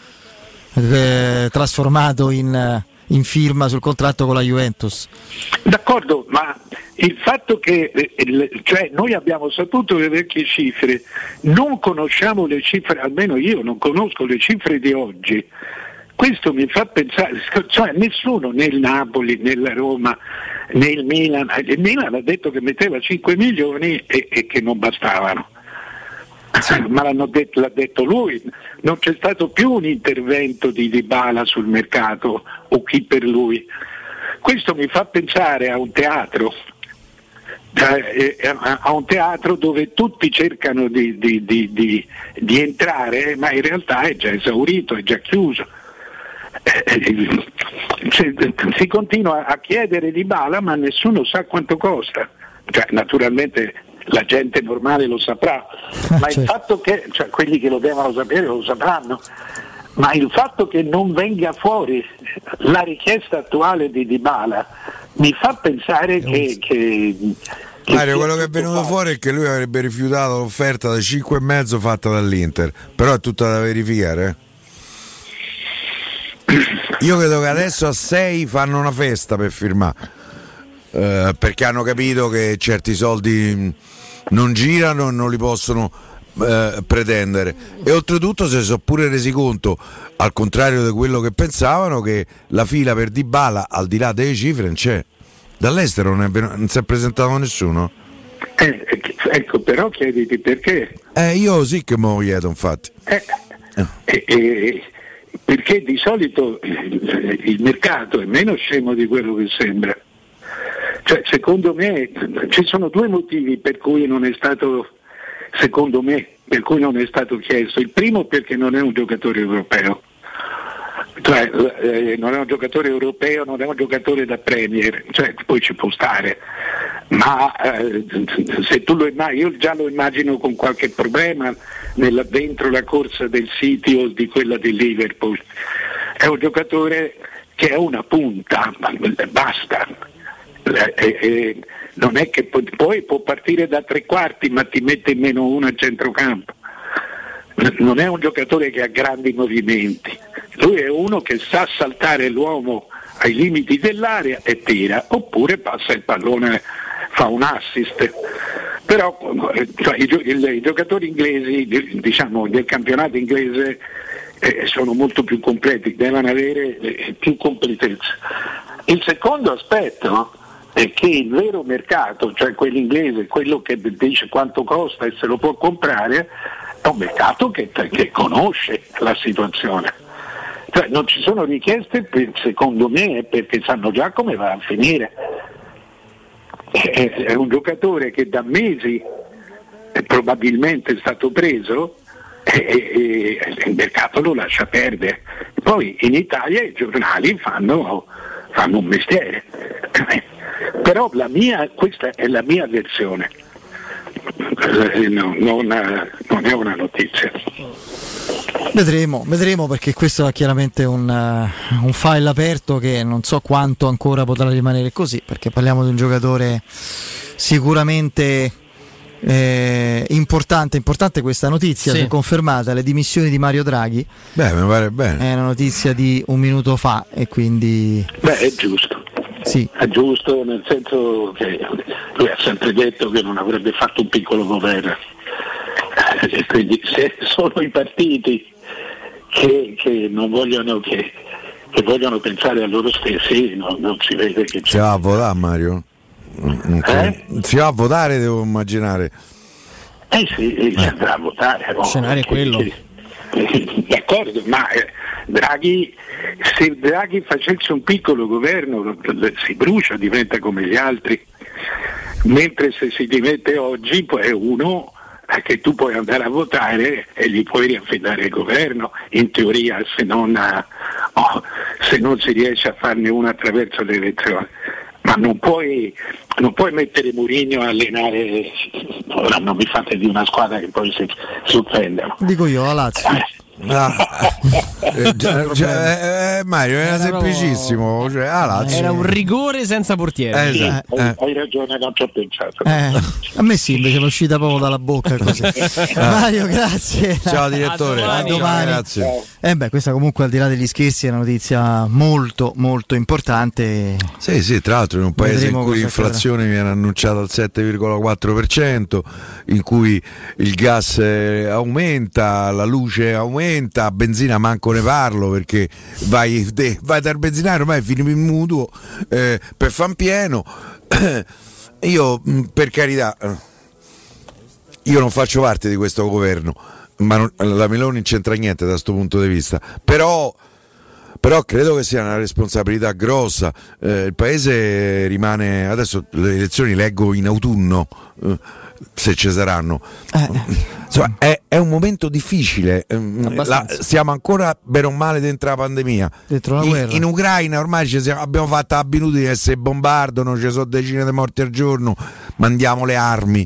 eh, trasformato in, in firma sul contratto con la Juventus. D'accordo, ma il fatto che eh, cioè noi abbiamo saputo le vecchie cifre, non conosciamo le cifre, almeno io non conosco le cifre di oggi. Questo mi fa pensare, cioè nessuno nel Napoli, nella Roma, nel Milan, il Milan ha detto che metteva cinque milioni e, e che non bastavano, sì. Ma l'hanno detto, l'ha detto lui, non c'è stato più un intervento di Dybala sul mercato o chi per lui. Questo mi fa pensare a un teatro, a un teatro dove tutti cercano di, di, di, di, di entrare, ma in realtà è già esaurito, è già chiuso. Cioè, si continua a chiedere Dybala, ma nessuno sa quanto costa, cioè, naturalmente la gente normale lo saprà, ma certo. Il fatto che, cioè, quelli che lo devono sapere lo sapranno, ma il fatto che non venga fuori la richiesta attuale di Dybala mi fa pensare che, che, che Mario, quello che è venuto fuori è che lui avrebbe rifiutato l'offerta da cinque e mezzo fatta dall'Inter, però è tutta da verificare, eh? Io credo che adesso a sei fanno una festa per firmare, eh, perché hanno capito che certi soldi non girano e non li possono eh, pretendere, e oltretutto si sono pure resi conto, al contrario di quello che pensavano, che la fila per Dybala, al di là delle cifre, non c'è. Dall'estero non, è ven- non si è presentato nessuno. Eh, ecco, però chiediti perché. Eh, io sì che me lo chiedo, infatti. Eh, eh. Eh, perché di solito il, il mercato è meno scemo di quello che sembra. Cioè, secondo me ci sono due motivi per cui non è stato, secondo me, per cui non è stato chiesto. Il primo perché non è un giocatore europeo. Cioè, eh, non è un giocatore europeo, non è un giocatore da Premier, cioè poi ci può stare, ma eh, se tu lo immagini, io già lo immagino con qualche problema nella, dentro la corsa del City o di quella di Liverpool. È un giocatore che è una punta, basta. eh, eh, non è che poi, poi può partire da tre quarti ma ti mette in meno uno a centrocampo. Non è un giocatore che ha grandi movimenti, lui è uno che sa saltare l'uomo ai limiti dell'area e tira, oppure passa il pallone, fa un assist. Però cioè, i, i, i giocatori inglesi, diciamo del campionato inglese, eh, sono molto più completi, devono avere eh, più completezza. Il secondo aspetto è che il vero mercato, cioè quello inglese, quello che dice quanto costa e se lo può comprare, è un mercato che, che conosce la situazione. Cioè, non ci sono richieste per, secondo me perché sanno già come va a finire. È, è un giocatore che da mesi è probabilmente stato preso e, e, e il mercato lo lascia perdere. Poi in Italia i giornali fanno, fanno un mestiere. Però la mia, questa è la mia versione. No, non, non è una notizia. Vedremo, vedremo perché questo è chiaramente un, uh, un file aperto che non so quanto ancora potrà rimanere così, perché parliamo di un giocatore sicuramente eh, importante. Importante questa notizia, sì. Si è confermata le dimissioni di Mario Draghi. Beh, mi pare bene. È una notizia di un minuto fa e quindi... Beh, è giusto. Sì. È giusto nel senso che lui ha sempre detto che non avrebbe fatto un piccolo governo. E quindi se sono i partiti che, che non vogliono che, che vogliono pensare a loro stessi, no, non si vede che c'è. Si va a votare, Mario? Eh? Si va a votare, devo immaginare. Eh sì, eh. si andrà a votare. Il scenario è quello. Che, che, d'accordo, ma eh, Draghi, se Draghi facesse un piccolo governo si brucia, diventa come gli altri, mentre se si dimette oggi poi è uno che tu puoi andare a votare e gli puoi riaffidare il governo, in teoria, se non, oh, se non si riesce a farne uno attraverso le elezioni. Ma non puoi, non puoi mettere Mourinho a allenare, ora non mi fate di una squadra che poi si, si offendono. Dico io, la Lazio. Ah, eh, cioè, cioè, eh, Mario era, era semplicissimo, cioè, ah, Lazio. Era un rigore senza portiere. Eh, esatto. eh, hai, hai ragione, non ci ho pensato. Eh, a me sì, invece l'è uscita proprio dalla bocca così. Mario, grazie. Ciao direttore, a domani. A domani. Grazie. Eh beh, questa comunque al di là degli scherzi è una notizia molto molto importante. Sì, sì, tra l'altro in un paese Vedremo in cui l'inflazione accadrà. Viene annunciata al sette virgola quattro per cento, in cui il gas aumenta, la luce aumenta, a benzina manco ne parlo perché vai, de, vai dal benzinaio, ormai finivi in mutuo eh, per fan pieno. Io per carità io non faccio parte di questo governo, ma non, la Meloni non c'entra niente da questo punto di vista, però però credo che sia una responsabilità grossa. Eh, il paese rimane, adesso le elezioni leggo in autunno, eh, se ci saranno, eh. Insomma, è, è un momento difficile. La, siamo ancora bene o male dentro la pandemia, dentro la in, guerra. In Ucraina ormai ci siamo, abbiamo fatto l'abitudine che se bombardano ci sono decine di morti al giorno, mandiamo le armi.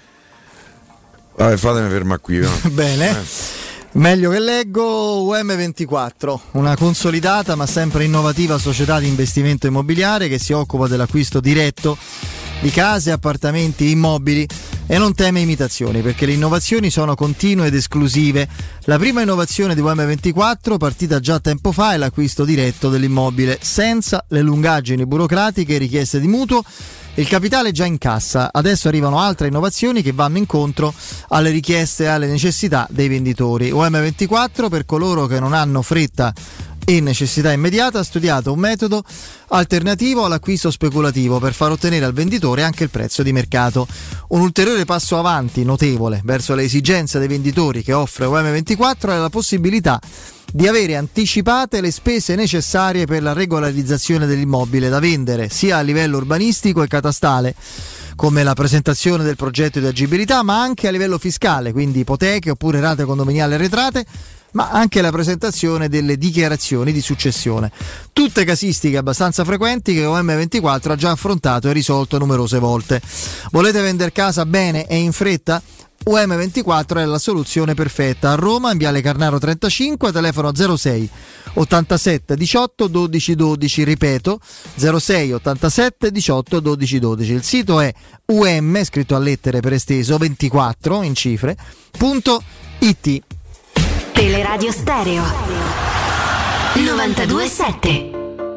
Vabbè, fatemi fermare qui, no? Bene. Eh. Meglio che leggo. U M ventiquattro, una consolidata ma sempre innovativa società di investimento immobiliare che si occupa dell'acquisto diretto di case, appartamenti, immobili e non teme imitazioni perché le innovazioni sono continue ed esclusive. La prima innovazione di U M ventiquattro, partita già tempo fa, è l'acquisto diretto dell'immobile senza le lungaggini burocratiche e richieste di mutuo. Il capitale è già in cassa, adesso arrivano altre innovazioni che vanno incontro alle richieste e alle necessità dei venditori. U M ventiquattro, per coloro che non hanno fretta e necessità immediata, ha studiato un metodo alternativo all'acquisto speculativo per far ottenere al venditore anche il prezzo di mercato. Un ulteriore passo avanti notevole verso le esigenze dei venditori che offre U M ventiquattro è la possibilità di avere anticipate le spese necessarie per la regolarizzazione dell'immobile da vendere, sia a livello urbanistico e catastale, come la presentazione del progetto di agibilità, ma anche a livello fiscale, quindi ipoteche oppure rate condominiali arretrate, ma anche la presentazione delle dichiarazioni di successione. Tutte casistiche abbastanza frequenti che U M ventiquattro ha già affrontato e risolto numerose volte. Volete vendere casa bene e in fretta? U M ventiquattro è la soluzione perfetta. A Roma, in Viale Carnaro trentacinque, telefono zero sei ottantasette diciotto dodici dodici, ripeto zero sei ottantasette diciotto dodici dodici. Il sito è U M, scritto a lettere per esteso, ventiquattro in cifre, punto it. Teleradio Stereo novantadue sette.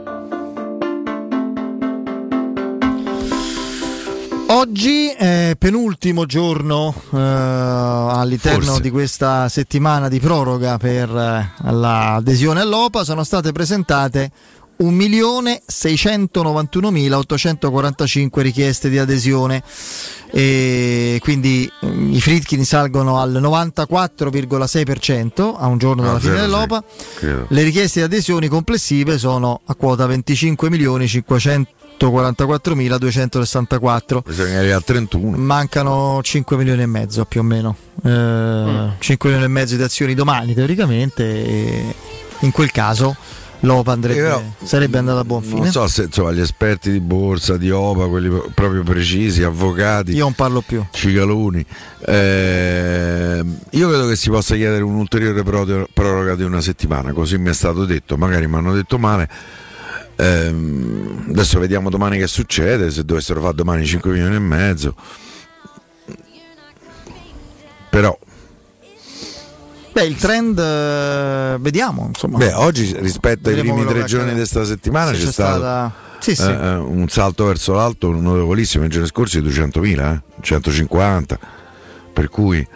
Oggi è penultimo giorno eh, all'interno Forse. di questa settimana di proroga per eh, l'adesione all'O P A. Sono state presentate un milione seicentonovantunomilaottocentoquarantacinque richieste di adesione e quindi mh, i Friedkin salgono al novantaquattro virgola sei per cento a un giorno dalla Ah, fine zero, dell'O P A. Le richieste di adesioni complessive sono a quota venticinque milioni cinquecentoquarantaquattromiladuecentosessantaquattro. Bisogna arrivare a trentuno. Mancano cinque milioni e mezzo più o meno, eh, mm. cinque milioni e mezzo di azioni domani teoricamente, e in quel caso l'O P A andrebbe, però, sarebbe andata a buon fine. Non so se insomma, gli esperti di borsa, di O P A, quelli proprio precisi, avvocati, io non parlo più, cicaloni, eh, io credo che si possa chiedere un'ulteriore proroga di una settimana, così mi è stato detto, magari mi hanno detto male. Eh, adesso vediamo domani che succede, se dovessero fare domani cinque milioni e mezzo, però beh, il trend eh, vediamo insomma. Beh, oggi rispetto ai primi tre giorni accade. di questa settimana sì, c'è, c'è stato stata... sì, sì. Eh, un salto verso l'alto notevolissimo. I giorni scorsi duecentomila, eh? centocinquanta, per cui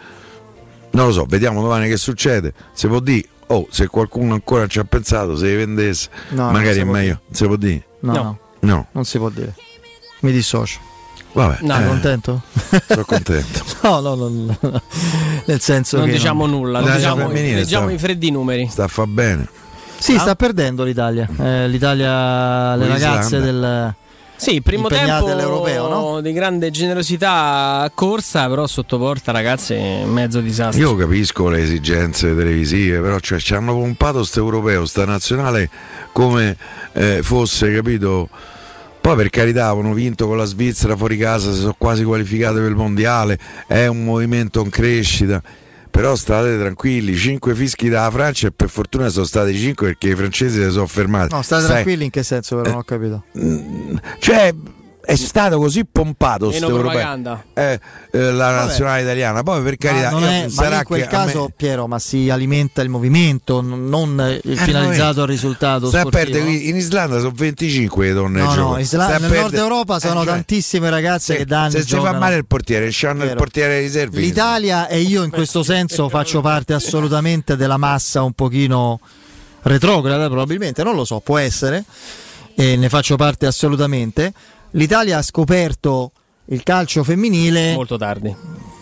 non lo so, vediamo domani che succede. Se può dire, oh, se qualcuno ancora ci ha pensato, se li vendesse, no, magari è meglio. dire. Si può dire? No, no, no, non si può dire. Mi dissocio. Vabbè, no, eh, contento? Sono contento. no, no, no, no, nel senso non che diciamo non... nulla, Dai, diciamo, leggiamo sta, i freddi numeri. Sta a fa bene. Sì, ah? sta perdendo l'Italia. Eh, L'Italia, le ragazze del Sì, primo tempo dell'europeo, no? di grande generosità a corsa, però sotto porta, ragazzi, mezzo disastro. Io capisco le esigenze televisive, però cioè, ci hanno pompato sto europeo, sta nazionale come eh, fosse, capito? Poi per carità avevano vinto con la Svizzera fuori casa, si sono quasi qualificate per il mondiale, è un movimento in crescita. Però state tranquilli, cinque fischi dalla Francia e per fortuna sono stati cinque perché i francesi si sono fermati. No, state Stai... tranquilli in che senso però, non ho capito. Cioè è stato così pompato meno sto europeo eh, eh, la Vabbè. nazionale italiana, poi per carità ma non è, sarà ma in quel che caso me... Piero, ma si alimenta il movimento, non il eh, finalizzato no, al risultato stai sportivo. A perdere, in Islanda sono venticinque le donne no, no, Isla- nel perdere... nord Europa sono eh, cioè, tantissime ragazze se, che da anni se si fa male il portiere, c'hanno il portiere riserva. L'Italia, e io in questo senso faccio parte assolutamente della massa un pochino retrograda, probabilmente, non lo so, può essere, e ne faccio parte assolutamente. L'Italia ha scoperto il calcio femminile molto tardi,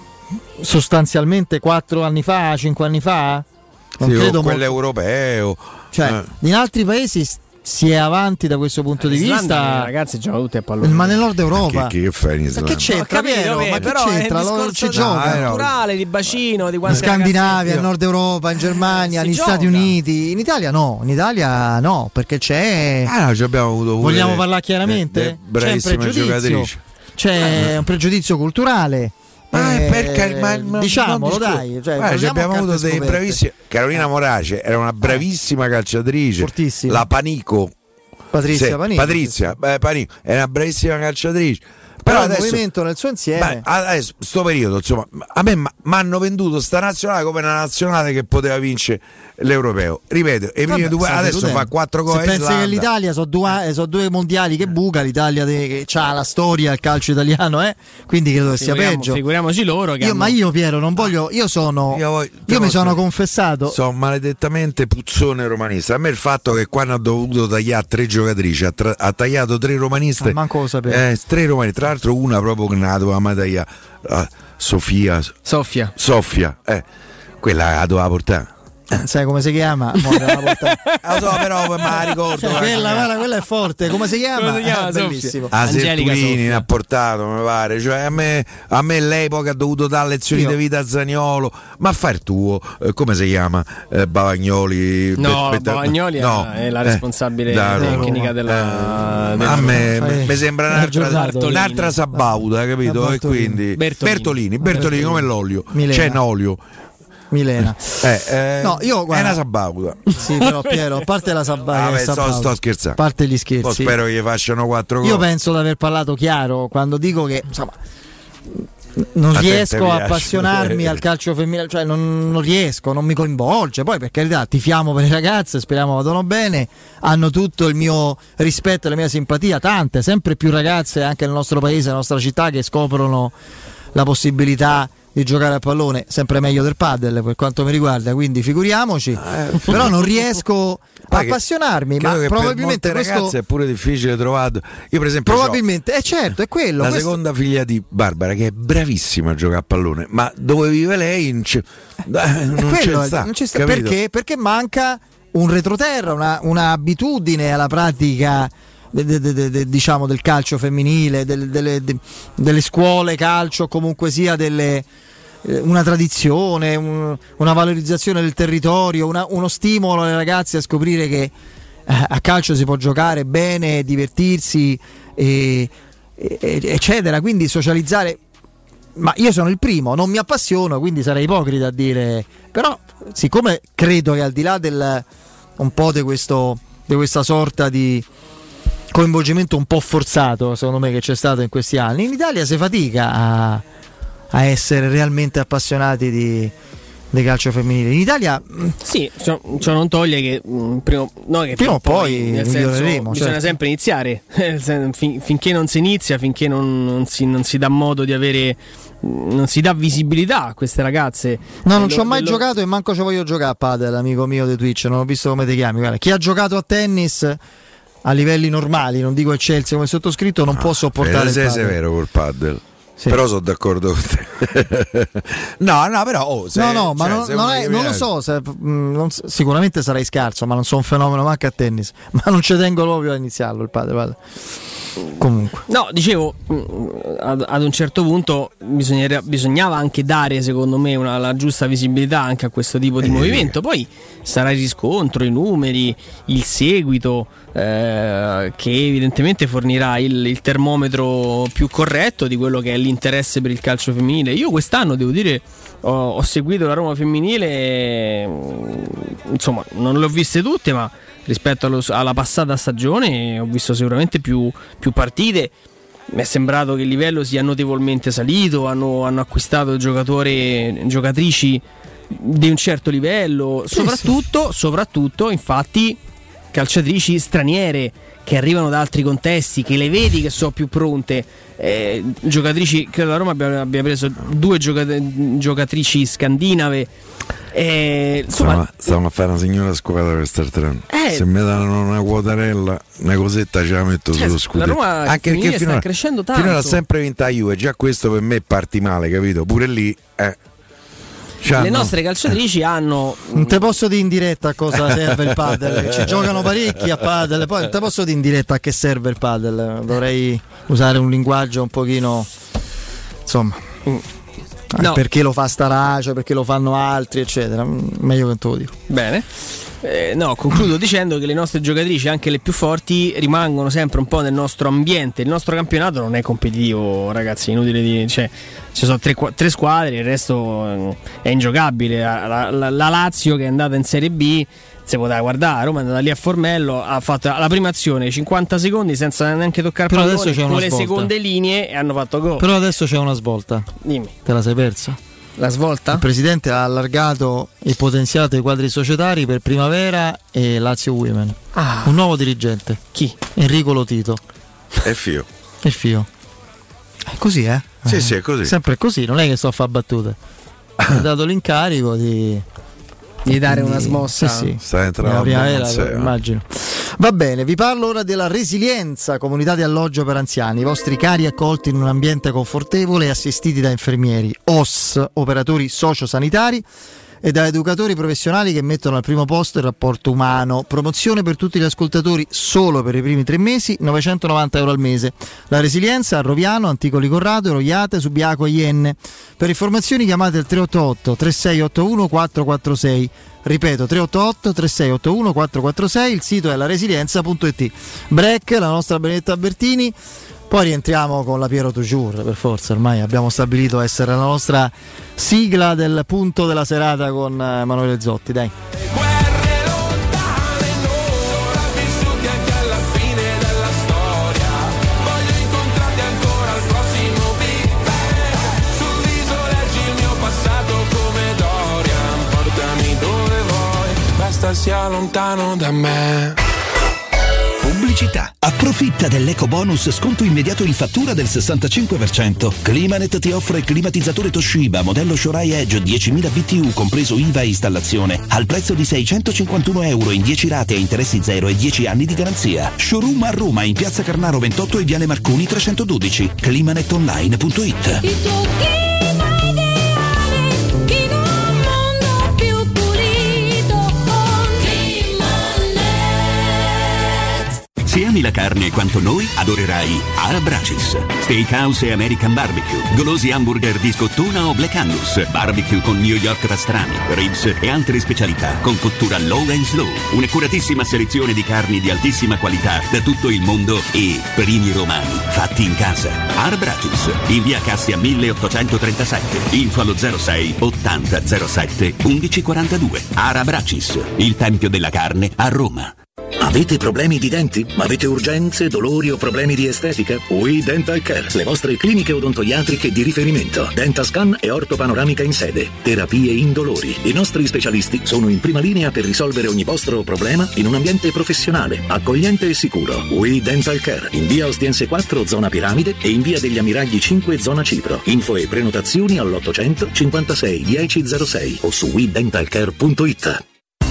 sostanzialmente quattro anni fa, cinque anni fa, non sì, credo quello molto... europeo, cioè eh. in altri paesi si è avanti da questo punto in di Islanda, vista, ragazzi giocano tutti a pallone, ma nel nord Europa che, che fai in Islanda? Ma che c'entra, capito, Piero? Piero, Ma che però c'entra? è Lo, discorso ci gioca culturale, di bacino, di quante in Scandinavia, ragazze... in Nord Europa, in Germania, si negli gioca. Stati Uniti. In Italia no, in Italia no, perché c'è ah, no, ci abbiamo avuto vogliamo le, parlare chiaramente? le, le c'è un bravissime pregiudizio, giocatrici. c'è un pregiudizio culturale. Ma eh, perché, ma, ma, diciamolo dai, cioè, Guarda, abbiamo avuto dei scoperte. bravissimi. Carolina Morace era una bravissima calciatrice, fortissima. La Panico, Patrizia sì, Panico, Patrizia beh, Panico è una bravissima calciatrice. Però, Però il adesso, movimento nel suo insieme, beh, adesso sto periodo insomma a me mi hanno venduto sta nazionale come una nazionale che poteva vincere l'europeo, ripeto, e vabbè, due, adesso fa quattro gol. Se pensi che l'Italia sono due, so due mondiali che buca, l'Italia de, che ha la storia il calcio italiano, eh? Quindi credo che sia peggio. Figuriamoci loro che io, hanno... ma io Piero non voglio, io sono io, voglio, io mi sono confessato, sono maledettamente puzzone romanista. A me il fatto che quando ha dovuto tagliare tre giocatrici ha, tra, ha tagliato tre romaniste, ah, manco lo sapevo. Eh, tre romani, tra l'altro una proprio che non la doveva mai tagliare, uh, Sofia Sofia Sofia eh, quella la doveva portare. sai come si chiama? Mo te la porta- lo so, però me la ricordo. Cioè, quella, quella, quella è forte, come si chiama? Come si chiama, Eh, bellissimo. A Angelica Sertulini Soffia. ne ha portato, mi pare. Cioè, a me, a me l'epoca ha dovuto dare lezioni Io- di vita a Zaniolo, ma fai il tuo, eh, come si chiama? Eh, Bavagnoli. No, Be- be- Bavagnoli no, è la eh, responsabile da Roma. tecnica della, Eh, della a me Eh, mi sembra hai un'altra, aggiornato. un'altra Sabauda, capito? E Bertolini. quindi Bertolini. Bertolini, Bertolini come l'olio. Milena. C'è un olio. Milena. Eh, eh, No, io, è guarda- una Sabauda. Sì, però Piero, a parte la sabba, Ah, beh, sta sto, pausa, sto scherzando. a parte gli Poi scherzi. spero che gli facciano quattro gol. Io penso di aver parlato chiaro quando dico che insomma non A te riesco te a piace. appassionarmi al calcio femminile, cioè non, non riesco, non mi coinvolge. Poi per carità tifiamo per le ragazze, speriamo vadano bene, hanno tutto il mio rispetto e la mia simpatia, tante, sempre più ragazze anche nel nostro paese, nella nostra città che scoprono la possibilità di giocare a pallone, sempre meglio del padel per quanto mi riguarda, quindi figuriamoci. Però non riesco a Poi che- appassionarmi, credo ma che probabilmente per molte questo ragazze è pure difficile trovato. Io per esempio probabilmente è certo, è quello. la questo- seconda figlia di Barbara che è bravissima a giocare a pallone, ma dove vive lei non c'è, eh, non È c'è quello, sta, non ci sta. capito? Perché? Perché manca un retroterra, una, una abitudine alla pratica de- de- de- de- de- diciamo del calcio femminile, del- delle, de- delle scuole calcio, comunque sia delle eh, una tradizione, un- una valorizzazione del territorio, una- uno stimolo alle ragazze a scoprire che eh, a calcio si può giocare bene, divertirsi, e, e- eccetera. Quindi socializzare. Ma io sono il primo, non mi appassiono, quindi sarei ipocrita a dire. Però, siccome credo che al di là del un po' di questo di questa sorta di coinvolgimento un po' forzato, secondo me, che c'è stato in questi anni, in Italia si fatica a, a essere realmente appassionati di, di calcio femminile. In Italia Sì, ciò, ciò non toglie che mh, prima, no, che Prima o poi nel senso, miglioreremo, bisogna certo. sempre iniziare. Nel sen- fin- finché non si inizia, finché non, non si, non si dà modo di avere, non si dà visibilità a queste ragazze. No, non Dello- ci ho mai dello- giocato e manco ci voglio giocare a padel, amico mio di Twitch, non ho visto come ti chiami. Guarda, chi ha giocato a tennis a livelli normali, non dico eccelsi come sottoscritto, non può sopportare il sei padel. severo col paddle. Sì. Però sono d'accordo con te. no, no, però oh, se- No, no, ma cioè, non, se non uno è- gli non lo piace- so, se- mh, non s- sicuramente sarai scarso, ma non sono un fenomeno manco a tennis, ma non ci tengo proprio a iniziarlo il padel, guarda. Comunque. No, dicevo, mh, ad, ad un certo punto bisognerebbe- bisognava anche dare, secondo me, una, la giusta visibilità anche a questo tipo di Eh. movimento. Poi sarà il riscontro, i numeri, il seguito, eh, che evidentemente fornirà il, il termometro più corretto di quello che è l'interesse per il calcio femminile. Io quest'anno, devo dire, ho, ho seguito la Roma femminile, e, mh, insomma, non le ho viste tutte, ma rispetto allo- alla passata stagione ho visto sicuramente più, più partite. Mi è sembrato che il livello sia notevolmente salito, hanno, hanno acquistato giocatori, giocatrici di un certo livello, Sì, soprattutto, soprattutto infatti calciatrici straniere che arrivano da altri contesti, che le vedi che sono più pronte, eh, giocatrici, credo la Roma abbia, abbia preso due giocat- giocatrici scandinave. Eh, insomma, Stiamo, stiamo a fare una signora squadra per star trend. Eh. Se mi danno una quotarella, una cosetta ce la metto Cioè, sullo la scudo. Roma Anche femminile perché sta finora, crescendo tanto. finora ha sempre vinta la Juve. Già questo per me parti male, capito? Pure lì, eh. C'hanno- le nostre calciatrici hanno Non te posso dire in diretta a cosa serve il padel, ci giocano parecchi a padel, poi non te posso dire in diretta a che serve il padel, dovrei usare un linguaggio un pochino, insomma, No. perché lo fa Starace, perché lo fanno altri, eccetera. Meglio che non te lo dico. bene. Eh, no, concludo dicendo che le nostre giocatrici, anche le più forti, rimangono sempre un po' nel nostro ambiente. Il nostro campionato non è competitivo, ragazzi, inutile di, cioè, ci sono tre, qua- tre squadre, il resto eh, è ingiocabile. La, la- la Lazio, che è andata in Serie B, si poteva guardare. Roma è andata lì a Formello, ha fatto la prima azione cinquanta secondi senza neanche toccare il Però pallone, adesso c'è una con le svolta. seconde linee, e hanno fatto gol. Però adesso c'è una svolta, Dimmi, te la sei persa? la svolta? Il presidente ha allargato e potenziato i quadri societari per Primavera e Lazio Women. Ah. Un nuovo dirigente. Chi? Enrico Lotito. È fio. Il Fio. È così, eh? Sì, Eh, sì, è così. Sempre così, non è che sto a fare battute. Mi ha dato l'incarico di Di dare quindi- una smossa. Sì, sì. Sta entrando La a primavera, Bonazzeo. immagino. Va bene, vi parlo ora della Resilienza, comunità di alloggio per anziani. I vostri cari accolti in un ambiente confortevole e assistiti da infermieri, O S, operatori sociosanitari, e da educatori professionali che mettono al primo posto il rapporto umano. Promozione per tutti gli ascoltatori solo per i primi tre mesi, novecentonovanta euro al mese. La Resilienza a Roviano, Anticoli Corrado, Roiate, Subiaco e Ienne. Per informazioni chiamate il tre otto otto tre sei otto uno quattro quattro sei. Ripeto, tre otto otto tre sei otto uno quattro quattro sei, il sito è la resilienza punto it. Break, la nostra Benedetta Bertini. Poi rientriamo con la Piero Toujours, per forza, ormai abbiamo stabilito essere la nostra sigla del punto della serata con Emanuele Zotti, dai. Sia lontano da me. Pubblicità. Approfitta dell'eco bonus sconto immediato in fattura del sessantacinque per cento. Climanet ti offre il climatizzatore Toshiba modello Shorai Edge diecimila B T U compreso I V A e installazione al prezzo di seicentocinquantuno euro in dieci rate a interessi zero e dieci anni di garanzia. Showroom a Roma in Piazza Carnaro ventotto e Viale Marconi trecentododici. climanetonline punto it. Se ami la carne quanto noi, adorerai Arabracis. Steakhouse e American Barbecue, golosi hamburger di scottuna o Black Angus, barbecue con New York pastrami, ribs e altre specialità con cottura low and slow. Un'accuratissima selezione di carni di altissima qualità da tutto il mondo e primi romani fatti in casa. Arabracis, in via Cassia milleottocentotrentasette, info allo zero sei ottanta zero sette undici quarantadue. Arabracis, il tempio della carne a Roma. Avete problemi di denti? Avete urgenze, dolori o problemi di estetica? We Dental Care, le vostre cliniche odontoiatriche di riferimento. Dentascan e ortopanoramica in sede. Terapie indolori. I nostri specialisti sono in prima linea per risolvere ogni vostro problema in un ambiente professionale, accogliente e sicuro. We Dental Care, in via Ostiense quattro, zona Piramide, e in via degli Ammiragli cinque, zona Cipro. Info e prenotazioni all'ottocento cinquantasei dieci zero sei o su we dental care punto it.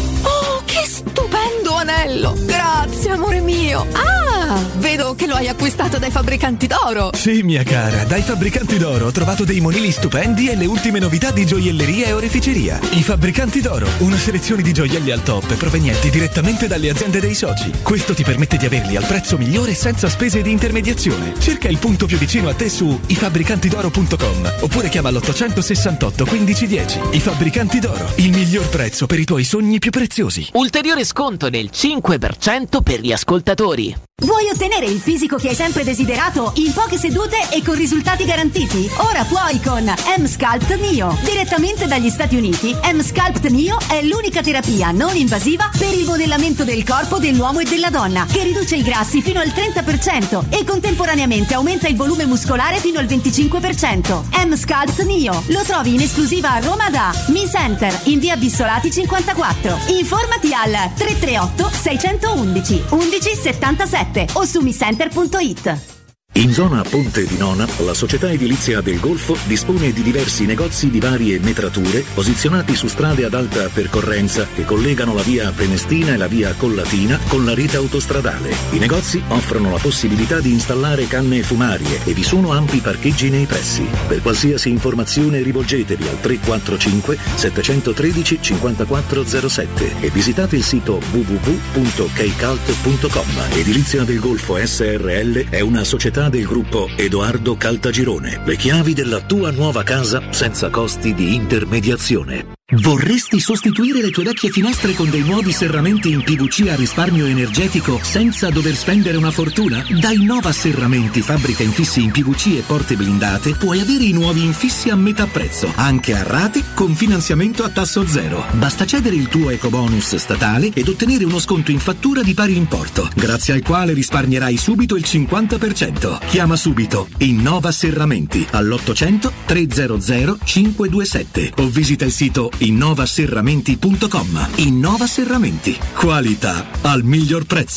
Stupendo anello! Grazie, amore mio! Ah, vedo che lo hai acquistato dai Fabbricanti d'Oro! Sì, mia cara, dai Fabbricanti d'Oro ho trovato dei monili stupendi e le ultime novità di gioielleria e oreficeria. I Fabbricanti d'Oro, una selezione di gioielli al top provenienti direttamente dalle aziende dei soci. Questo ti permette di averli al prezzo migliore senza spese di intermediazione. Cerca il punto più vicino a te su i fabbricanti d'oro punto com oppure chiama l'ottocentosessantotto quindici dieci. I Fabbricanti d'Oro, il miglior prezzo per i tuoi sogni più preziosi. Ulteriore sconto del cinque per cento per gli ascoltatori. Vuoi ottenere il fisico che hai sempre desiderato in poche sedute e con risultati garantiti? Ora puoi con M-Sculpt Neo. Direttamente dagli Stati Uniti, M-Sculpt Neo è l'unica terapia non invasiva per il modellamento del corpo dell'uomo e della donna, che riduce i grassi fino al trenta per cento e contemporaneamente aumenta il volume muscolare fino al venticinque per cento. M-Sculpt Neo lo trovi in esclusiva a Roma da Mi Center in via Bissolati cinquantaquattro. Informati al tre tre otto sei uno uno undici settantasette o su mi center punto it. In zona Ponte di Nona, la società edilizia del Golfo dispone di diversi negozi di varie metrature posizionati su strade ad alta percorrenza che collegano la via Prenestina e la via Collatina con la rete autostradale. I negozi offrono la possibilità di installare canne fumarie e vi sono ampi parcheggi nei pressi. Per qualsiasi informazione rivolgetevi al tre quattro cinque sette uno tre cinque zero sette e visitate il sito w w w punto keicalt punto com. Edilizia del Golfo S R L è una società del gruppo Edoardo Caltagirone. Le chiavi della tua nuova casa senza costi di intermediazione. Vorresti sostituire le tue vecchie finestre con dei nuovi serramenti in P V C a risparmio energetico senza dover spendere una fortuna? Da Innova Serramenti, fabbrica infissi in P V C e porte blindate, puoi avere i nuovi infissi a metà prezzo, anche a rate con finanziamento a tasso zero. Basta cedere il tuo ecobonus statale ed ottenere uno sconto in fattura di pari importo, grazie al quale risparmierai subito il cinquanta per cento. Chiama subito Innova Serramenti all'ottocento trecento cinque due sette o visita il sito innova serramenti punto com. Innova Serramenti, qualità al miglior prezzo.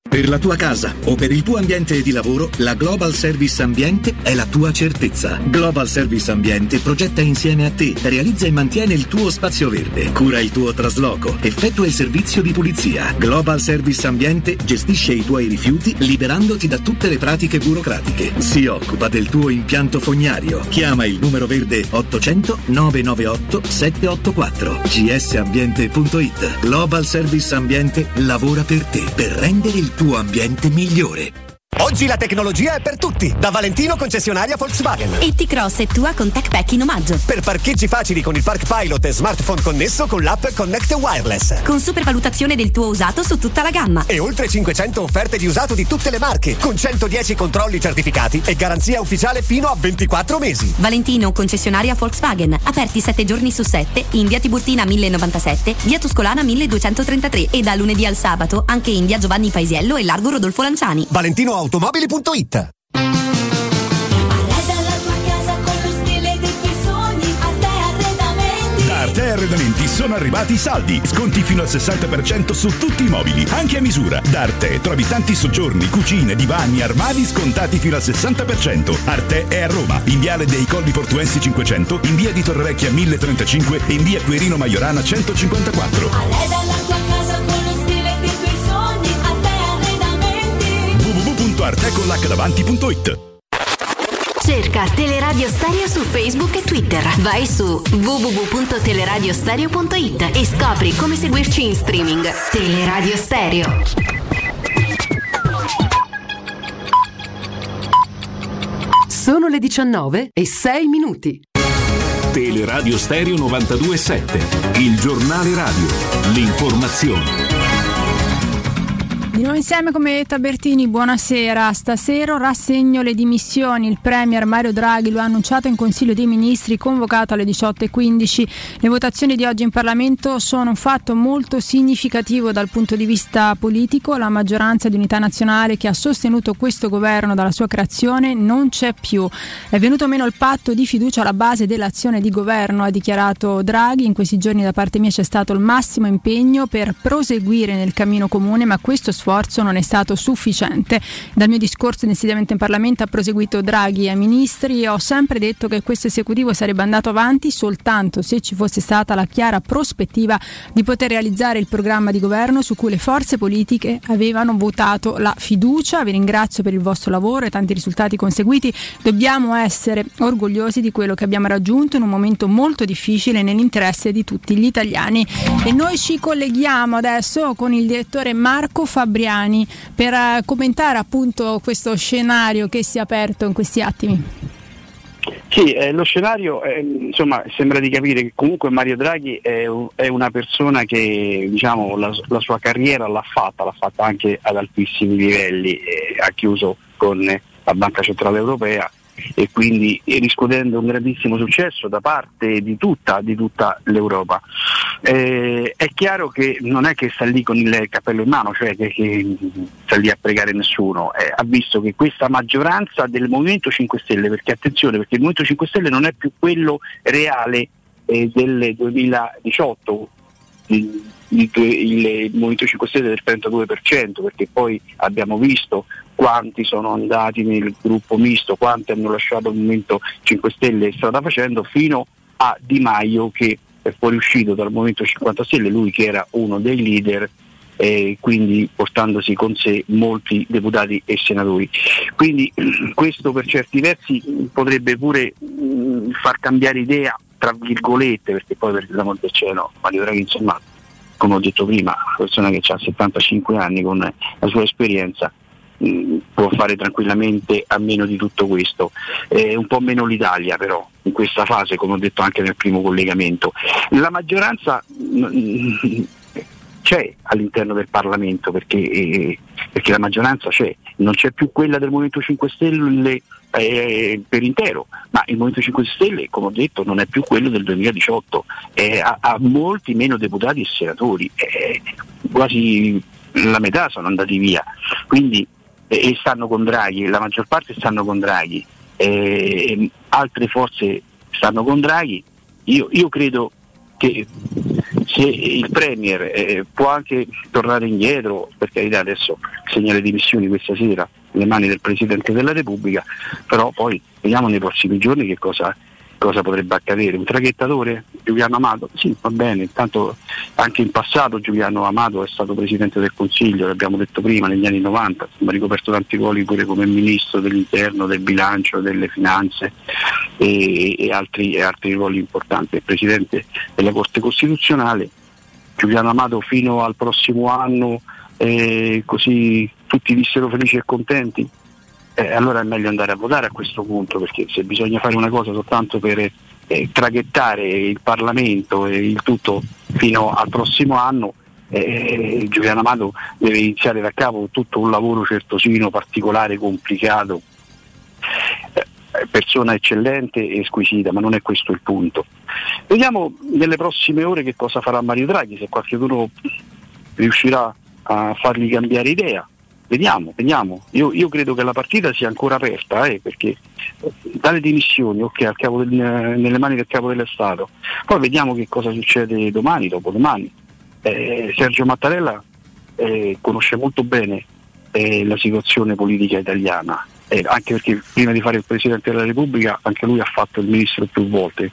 Per la tua casa o per il tuo ambiente di lavoro, la Global Service Ambiente è la tua certezza. Global Service Ambiente progetta insieme a te, realizza e mantiene il tuo spazio verde, cura il tuo trasloco, effettua il servizio di pulizia. Global Service Ambiente gestisce i tuoi rifiuti liberandoti da tutte le pratiche burocratiche. Si occupa del tuo impianto fognario. Chiama il numero verde ottocento nove nove otto sette otto quattro g s ambiente punto i t. Global Service Ambiente lavora per te, per rendere il tuo ambiente migliore. Oggi la tecnologia è per tutti. Da Valentino concessionaria Volkswagen. E T-Cross è tua con Tech Pack in omaggio. Per parcheggi facili con il Park Pilot e smartphone connesso con l'app Connect Wireless. Con supervalutazione del tuo usato su tutta la gamma. E oltre cinquecento offerte di usato di tutte le marche, con centodieci controlli certificati e garanzia ufficiale fino a ventiquattro mesi. Valentino concessionaria Volkswagen. Aperti sette giorni su sette in via Tiburtina mille novantasette, via Tuscolana milleduecentotrentatré e da lunedì al sabato anche in via Giovanni Paisiello e largo Rodolfo Lanciani. Valentino automobili punto it. Da Arte Arredamenti sono arrivati i saldi, sconti fino al sessanta per cento su tutti i mobili, anche a misura. Da Arte trovi tanti soggiorni, cucine, divani, armadi scontati fino al sessanta per cento. Arte è a Roma, in viale dei Colli Portuensi cinquecento, in via di Torrevecchia mille trentacinque e in via Quirino Maiorana centocinquantaquattro. Arreda la tua casa con lo stile dei tuoi sogni. Arte Arredamenti. w w w punto arte con l'h davanti punto it. Cerca Teleradio Stereo su Facebook e Twitter. Vai su w w w punto teleradiostereo punto it e scopri come seguirci in streaming. Teleradio Stereo. Sono le diciannove e sei minuti. Teleradio Stereo novantadue sette, il giornale radio, l'informazione. Di nuovo insieme con Meta Bertini, buonasera. Stasera rassegno le dimissioni. Il Premier Mario Draghi lo ha annunciato in Consiglio dei Ministri, convocato alle diciotto e quindici. Le votazioni di oggi in Parlamento sono un fatto molto significativo dal punto di vista politico. La maggioranza di Unità Nazionale che ha sostenuto questo governo dalla sua creazione non c'è più. È venuto meno il patto di fiducia alla base dell'azione di governo, ha dichiarato Draghi. In questi giorni da parte mia c'è stato il massimo impegno per proseguire nel cammino comune, ma questo sforzo non è stato sufficiente. Dal mio discorso di insediamento in Parlamento ha proseguito Draghi ai ministri: ho sempre detto che questo esecutivo sarebbe andato avanti soltanto se ci fosse stata la chiara prospettiva di poter realizzare il programma di governo su cui le forze politiche avevano votato la fiducia. Vi ringrazio per il vostro lavoro e tanti risultati conseguiti. Dobbiamo essere orgogliosi di quello che abbiamo raggiunto in un momento molto difficile nell'interesse di tutti gli italiani. E noi ci colleghiamo adesso con il direttore Marco Fabriani per uh, commentare appunto questo scenario che si è aperto in questi attimi. Sì, eh, lo scenario eh, insomma sembra di capire che comunque Mario Draghi è, è una persona che diciamo la, la sua carriera l'ha fatta, l'ha fatta anche ad altissimi livelli, eh, ha chiuso con la Banca Centrale Europea e quindi riscuotendo un grandissimo successo da parte di tutta, di tutta l'Europa. Eh, è chiaro che non è che sta lì con il cappello in mano, cioè che, che sta lì a pregare nessuno, eh, ha visto che questa maggioranza del Movimento cinque Stelle, perché attenzione, perché il Movimento cinque Stelle non è più quello reale eh, del duemiladiciotto, il, il, il Movimento cinque Stelle del trentadue per cento, perché poi abbiamo visto quanti sono andati nel gruppo misto, quanti hanno lasciato il Movimento cinque Stelle e strada facendo, fino a Di Maio che è fuoriuscito dal Movimento cinque Stelle, lui che era uno dei leader, eh, quindi portandosi con sé molti deputati e senatori. Quindi questo per certi versi potrebbe pure mh, far cambiare idea, tra virgolette, perché poi per l'amor del cielo Mario Draghi, insomma, come ho detto prima, una persona che ha settantacinque anni con la sua esperienza, può fare tranquillamente a meno di tutto questo, eh, un po' meno l'Italia però in questa fase, come ho detto anche nel primo collegamento. La maggioranza mh, c'è all'interno del Parlamento perché, eh, perché la maggioranza c'è, non c'è più quella del Movimento cinque Stelle eh, per intero, ma il Movimento cinque Stelle, come ho detto, non è più quello del duemiladiciotto, eh, ha, ha molti meno deputati e senatori, eh, quasi la metà sono andati via, quindi e stanno con Draghi, la maggior parte stanno con Draghi, e altre forze stanno con Draghi. Io, io credo che se il Premier eh, può anche tornare indietro, per carità, adesso segna le dimissioni questa sera nelle mani del Presidente della Repubblica, però poi vediamo nei prossimi giorni che cosa, cosa potrebbe accadere. Un traghettatore, Giuliano Amato? Sì, va bene, intanto anche in passato Giuliano Amato è stato Presidente del Consiglio, l'abbiamo detto prima, negli anni novanta, ha ricoperto tanti ruoli pure come Ministro dell'Interno, del Bilancio, delle Finanze e, e, altri, e altri ruoli importanti. È Presidente della Corte Costituzionale. Giuliano Amato fino al prossimo anno, eh, così tutti vissero felici e contenti. Eh, allora è meglio andare a votare a questo punto, perché se bisogna fare una cosa soltanto per eh, traghettare il Parlamento e il tutto fino al prossimo anno, eh, Giuliano Amato deve iniziare da capo tutto un lavoro certosino, particolare, complicato, eh, persona eccellente e squisita, ma non è questo il punto. Vediamo nelle prossime ore che cosa farà Mario Draghi, se qualcuno riuscirà a fargli cambiare idea. Vediamo, vediamo. Io, io credo che la partita sia ancora aperta, eh, perché dalle dimissioni, ok, al capo del, nelle mani del capo dello Stato, poi vediamo che cosa succede domani, dopodomani. Eh, Sergio Mattarella eh, conosce molto bene eh, la situazione politica italiana, eh, anche perché prima di fare il Presidente della Repubblica anche lui ha fatto il Ministro più volte,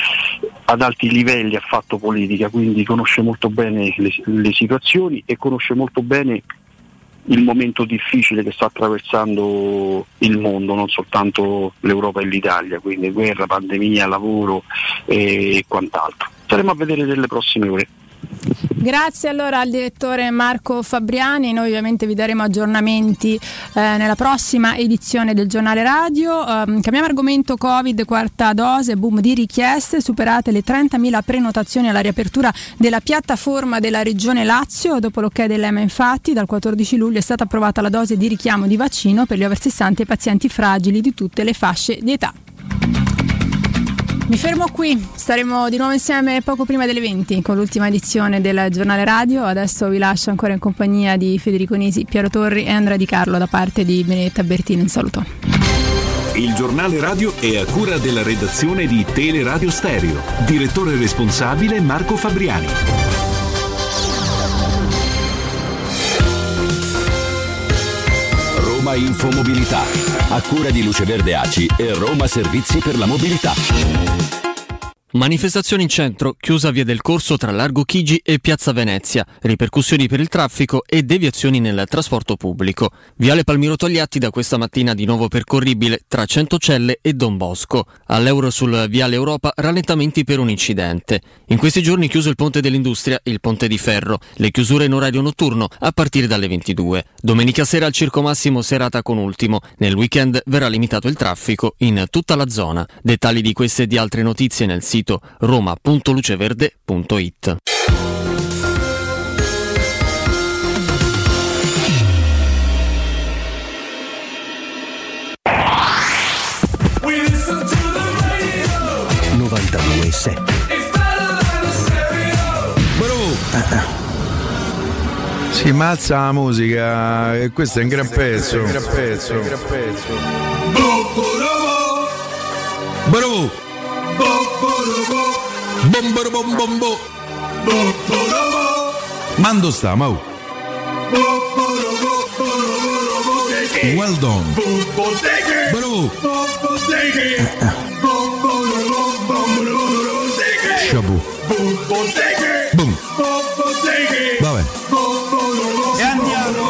ad alti livelli ha fatto politica, quindi conosce molto bene le, le situazioni e conosce molto bene il momento difficile che sta attraversando il mondo, non soltanto l'Europa e l'Italia, quindi guerra, pandemia, lavoro e quant'altro. Staremo a vedere nelle prossime ore. Grazie allora al direttore Marco Fabriani, noi ovviamente vi daremo aggiornamenti eh, nella prossima edizione del giornale radio. Um, cambiamo argomento: Covid, quarta dose, boom di richieste, superate le trentamila prenotazioni alla riapertura della piattaforma della Regione Lazio. Dopo l'ok dell'E M A, infatti, dal quattordici luglio è stata approvata la dose di richiamo di vaccino per gli over sessanta e i pazienti fragili di tutte le fasce di età. Mi fermo qui, staremo di nuovo insieme poco prima delle venti con l'ultima edizione del giornale radio. Adesso vi lascio ancora in compagnia di Federico Nisi, Piero Torri e Andrea Di Carlo da parte di Benedetta Bertini. Un saluto. Il giornale radio è a cura della redazione di Teleradio Stereo. Direttore responsabile Marco Fabriani. Roma Infomobilità, a cura di Luce Verde A C I e Roma Servizi per la Mobilità. Manifestazione in centro, chiusa via del Corso tra Largo Chigi e Piazza Venezia, ripercussioni per il traffico e deviazioni nel trasporto pubblico. Viale Palmiro Togliatti da questa mattina di nuovo percorribile tra Centocelle e Don Bosco. All'Euro sul Viale Europa rallentamenti per un incidente. In questi giorni chiuso il Ponte dell'Industria, il Ponte di Ferro, le chiusure in orario notturno a partire dalle ventidue. Domenica sera al Circo Massimo serata con ultimo. Nel weekend verrà limitato il traffico in tutta la zona. Dettagli di queste e di altre notizie nel sito roma punto luceverde punto it. novantadue e sette. Si mazza la musica e questo è un gran pezzo. Un gran pezzo. Un gran pezzo. Bravo. Bombo. Mando sta, mau. Well done. Bravo. Shabu. Boom. Vabbè. E andiamo.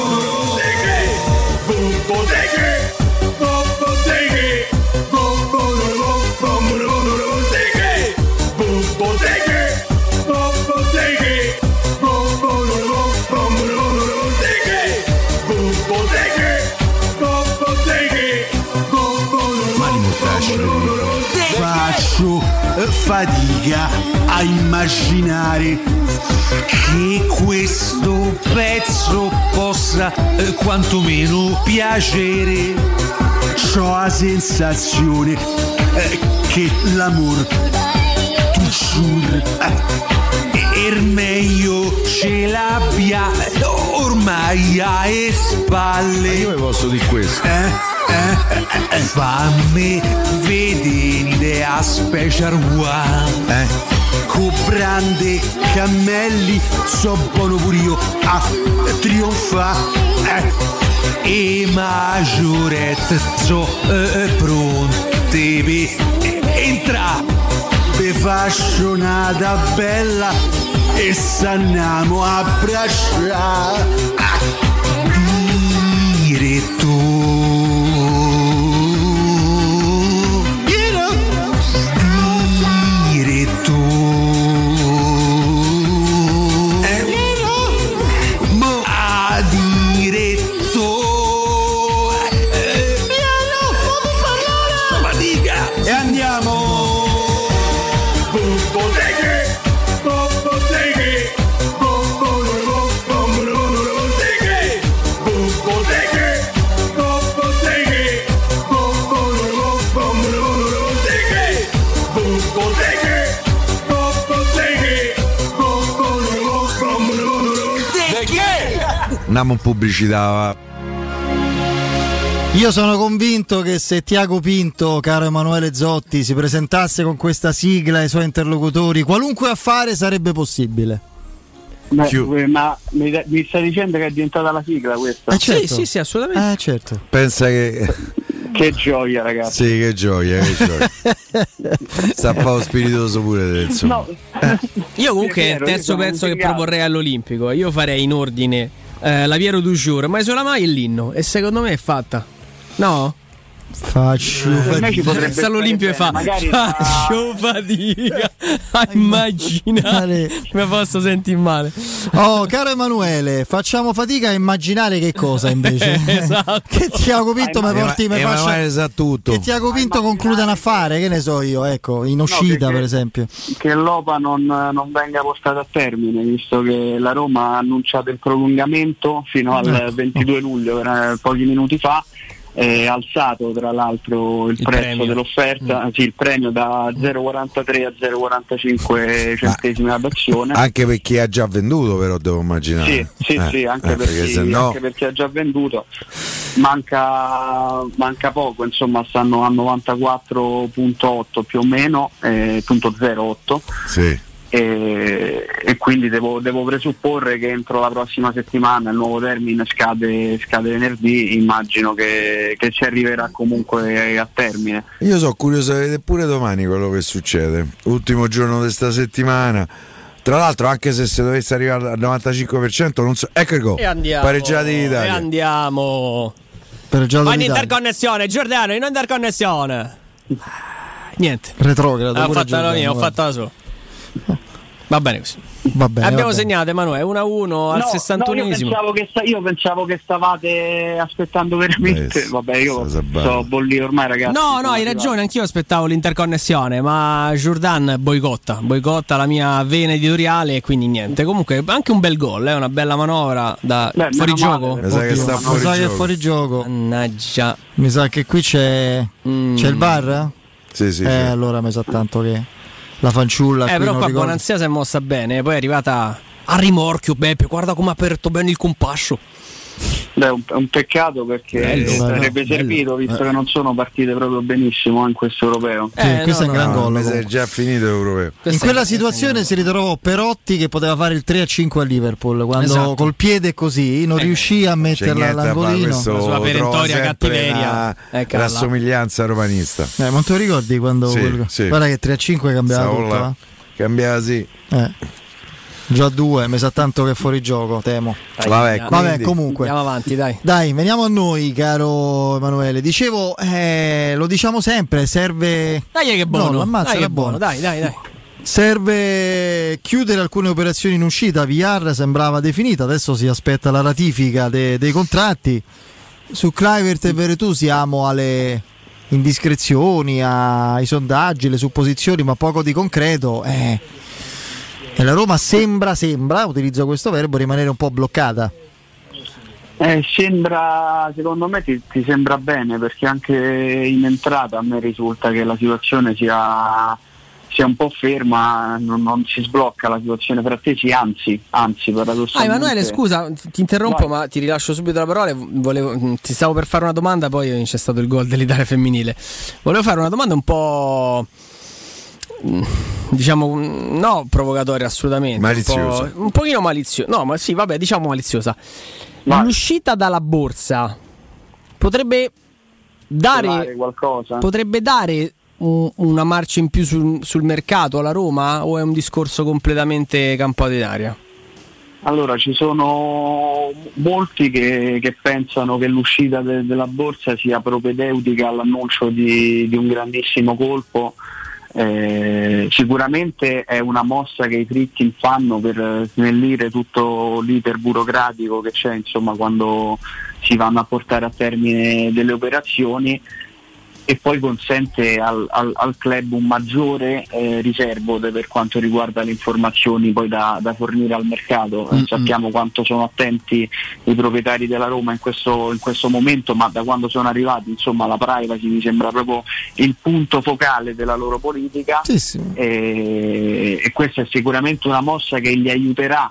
Faccio fatica a immaginare che questo pezzo possa eh, quantomeno piacere. C'ho la sensazione eh, che l'amor tu giur eh, er meglio ce l'abbia ormai alle spalle. Ma io posso dire questo? Eh? Eh, eh, fammi vedere l'idea special one. Eh? con brande cammelli, so buono pure io a trionfa, eh. E maggiorette so eh, pronte per entra, per fascionata bella e s'andiamo a abbracciare diretto. Andiamo in pubblicità. Io sono convinto che se Tiago Pinto, caro Emanuele Zotti, si presentasse con questa sigla ai suoi interlocutori, qualunque affare sarebbe possibile. Ma, ma mi, mi stai dicendo che è diventata la sigla questa? Eh certo. Sì, sì, sì, assolutamente. Eh certo. Pensa che che gioia, ragazzi. Sì, che gioia, che gioia. Sta un po' spiritoso pure adesso. No. Io comunque è il terzo pezzo che proporrei all'Olimpico. Io farei in ordine eh, la Piero du Jour, ma sulla mai è l'inno e secondo me è fatta. No? Faccio fatica. Pensa all'Olimpio e fa faccio fatica a immaginare. Mi posso sentire male. Oh, caro Emanuele, facciamo fatica a immaginare che cosa invece. Esatto. Che Tiago Pinto mi porti mi faccia sa tutto. Che Tiago Pinto concluda un affare, che ne so io, ecco, in uscita no, per esempio. Che l'Opa non, non venga portata a termine, visto che la Roma ha annunciato il prolungamento fino al ecco. ventidue luglio, per, pochi minuti fa. È alzato tra l'altro il, il prezzo premio. dell'offerta, mm. sì, il premio da zero virgola quarantatré a zero virgola quarantacinque centesimi ad azione. Anche per chi ha già venduto, però devo immaginare. Sì, sì, eh, sì, anche, eh, per chi, sennò... anche per chi ha già venduto. Manca, manca poco, insomma, stanno a novantaquattro virgola otto più o meno, eh, punto zero otto. Sì. E, e quindi devo, devo presupporre che entro la prossima settimana il nuovo termine scade, scade venerdì, immagino che, che ci arriverà comunque a termine. Io sono curioso di vedere pure domani quello che succede, ultimo giorno di questa settimana. Tra l'altro, anche se se dovesse arrivare al novantacinque per cento, non so. Ecco, e andiamo, pareggiati d'Italia. E andiamo. Pareggiato in interconnessione, Giordano, in interconnessione. Niente. Retrogrado. Ho fatto la mia, ho fatto la sua. Va bene così. Va bene, abbiamo va bene. segnato Emanuele uno a uno al no, sessantunesimo. No, io, pensavo che sta, io pensavo che stavate aspettando veramente. Eh, Vabbè, io sto bollito ormai, ragazzi. No, no, hai ragione, anch'io aspettavo l'interconnessione, ma Jordan boicotta, boicotta la mia vena editoriale e quindi niente. Comunque anche un bel gol, è eh, una bella manovra da Beh, fuori gioco. Mi sa che sta fuori Mi sa che è gioco. fuori gioco. Mannaggia. Mi sa che qui c'è mm. c'è il V A R? Sì, sì. Eh, c'è. allora mi sa tanto che la fanciulla. Eh, però qua ricordo... Bonanzia si è mossa bene, poi è arrivata a rimorchio. Beppe, guarda come ha aperto bene il compasso. Beh, è un, è un peccato perché bello, sarebbe bello, servito, bello. visto che non sono partite proprio benissimo in questo europeo. Sì, Eh, questo no, è un gran no, gol. No, è già finito l'europeo. In quella situazione si ritrovò Perotti che poteva fare il tre a cinque a Liverpool quando Esatto. col piede così non Eh, riuscì a C'è metterla niente da fare, all'angolino. questo La sua perentoria trova sempre cattiveria. una Eccola là. rassomiglianza romanista. Eh, ma te lo ricordi quando Sì, quel... sì. guarda che tre a cinque cambiava Stavo tutto, là. Cambiava sì. eh. Già due, mi sa tanto che è fuori gioco, temo. Dai, Vabbè, andiamo. Vabbè, quindi- comunque. Andiamo avanti, dai. Dai, veniamo a noi, caro Emanuele. Dicevo, eh, lo diciamo sempre, serve. Dai che è buono. No, ammazza, dai che è è buono. buono. Dai, dai, dai. Serve chiudere alcune operazioni in uscita. V R sembrava definita, adesso si aspetta la ratifica de- dei contratti. Su Kluivert e Veretout siamo alle indiscrezioni, ai sondaggi, le supposizioni, ma poco di concreto. Eh. E la Roma sembra, sembra, utilizzo questo verbo, rimanere un po' bloccata. Eh, sembra, secondo me ti, ti sembra bene, perché anche in entrata a me risulta che la situazione sia, sia un po' ferma, non, non si sblocca la situazione frattesi, anzi, anzi Ah, paradossalmente. Emanuele, scusa, ti interrompo, Vai. ma ti rilascio subito la parola. Volevo, ti stavo per fare una domanda, poi c'è stato il gol dell'Italia femminile. Volevo fare una domanda un po'. diciamo no provocatoria assolutamente, maliziosa, un, po', un pochino maliziosa, no ma sì vabbè diciamo maliziosa. Ma l'uscita dalla borsa potrebbe dare qualcosa, potrebbe dare un, una marcia in più sul, sul mercato alla Roma, o è un discorso completamente campato in aria? Allora, ci sono molti che, che pensano che l'uscita de, della borsa sia propedeutica all'annuncio di, di un grandissimo colpo. Eh, sicuramente è una mossa che i Friedkin fanno per snellire tutto l'iter burocratico che c'è, insomma, quando si vanno a portare a termine delle operazioni, e poi consente al, al, al club un maggiore eh, riservo per quanto riguarda le informazioni poi da, da fornire al mercato. Mm-hmm. Sappiamo quanto sono attenti i proprietari della Roma in questo, in questo momento, ma da quando sono arrivati, insomma, la privacy mi sembra proprio il punto focale della loro politica. Sì, sì. E, e questa è sicuramente una mossa che li aiuterà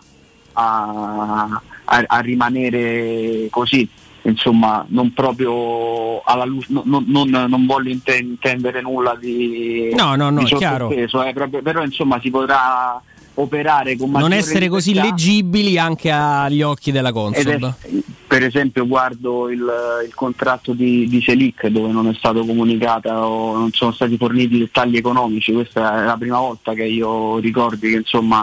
a, a, a rimanere così, insomma, non proprio alla luce, no, no, non, non voglio inte- intendere nulla di no no no di chiaro, eh, proprio, però insomma si potrà operare con maggiore non essere libertà, così leggibili anche agli occhi della Consob. È, per esempio guardo il, il contratto di, di Selic, dove non è stato comunicata o non sono stati forniti dettagli economici. Questa è la prima volta che io ricordi che, insomma,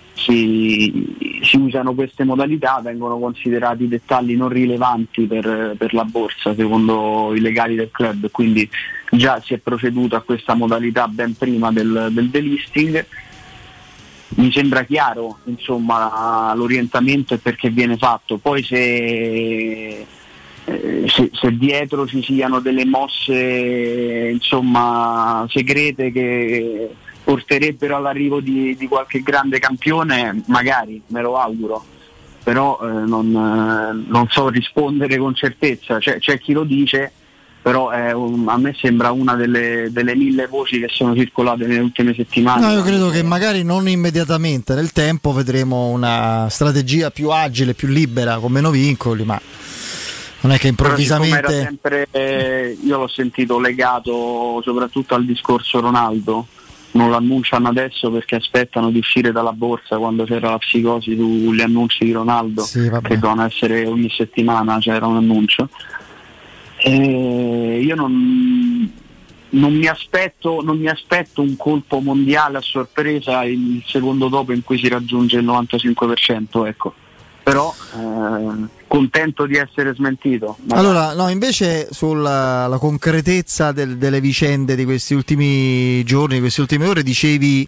Si, si usano queste modalità, vengono considerati dettagli non rilevanti per, per la borsa secondo i legali del club, quindi già si è proceduto a questa modalità ben prima del, del delisting. Mi sembra chiaro, insomma, l'orientamento e perché viene fatto. Poi se, se, se dietro ci siano delle mosse, insomma, segrete che porterebbero all'arrivo di, di qualche grande campione, magari, me lo auguro, però eh, non, eh, non so rispondere con certezza. C'è, c'è chi lo dice, però è un, a me sembra una delle, delle mille voci che sono circolate nelle ultime settimane. No, io credo che magari non immediatamente, nel tempo vedremo una strategia più agile, più libera, con meno vincoli, ma non è che improvvisamente... Era sempre, eh, io l'ho sentito legato soprattutto al discorso Ronaldo. Non lo annunciano adesso perché aspettano di uscire dalla borsa, quando c'era la psicosi sugli annunci di Ronaldo, sì, che devono essere ogni settimana c'era un annuncio. E io non, non mi aspetto non mi aspetto un colpo mondiale a sorpresa il secondo dopo in cui si raggiunge il novantacinque per cento, ecco. Però eh, contento di essere smentito. Allora, no, invece sulla la concretezza del, delle vicende di questi ultimi giorni, di queste ultime ore, dicevi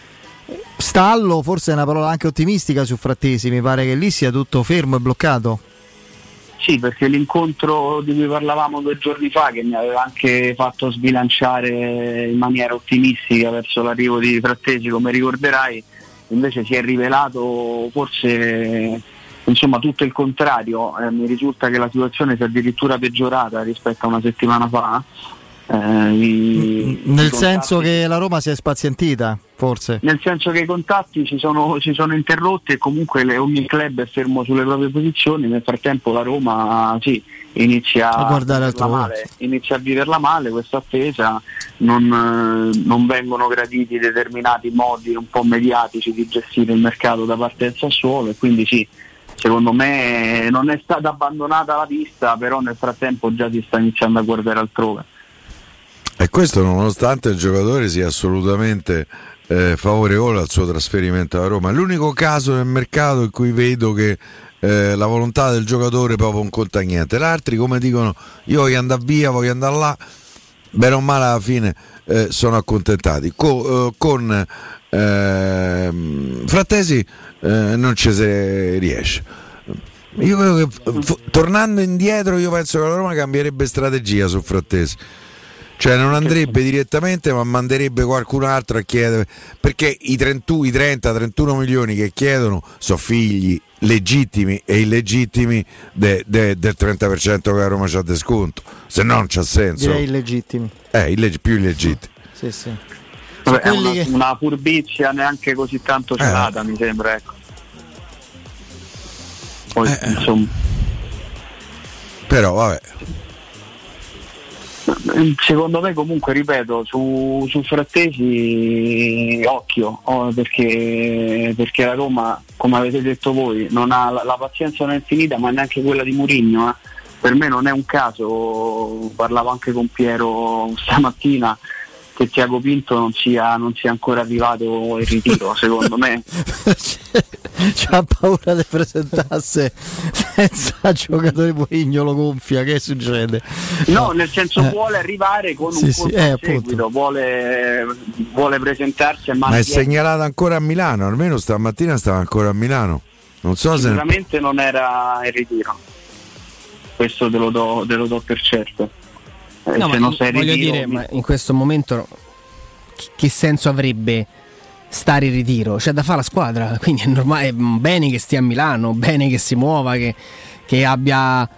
stallo, forse è una parola anche ottimistica su Frattesi, mi pare che lì sia tutto fermo e bloccato. Sì, perché l'incontro di cui parlavamo due giorni fa, che mi aveva anche fatto sbilanciare in maniera ottimistica verso l'arrivo di Frattesi, come ricorderai, invece si è rivelato forse, insomma, tutto il contrario. Eh, mi risulta che la situazione sia addirittura peggiorata rispetto a una settimana fa. Eh, i, Nel i senso contatti... che la Roma si è spazientita, forse? Nel senso che i contatti si sono, si sono interrotti e comunque le, ogni club è fermo sulle proprie posizioni. Nel frattempo la Roma sì, inizia a guardare altrove, male, inizia a viverla male questa attesa, non, non vengono graditi determinati modi un po' mediatici di gestire il mercato da parte del Sassuolo, e quindi sì, secondo me non è stata abbandonata la pista, però nel frattempo già si sta iniziando a guardare altrove. E questo nonostante il giocatore sia assolutamente eh, favorevole al suo trasferimento alla Roma. È l'unico caso nel mercato in cui vedo che eh, la volontà del giocatore proprio non conta niente. Gli altri, come dicono, io voglio andare via, voglio andare là, bene o male alla fine eh, sono accontentati. Co- eh, con eh, Frattesi eh, non ci si riesce. Io credo che f- tornando indietro, io penso che la Roma cambierebbe strategia su Frattesi. Cioè non andrebbe direttamente, ma manderebbe qualcun altro a chiedere, perché i trentuno, i trenta trentuno milioni che chiedono sono figli legittimi e illegittimi de, de, del trenta per cento che la Roma c'ha di sconto, se no non c'ha senso. Direi illegittimi. Eh, illeg- più illegittimi. Sì, sì. Vabbè, è una, che... una furbizia neanche così tanto celata, eh. mi sembra, ecco. Poi, eh. insomma. Però vabbè. Secondo me comunque, ripeto, su, su Frattesi occhio, oh, perché, perché la Roma, come avete detto voi, non ha la, la pazienza non è finita, ma neanche quella di Mourinho. Eh. Per me non è un caso, parlavo anche con Piero stamattina, che Tiago Pinto non sia, non sia ancora arrivato in ritiro, secondo me. C'ha paura di presentarsi senza giocatore Mourinho, lo gonfia, che succede? No, nel senso eh. vuole arrivare con sì, un sì, colpo eh, a seguito, vuole, vuole presentarsi a mano Ma è piena. segnalato ancora a Milano, almeno stamattina stava ancora a Milano. Non so Sicuramente se non era in ritiro, questo te lo do, te lo do per certo. Eh, no, se ma non sei voglio ritiro, dire, mi... ma in questo momento che senso avrebbe stare in ritiro? C'è da fare la squadra, quindi è normale, è bene che stia a Milano, bene che si muova, che, che abbia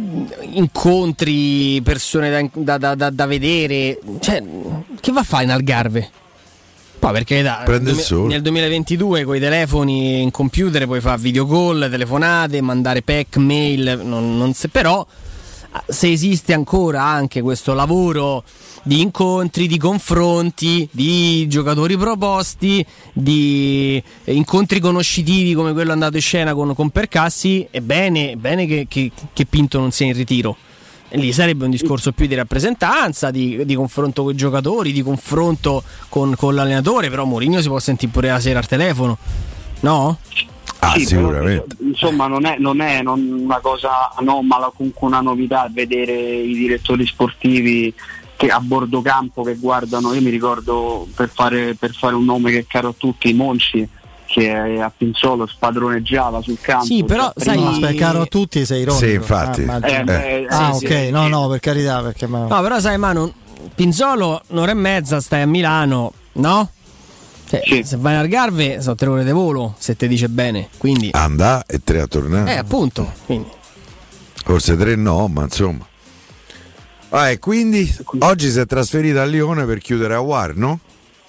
incontri, persone da, da, da, da vedere, cioè, che va a fare in Algarve? Poi perché da, Prende il sole. Nel duemilaventidue con i telefoni in computer puoi fare video call, telefonate, mandare pack, mail, non, non se, però se esiste ancora anche questo lavoro di incontri, di confronti, di giocatori proposti, di incontri conoscitivi come quello andato in scena con, con Percassi, è bene, bene che, che, che Pinto non sia in ritiro. E lì sarebbe un discorso più di rappresentanza, di, di confronto con i giocatori, di confronto con, con l'allenatore, però Mourinho si può sentire pure la sera al telefono, no? Ah, sì, sicuramente. Però, insomma, non è, non è non una cosa anomala, comunque una novità vedere i direttori sportivi che a bordo campo che guardano. Io mi ricordo, per fare, per fare un nome che è caro a tutti, Monci, che a Pinzolo spadroneggiava sul campo. Sì, però sai, no, aspetta, caro a tutti, sei ironico. Sì, infatti. Ah, eh, beh, ah sì, ok, sì, no, sì. no, per carità, perché ma... No, però sai, Manu, Pinzolo un'ora e mezza stai a Milano, no? Cioè, sì. Se vai in Algarve sono tre ore di volo, se ti dice bene, quindi andà e tre a tornare. Eh, appunto, quindi. Forse tre no, ma insomma. Ah, e quindi oggi si è trasferito a Lione per chiudere a War, no?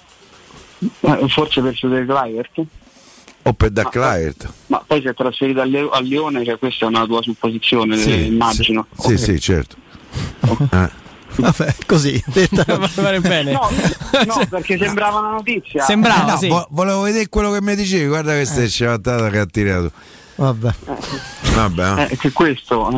Eh, forse per chiudere Kluivert. O per da Ma- Kluivert. Ma poi si è trasferito a, Le- a Lione, cioè questa è una tua supposizione, Sì, eh, immagino. Sì, sì, sì, certo. Eh. Vabbè, così detta. Va bene. No, no, perché sembrava una notizia. Sembrava, Eh, no, sì. vo- volevo vedere quello che mi dicevi, guarda questa Eh. sciabattata che ha tirato. Vabbè. Vabbè. Eh, che questo.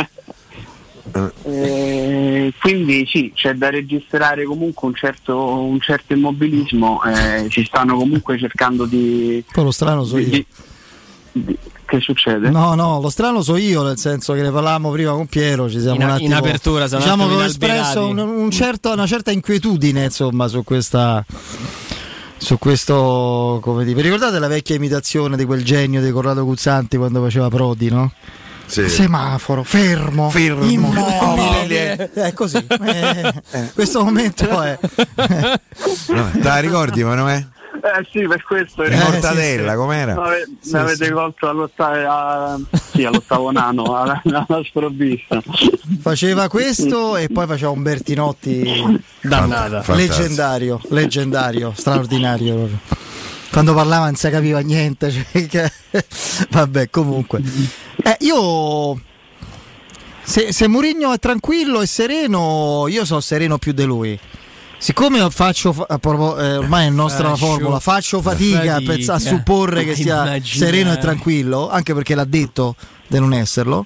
Eh, quindi sì, c'è da registrare comunque un certo, un certo immobilismo, eh, ci stanno comunque cercando di... Poi lo strano so io. di- di- che succede? No, no, lo strano so io, nel senso che ne parlavamo prima con Piero, ci siamo In- un attimo, in apertura siamo diciamo un che ho attimo espresso un, inalberati. un certo, una certa inquietudine, insomma, su questa su questo, come dire, vi ricordate la vecchia imitazione di quel genio di Corrado Guzzanti quando faceva Prodi, no? Sì. Semaforo, fermo, Fermo, immobile. È così. Eh, eh, questo momento è No, te la ricordi, ma non è? Eh sì, per questo Eh, Mortadella, sì, sì. com'era? No, ave- Sì, mi avete sì. colto all'ottavo, a, sì, all'ottavo nano, alla, alla sprovvista. faceva questo e poi faceva un Bertinotti Dannata. Fantastico. leggendario, leggendario, straordinario proprio. Quando parlava non si capiva niente, cioè, che- vabbè, comunque. Eh, io se, se Mourinho è tranquillo e sereno, io sono sereno più di lui. Siccome faccio fa- a propos- eh, ormai è la nostra Faccio formula, faccio fatica, fatica a pens- a supporre che sia Immaginare. sereno e tranquillo, anche perché l'ha detto di non esserlo.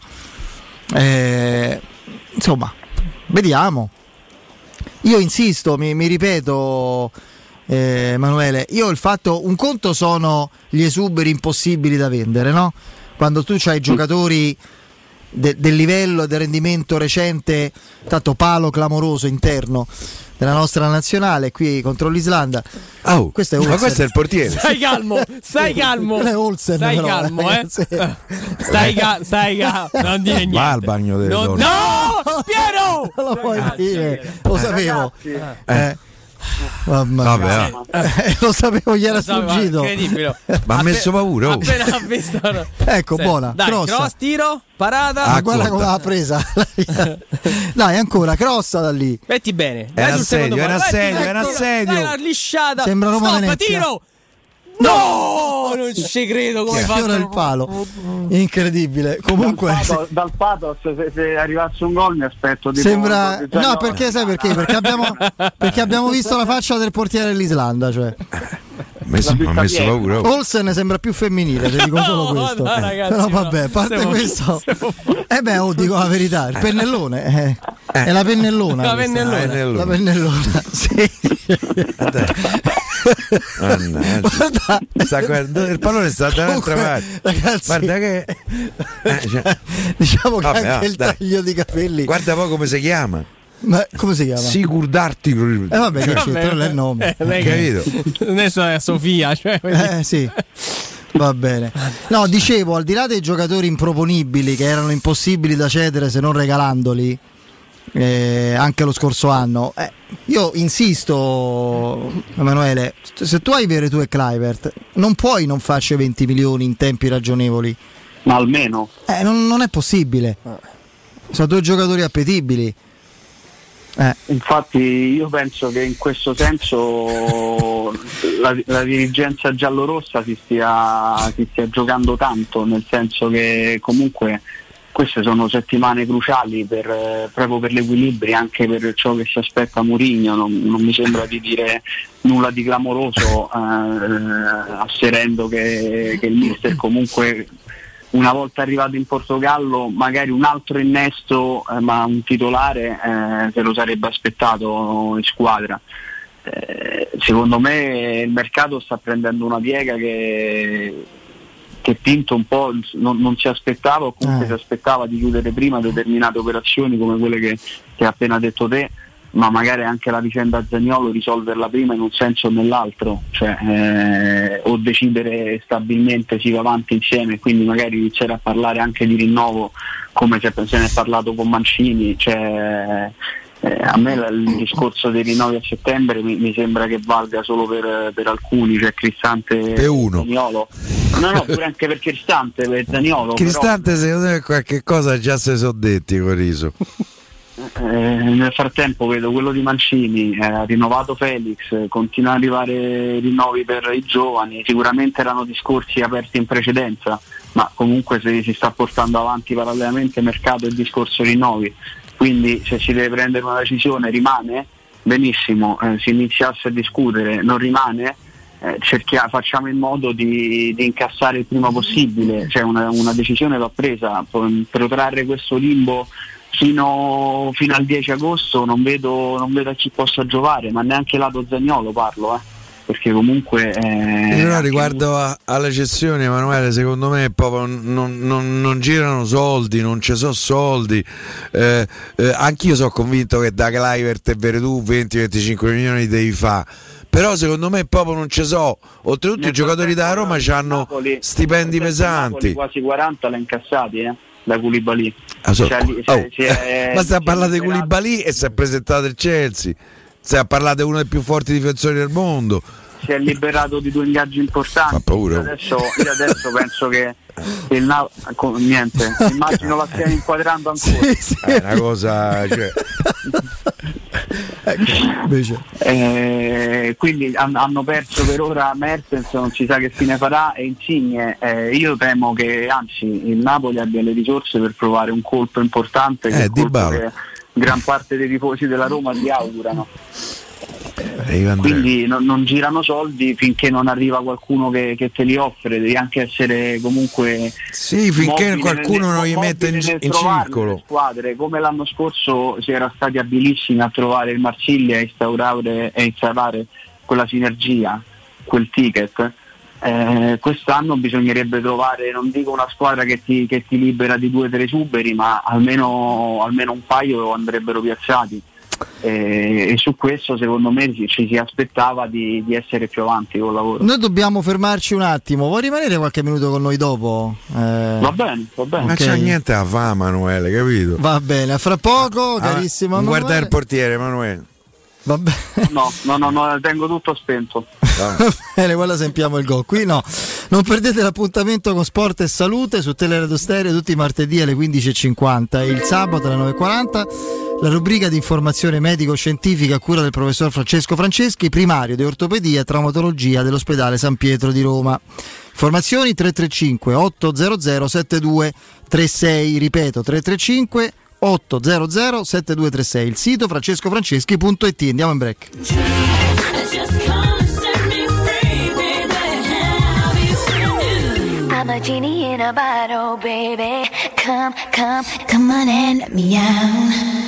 Eh, insomma, vediamo. Io insisto, mi, mi ripeto, eh, Emanuele, io il fatto, un conto sono gli esuberi impossibili da vendere, no? Quando tu c'hai giocatori de- del livello e del rendimento recente, tanto palo clamoroso interno della nostra nazionale qui contro l'Islanda. Oh, questo è ma Olsen. questo è il portiere. Stai calmo, stai calmo. Quello è Olsen, Stai però, calmo, eh. Sì. Stai calmo, stai calmo. Non dire niente. Va al bagno delle No, donne. no, Piero! Non lo puoi dire, lo sapevo. Ragazzi, Eh. Mamma Vabbè, mia. va. Eh, lo sapevo, gli era Lo so, ma sfuggito. incredibile. Ma ha Appe- messo paura, oh. Appena ha visto. Ecco, Sì. buona, Dai, cross. cross, tiro, parata. Ah, Ah, guarda come conta. l'ha presa. Dai, ancora, crossa da lì. Metti bene. Vai Era sul secondo assedio, era palo. Vai, assedio, tira, era tira, assedio. Dai, una lisciata. Sembra Roma Stop, Venezia. tiro. No, non ci credo come fa. Fiora il palo. Incredibile. Comunque dal pathos, dal pathos se, se arrivasse un gol mi aspetto di sembra di no, perché sai perché? Perché abbiamo perché abbiamo visto la faccia del portiere dell'Islanda, cioè mi ha messo paura. Olsen sembra più femminile, ti dico solo questo. No, ragazzi, però vabbè, a parte stiamo, questo. Stiamo... Eh beh, oh, dico la verità, il pennellone eh, eh. è la pennellona. La pennellona. Ah, la pennellona. Sì. Guarda, sta guarda, il pallone sta dall'altra parte. Ragazzi, guarda che eh, cioè... diciamo Vabbè, che anche ah, il dai. taglio di capelli. Guarda poi come si chiama. Ma come si chiama? Sigurdarti. Eh vabbè, che c'è, è il nome. Eh, lei capito? Adesso è Sofia, cioè, eh sì. Va bene. No, dicevo, al di là dei giocatori improponibili che erano impossibili da cedere se non regalandoli eh, anche lo scorso anno, eh, io insisto, Emanuele, se tu hai Veretù e Kluivert non puoi non farci venti milioni in tempi ragionevoli. Ma almeno eh, non, non è possibile. Sono due giocatori appetibili. Eh. Infatti io penso che in questo senso la, la dirigenza giallorossa si stia, si stia giocando tanto, nel senso che comunque queste sono settimane cruciali per, proprio per l'equilibrio, anche per ciò che si aspetta Mourinho. Non, non mi sembra di dire nulla di clamoroso eh, asserendo che, che il mister comunque una volta arrivato in Portogallo magari un altro innesto eh, ma un titolare eh, se lo sarebbe aspettato in squadra. Eh, secondo me il mercato sta prendendo una piega che, che Pinto un po' non, non si aspettava, o comunque eh. si aspettava di chiudere prima determinate operazioni come quelle che, che hai appena detto te, ma magari anche la vicenda Zaniolo risolverla prima in un senso o nell'altro, cioè eh, o decidere stabilmente si va avanti insieme, quindi magari iniziare a parlare anche di rinnovo come se, se ne è parlato con Mancini, cioè eh, a me il discorso dei rinnovi a settembre mi, mi sembra che valga solo per, per alcuni, cioè Cristante e Zaniolo. No, no, pure anche per Cristante, per Zaniolo. Cristante però... secondo me qualche cosa già si sono detti con Riso. Eh, nel frattempo vedo quello di Mancini, ha eh, rinnovato Felix, continua ad arrivare rinnovi per i giovani, sicuramente erano discorsi aperti in precedenza, ma comunque se si sta portando avanti parallelamente mercato e discorso rinnovi, quindi se si deve prendere una decisione rimane, benissimo, eh, si iniziasse a discutere, non rimane, eh, cerchia, facciamo in modo di, di incassare il prima possibile, cioè una, una decisione va presa, protrarre questo limbo Fino, fino al dieci agosto non vedo, non vedo a chi possa giocare, ma neanche lato Zaniolo parlo, eh, perché comunque eh, però riguardo a, alla cessione, Emanuele, secondo me proprio non, non, non girano soldi, non ci sono soldi, eh, eh, anch'io sono convinto che da Kluivert e Veretù venti venticinque milioni devi fare, però secondo me proprio non ci so. Oltretutto nel i giocatori da Roma hanno stipendi pesanti, quasi quaranta l'ha incassati, eh, da Koulibaly. Ah, so, cioè, oh, cioè, si è, ma sta a parlare di Koulibaly e si è presentato il Chelsea, si è parlato di uno dei più forti difensori del mondo, si è liberato di due ingaggi importanti. Fa paura. Adesso, io adesso penso che il Na- niente, immagino la stiamo inquadrando ancora. Sì, sì. È una cosa, cioè... Invece. Eh, quindi han- hanno perso per ora Mertens, non si sa che fine farà, e Insigne. Eh, io temo che anzi il Napoli abbia le risorse per provare un colpo importante, che, eh, colpo che gran parte dei tifosi della Roma si augurano. Eh, quindi no, non girano soldi finché non arriva qualcuno che, che te li offre, devi anche essere comunque sì, finché qualcuno non gli mette in, in circolo. Squadre come l'anno scorso si era stati abilissimi a trovare il Marsiglia e instaurare e instaurare quella sinergia, quel ticket. Eh, quest'anno bisognerebbe trovare, non dico una squadra che ti, che ti libera di due o tre esuberi, ma almeno, almeno un paio andrebbero piazzati. E, e su questo secondo me ci, ci si aspettava di, di essere più avanti col lavoro. Noi dobbiamo fermarci un attimo, vuoi rimanere qualche minuto con noi dopo? Eh... Va bene, va bene. Ma okay. C'è niente a fare, Emanuele, capito? Va bene, a fra poco, ah, carissimo Emanuele. Guarda il portiere, Emanuele. Va bene. No, no, no, no, tengo tutto spento. Va bene, quella sempiamo il gol. Qui no. Non perdete l'appuntamento con Sport e Salute su Teleradio Stereo tutti i martedì alle quindici e cinquanta e il sabato alle nove e quaranta. la rubrica di informazione medico-scientifica a cura del professor Francesco Franceschi, primario di ortopedia e traumatologia dell'ospedale San Pietro di Roma. Informazioni tre tre cinque otto zero zero sette due tre sei, ripeto tre tre cinque otto zero zero sette due tre sei, il sito francescofranceschi punto it. Andiamo in break. I'm a genie in a bottle, baby. Come, come, come on and let me out.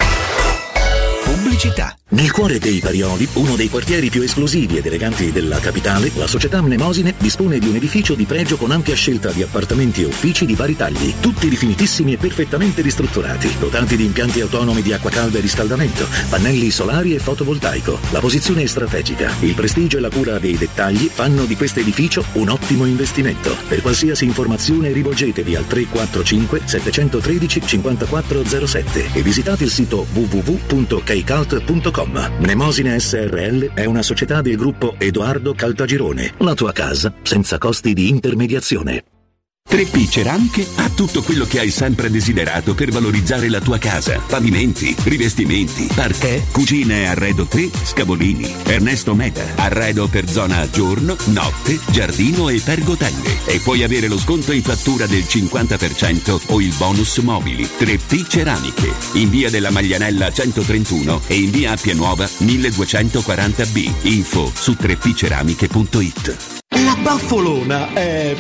Pubblicità. Nel cuore dei Parioli, uno dei quartieri più esclusivi ed eleganti della capitale, la società Mnemosine dispone di un edificio di pregio con ampia scelta di appartamenti e uffici di vari tagli, tutti rifinitissimi e perfettamente ristrutturati, dotati di impianti autonomi di acqua calda e riscaldamento, pannelli solari e fotovoltaico. La posizione è strategica, il prestigio e la cura dei dettagli fanno di questo edificio un ottimo investimento. Per qualsiasi informazione rivolgetevi al tre quattro cinque sette uno tre cinque zero sette e visitate il sito w w w punto keycult punto com. Mnemosine S R L è una società del gruppo Edoardo Caltagirone. La tua casa senza costi di intermediazione. tre P Ceramiche ha tutto quello che hai sempre desiderato per valorizzare la tua casa. Pavimenti, rivestimenti, parquet, cucine e arredo tre, Scavolini. Ernesto Meda, arredo per zona giorno, notte, giardino e pergotelle. E puoi avere lo sconto in fattura del cinquanta per cento o il bonus mobili. tre P Ceramiche, in via della Maglianella centotrentuno e in via Appia Nuova milleduecentoquaranta B. Info su tre p ceramiche punto it. La Baffolona è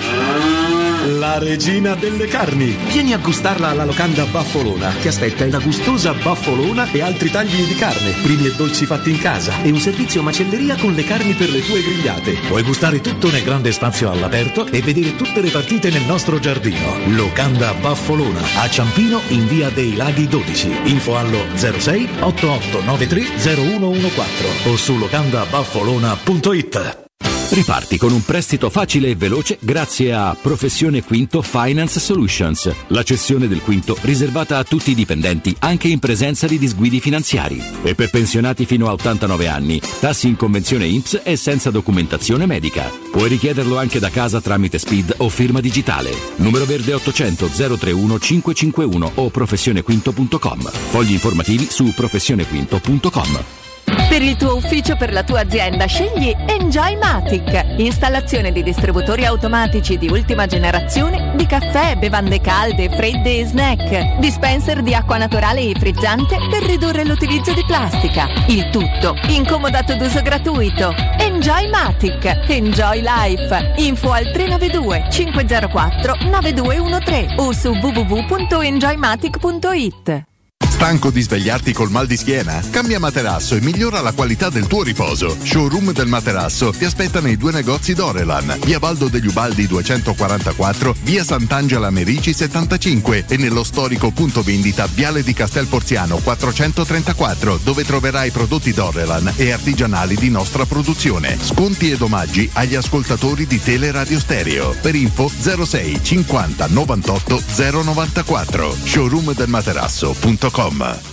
la regina delle carni. Vieni a gustarla alla locanda Baffolona. Ti aspetta una gustosa baffolona e altri tagli di carne, primi e dolci fatti in casa e un servizio macelleria con le carni per le tue grigliate. Puoi gustare tutto nel grande spazio all'aperto e vedere tutte le partite nel nostro giardino. Locanda Baffolona a Ciampino in via dei Laghi dodici. Info allo zero sei otto otto nove tre zero uno uno quattro o su locanda baffolona punto it. Riparti con un prestito facile e veloce grazie a Professione Quinto Finance Solutions, la cessione del quinto riservata a tutti i dipendenti anche in presenza di disguidi finanziari. E per pensionati fino a ottantanove anni, tassi in convenzione I N P S e senza documentazione medica. Puoi richiederlo anche da casa tramite S P I D o firma digitale. Numero verde ottocento zero trentuno cinquecentocinquantuno o professionequinto punto com. Fogli informativi su professionequinto punto com. Per il tuo ufficio, per la tua azienda, scegli Enjoymatic. Installazione di distributori automatici di ultima generazione di caffè, bevande calde, fredde e snack. Dispenser di acqua naturale e frizzante per ridurre l'utilizzo di plastica. Il tutto incomodato d'uso gratuito. Enjoymatic. Enjoy Life. Info al tre nove due cinque zero quattro nove due uno tre o su w w w punto enjoymatic punto it. Stanco di svegliarti col mal di schiena? Cambia materasso e migliora la qualità del tuo riposo. Showroom del materasso ti aspetta nei due negozi Dorelan, via Baldo degli Ubaldi duecentoquarantaquattro, via Sant'Angela Merici settantacinque e nello storico punto vendita Viale di Castel Porziano quattrocentotrentaquattro, dove troverai prodotti Dorelan e artigianali di nostra produzione. Sconti ed omaggi agli ascoltatori di Teleradio Stereo. Per info zero sei cinquanta novantotto zero novantaquattro. showroom del materasso punto com.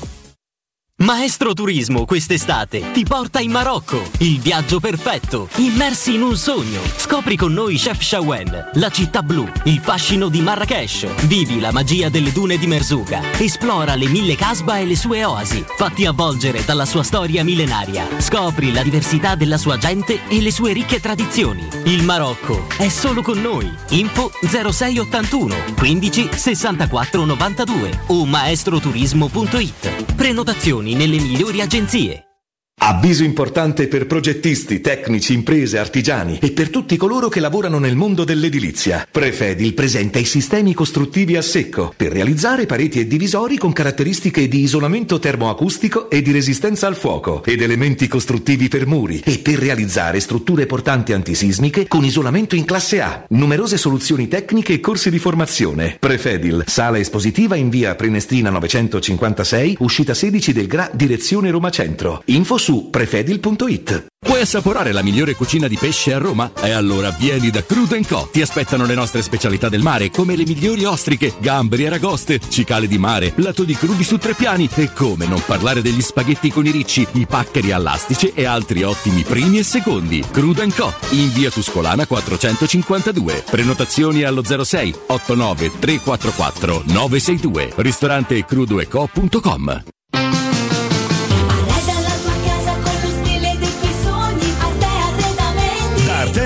Maestro Turismo quest'estate ti porta in Marocco. Il viaggio perfetto, immersi in un sogno. Scopri con noi Chef Shawen, la città blu, il fascino di Marrakech. Vivi la magia delle dune di Merzouga. Esplora le mille casba e le sue oasi. Fatti avvolgere dalla sua storia millenaria. Scopri la diversità della sua gente e le sue ricche tradizioni. Il Marocco è solo con noi. Info zero sei ottantuno quindici sessantaquattro novantadue o maestroturismo punto it. Prenotazioni nelle migliori agenzie. Avviso importante per progettisti, tecnici, imprese, artigiani e per tutti coloro che lavorano nel mondo dell'edilizia. Prefedil presenta i sistemi costruttivi a secco per realizzare pareti e divisori con caratteristiche di isolamento termoacustico e di resistenza al fuoco ed elementi costruttivi per muri e per realizzare strutture portanti antisismiche con isolamento in classe A. Numerose soluzioni tecniche e corsi di formazione. Prefedil, sala espositiva in via Prenestina novecentocinquantasei, uscita sedici del Gra, direzione Roma Centro. Info su prefedil punto it. Puoi assaporare la migliore cucina di pesce a Roma? E allora vieni da Crudo and Co. Ti aspettano le nostre specialità del mare, come le migliori ostriche, gamberi, aragoste, cicale di mare, plato di crudi su tre piani e come non parlare degli spaghetti con i ricci, i paccheri all'astice e altri ottimi primi e secondi. Crudo and Co. in via Tuscolana quattrocentocinquantadue. Prenotazioni allo zero sei otto nove tre quattro quattro nove sei due. Ristorante crudo e co punto com.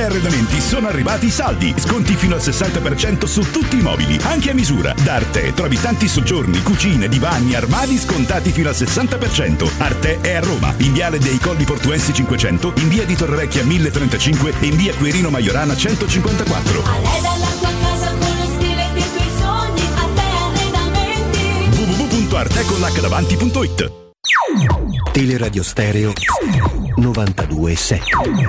Arredamenti sono arrivati i saldi. Sconti fino al sessanta per cento su tutti i mobili, anche a misura. Da Arte trovi tanti soggiorni, cucine, divani, armadi scontati fino al sessanta per cento. Arte è a Roma, in viale dei Colli Portuensi cinquecento, in via di Torrevecchia mille trentacinque e in via Quirino Maiorana centocinquantaquattro. Arreda la tua casa con lo stile dei tuoi sogni. Arte Arredamenti. w w w punto arteconlacdavanti punto it. Teleradio Stereo novantadue e sette.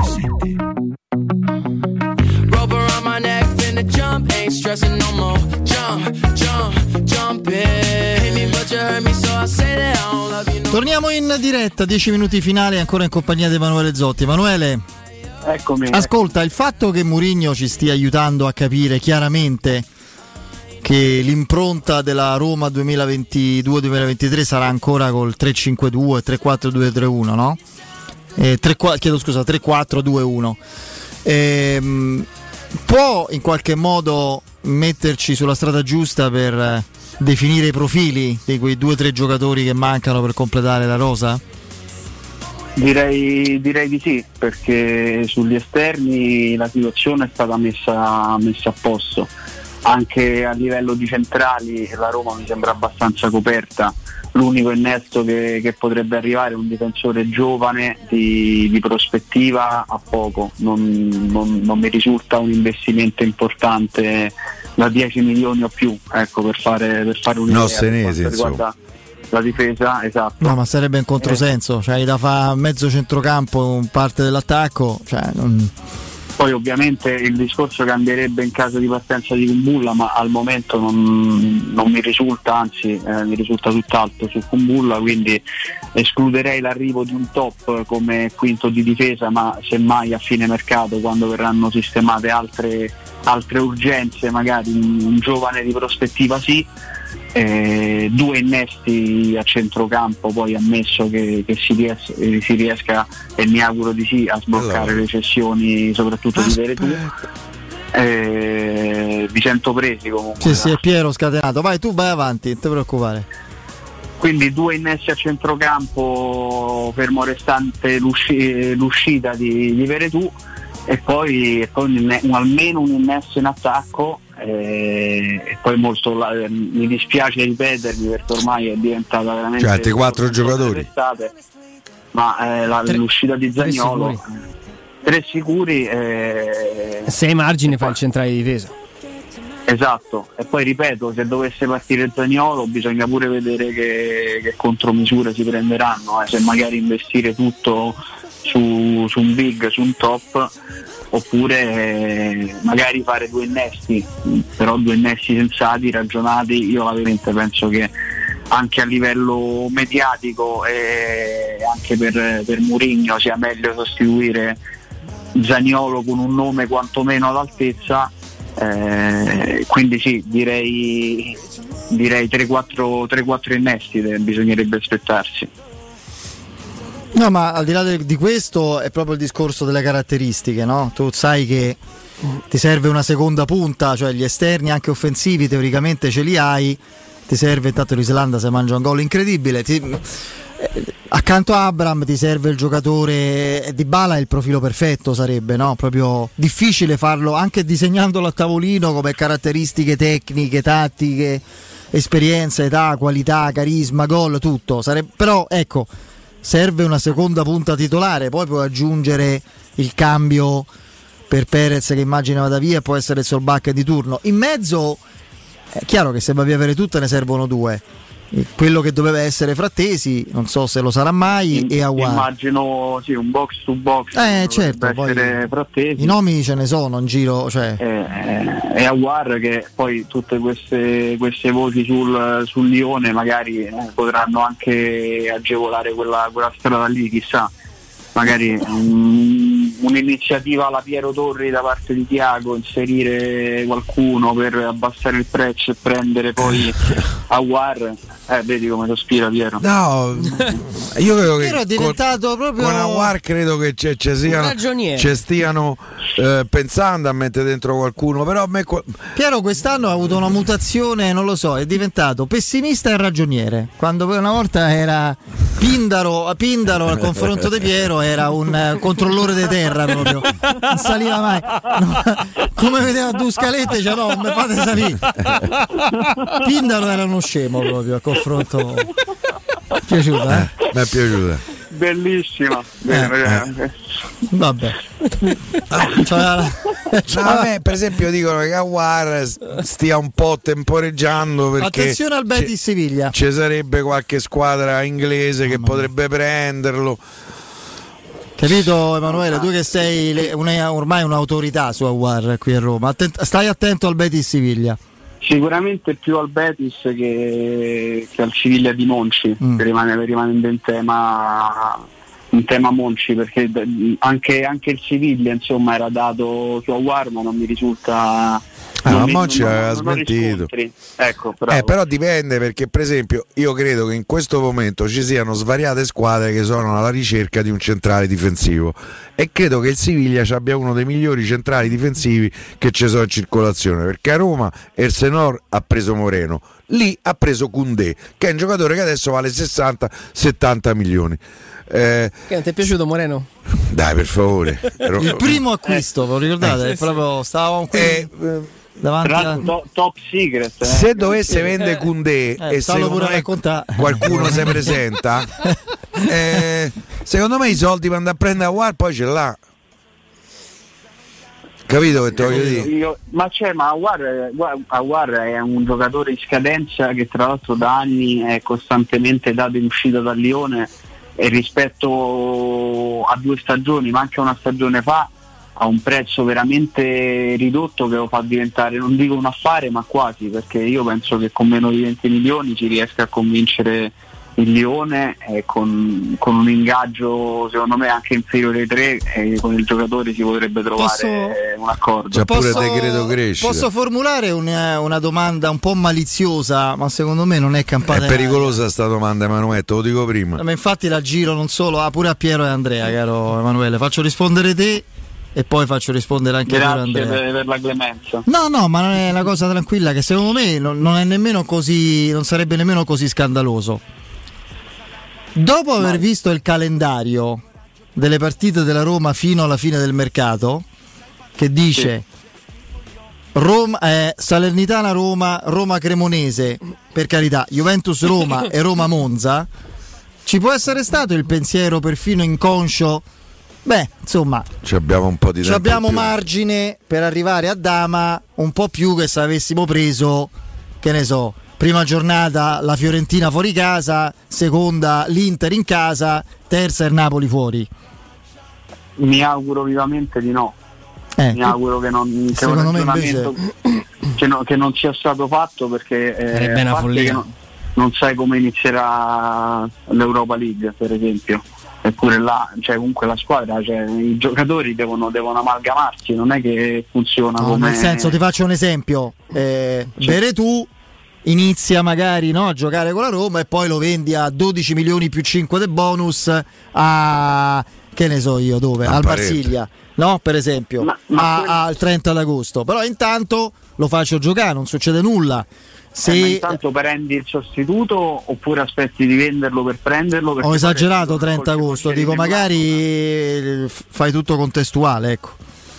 Rope around my neck, finna jump, ain't stressing no more. Jump, jump, jump it. Hit me but you hurt me so I say that I don't love you no. Torniamo in diretta, dieci minuti finali ancora in compagnia di Emanuele Zotti. Emanuele, eccomi. Ascolta, il fatto che Mourinho ci stia aiutando a capire chiaramente che l'impronta della Roma duemilaventidue duemilaventitré sarà ancora col tre cinque due, tre quattro due tre uno, no? Eh, tre, chiedo scusa, tre quattro due uno. Ehm, può in qualche modo metterci sulla strada giusta per eh, definire i profili di quei due o tre giocatori che mancano per completare la rosa? Direi, direi di sì, perché sugli esterni la situazione è stata messa, messa a posto. Anche a livello di centrali la Roma mi sembra abbastanza coperta. L'unico innesto che, che potrebbe arrivare è un difensore giovane di, di prospettiva a poco. Non, non, non mi risulta un investimento importante da dieci milioni o più, ecco, per fare, per fare un'idea. No, senesi, per quanto riguarda la difesa, esatto. No, ma sarebbe un controsenso, cioè da fa mezzo centrocampo, parte dell'attacco, cioè non... Poi ovviamente il discorso cambierebbe in caso di partenza di Kumbulla, ma al momento non, non mi risulta, anzi eh, mi risulta tutt'altro su Kumbulla, quindi escluderei l'arrivo di un top come quinto di difesa, ma semmai a fine mercato, quando verranno sistemate altre, altre urgenze, magari un, un giovane di prospettiva sì. Eh, due innesti a centrocampo, poi ammesso che, che si, ries- eh, si riesca, e mi auguro di sì, a sbloccare allora. le cessioni soprattutto di Veretù. Eh, vi sento presi comunque. Sì, sì, è Piero scatenato. Vai, tu vai avanti, non ti preoccupare. Quindi due innesti a centrocampo, fermo restante l'usci- l'uscita di, di Veretù, e poi, e poi un, un, almeno un innesto in attacco. Eh, e poi molto la, eh, mi dispiace ripetermi perché ormai è diventata veramente, cioè altri quattro giocatori estate, ma eh, la, tre, l'uscita di Zaniolo tre sicuri, tre sicuri eh, sei margini fa il centrale di difesa, esatto. E poi ripeto, se dovesse partire Zaniolo bisogna pure vedere che, che contromisure si prenderanno, eh, se magari investire tutto su, su un big, su un top, oppure eh, magari fare due innesti, però due innesti sensati, ragionati. Io ovviamente penso che anche a livello mediatico e anche per, per Mourinho sia meglio sostituire Zaniolo con un nome quantomeno all'altezza, eh, quindi sì, direi direi tre quattro innesti bisognerebbe aspettarsi. No, ma al di là de- di questo è proprio il discorso delle caratteristiche, no? Tu sai che ti serve una seconda punta, cioè gli esterni anche offensivi teoricamente ce li hai, ti serve, intanto l'Islanda se mangia un gol incredibile, ti, eh, accanto a Abraham ti serve il giocatore, Dybala è il profilo perfetto, sarebbe, no? Proprio difficile farlo anche disegnandolo a tavolino come caratteristiche tecniche, tattiche, esperienza, età, qualità, carisma, gol, tutto, sarebbe, però ecco, serve una seconda punta titolare, poi puoi aggiungere il cambio per Perez che immagino vada via, può essere il Solbakken di turno. In mezzo è chiaro che se va via avere tutte ne servono due. Quello che doveva essere Frattesi, non so se lo sarà mai, In, e Aouar. Immagino sì, un box to box. Eh certo, poi Frattesi. I nomi ce ne sono in giro, cioè. Eh, e Aouar, che poi tutte queste, queste voci sul, sul Lione magari eh, potranno anche agevolare quella, quella strada lì, chissà. Magari um, un'iniziativa alla Piero Torri da parte di Thiago, inserire qualcuno per abbassare il prezzo e prendere poi Aouar, eh, vedi come sospira Piero. No, io credo che Piero è diventato con, proprio con Aouar credo che c'è, c'è siano, c'è stiano eh, pensando a mettere dentro qualcuno, però a me qua... Piero quest'anno ha avuto una mutazione, non lo so, è diventato pessimista e ragioniere, quando poi una volta era Pindaro, Pindaro al confronto di Piero era un uh, controllore di terra. terra proprio, non saliva mai. No, come vedeva due scalette, cioè no, mi fate salire. Pindaro era uno scemo proprio a confronto. Mi è piaciuta, eh? Mi è piaciuta. Bellissima. Eh. Vabbè. No, a me per esempio dicono che Aouar stia un po' temporeggiando perché attenzione al Betis Siviglia, ci sarebbe qualche squadra inglese che potrebbe prenderlo, capito Emanuele? Tu che sei le, una, ormai un'autorità su Aouar qui a Roma, Attent- stai attento al Betis Siviglia. Sicuramente più al Betis che, che al Siviglia di Monchi, mm. che rimane, rimane in tema in tema Monchi, perché anche, anche il Siviglia insomma era dato su Aouar, ma non mi risulta. Ah, non ma mi, Monchi non, aveva non smentito. Ecco, eh, però dipende, perché per esempio io credo che in questo momento ci siano svariate squadre che sono alla ricerca di un centrale difensivo e credo che il Siviglia abbia uno dei migliori centrali difensivi che ci sono in circolazione, perché a Roma Elsenor ha preso Moreno, lì ha preso Koundé, che è un giocatore che adesso vale sessanta settanta milioni. Eh, che non ti è piaciuto Moreno? Dai, per favore. Il primo acquisto, ve lo ricordate? Eh, proprio stavamo qui eh, davanti a... top, top secret. Eh. Se dovesse vendere Koundé eh, e secondo me qualcuno si presenta, eh, secondo me i soldi per andare a prendere Aouar poi ce l'ha. Capito che te voglio dire? Io, ma c'è, ma Aouar, Aouar è un giocatore in scadenza che tra l'altro da anni è costantemente dato in uscita dal Lione, e rispetto a due stagioni, ma anche una stagione fa, a un prezzo veramente ridotto che lo fa diventare, non dico un affare, ma quasi, perché io penso che con meno di venti milioni si riesca a convincere il Lione, e con, con un ingaggio secondo me anche inferiore ai tre, e con il giocatore si potrebbe trovare posso, un accordo. C'è pure posso, decreto crescita. Posso formulare una, una domanda un po' maliziosa, ma secondo me non è campata. È pericolosa sta domanda, Emanuele, te lo dico prima. Ma infatti la giro non solo ah, pure a Piero e Andrea, caro Emanuele. Faccio rispondere te e poi faccio rispondere anche Grazie Piero e Andrea. Per, per la clemenza. No, no, ma non è una cosa tranquilla, che secondo me non, non è nemmeno così, non sarebbe nemmeno così scandaloso. Dopo aver visto il calendario delle partite della Roma fino alla fine del mercato, che dice sì. Roma, eh, Salernitana Roma, Roma Cremonese, per carità, Juventus Roma e Roma Monza, ci può essere stato il pensiero perfino inconscio, beh, insomma, ci abbiamo un po' di ci tempo abbiamo più. margine per arrivare a Dama, un po' più che se avessimo preso, che ne so, prima giornata la Fiorentina fuori casa, seconda l'Inter in casa, terza il Napoli fuori. Mi auguro vivamente di no. Eh, Mi auguro che non, che un ragionamento che, no, che non sia stato fatto, perché eh, una follia. Che non, non sai come inizierà l'Europa League, per esempio. Eppure là, cioè comunque la squadra, cioè, i giocatori devono, devono amalgamarsi, non è che funziona no, come... nel senso, ti faccio un esempio, eh, sì. Veretù inizia magari no, a giocare con la Roma e poi lo vendi a dodici milioni più cinque del bonus a, che ne so io dove, al Marsiglia, no, per esempio, ma, ma a, quel... al trenta d'agosto, però intanto lo faccio giocare, non succede nulla. Se... Eh, ma intanto prendi il sostituto oppure aspetti di venderlo per prenderlo? Ho esagerato trenta agosto, dico magari fai tutto contestuale, ecco.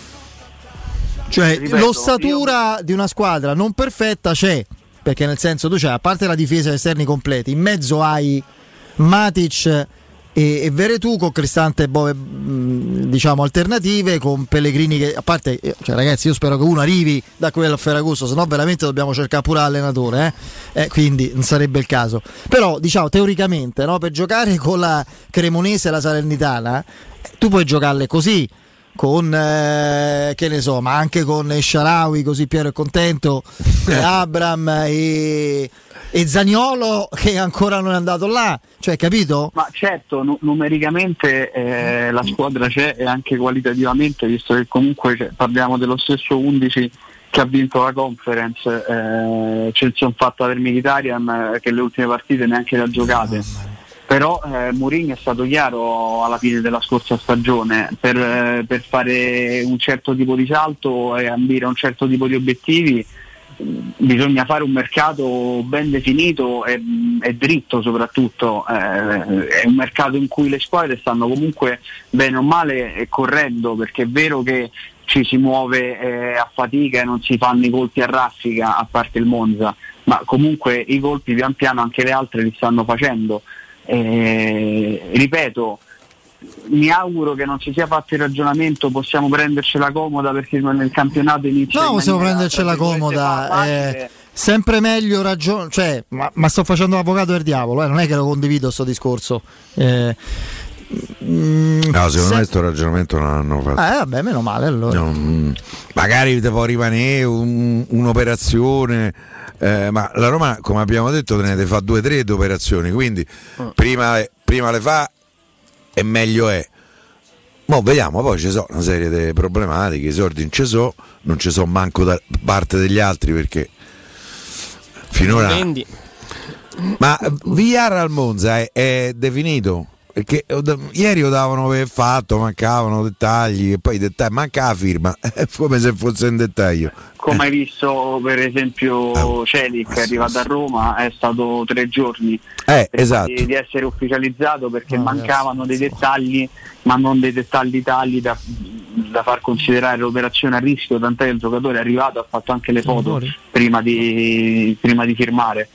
Cioè ripeto, l'ossatura io... di una squadra non perfetta c'è, perché nel senso tu c'hai, a parte la difesa e esterni completi, in mezzo hai Matic e, e Veretù con Cristante Bove, diciamo alternative, con Pellegrini che, a parte, cioè ragazzi, io spero che uno arrivi da quello a Ferragosto, se no veramente dobbiamo cercare pure l'allenatore, eh? Eh, quindi non sarebbe il caso. Però diciamo teoricamente, no, per giocare con la Cremonese e la Salernitana tu puoi giocarle così, con eh, che ne so, ma anche con Shaarawy, così Piero è contento, e Abram e, e Zaniolo che ancora non è andato là, cioè, capito? Ma certo, n- numericamente eh, la squadra c'è, e anche qualitativamente, visto che comunque cioè, parliamo dello stesso undici che ha vinto la Conference, eh, Chelsea ha fatto per Mkhitaryan eh, che le ultime partite neanche le ha giocate. Però eh, Mourinho è stato chiaro alla fine della scorsa stagione, per, eh, per fare un certo tipo di salto e ambire a un certo tipo di obiettivi bisogna fare un mercato ben definito e, e dritto soprattutto, eh, è un mercato in cui le squadre stanno comunque bene o male correndo, perché è vero che ci si muove eh, a fatica e non si fanno i colpi a raffica, a parte il Monza, ma comunque i colpi pian piano anche le altre li stanno facendo. Eh, ripeto, mi auguro che non si sia fatto il ragionamento possiamo prendercela comoda perché nel campionato inizia. No, possiamo prendercela comoda. Eh, sempre meglio ragion- cioè, ma, ma sto facendo l'avvocato del diavolo, eh, non è che lo condivido sto discorso. Eh, Mm, no, secondo se... me sto ragionamento non hanno fatto. Eh vabbè, meno male allora. No, magari te può rimanere un, un'operazione, eh, ma la Roma, come abbiamo detto, te ne fa due o tre di operazioni, quindi mm. prima, prima le fa e meglio è. Mo vediamo, poi ci sono una serie di problematiche, i soldi non ci sono, non ci sono manco da parte degli altri perché finora. Vendi. Ma Villar al Monza è, è definito? Perché ieri lo davano per fatto, mancavano dettagli e poi i dettagli, manca la firma, è come se fosse in dettaglio. Come hai visto per esempio oh, Celic è arrivato a Roma, è stato tre giorni eh, esatto. di, di essere ufficializzato perché oh, mancavano dei dettagli, ma non dei dettagli tali da, da far considerare l'operazione a rischio, tant'è che il giocatore è arrivato, ha fatto anche le foto prima di, prima di firmare.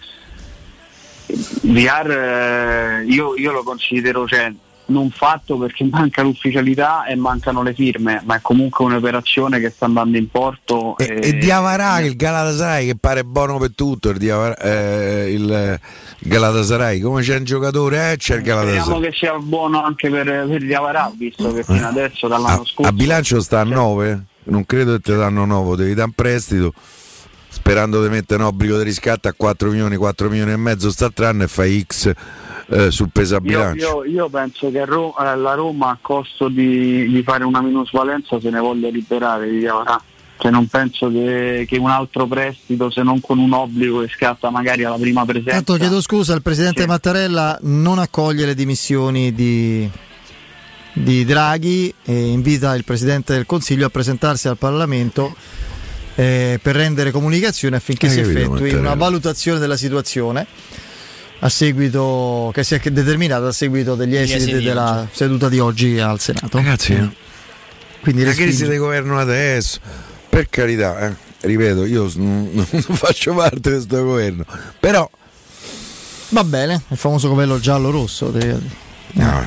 Villar eh, io, io lo considero, cioè, non fatto perché manca l'ufficialità e mancano le firme, ma è comunque un'operazione che sta andando in porto. E, e, e Diawara, il Galatasaray che pare buono per tutto, il, Diawara, eh, il Galatasaray, come c'è un giocatore eh, c'è il Galatasaray. Speriamo che sia buono anche per, per Diawara, visto che fino adesso dall'anno a, scorso a bilancio sta a nove, non credo che te danno nove, devi dare un prestito sperando di mettere un obbligo di riscatto a quattro milioni, quattro milioni e mezzo st'altro e fai X eh, sul peso a bilancio. Io, io, io penso che Ro- eh, la Roma a costo di, di fare una minusvalenza se ne voglia liberare di Diawara. Cioè non penso che, che un altro prestito, se non con un obbligo che scatta magari alla prima presenza. Tanto chiedo scusa, il presidente sì. Mattarella non accoglie le dimissioni di, di Draghi e invita il presidente del Consiglio a presentarsi al Parlamento Eh, per rendere comunicazione affinché eh, si effettui Mattarella. Una valutazione della situazione a seguito che si è determinata a seguito degli esiti, esiti della oggi. Seduta di oggi al Senato. Ragazzi, eh. quindi la crisi del governo adesso, per carità, eh, ripeto, io non, non faccio parte di questo governo, però va bene, il famoso governo giallo-rosso. No,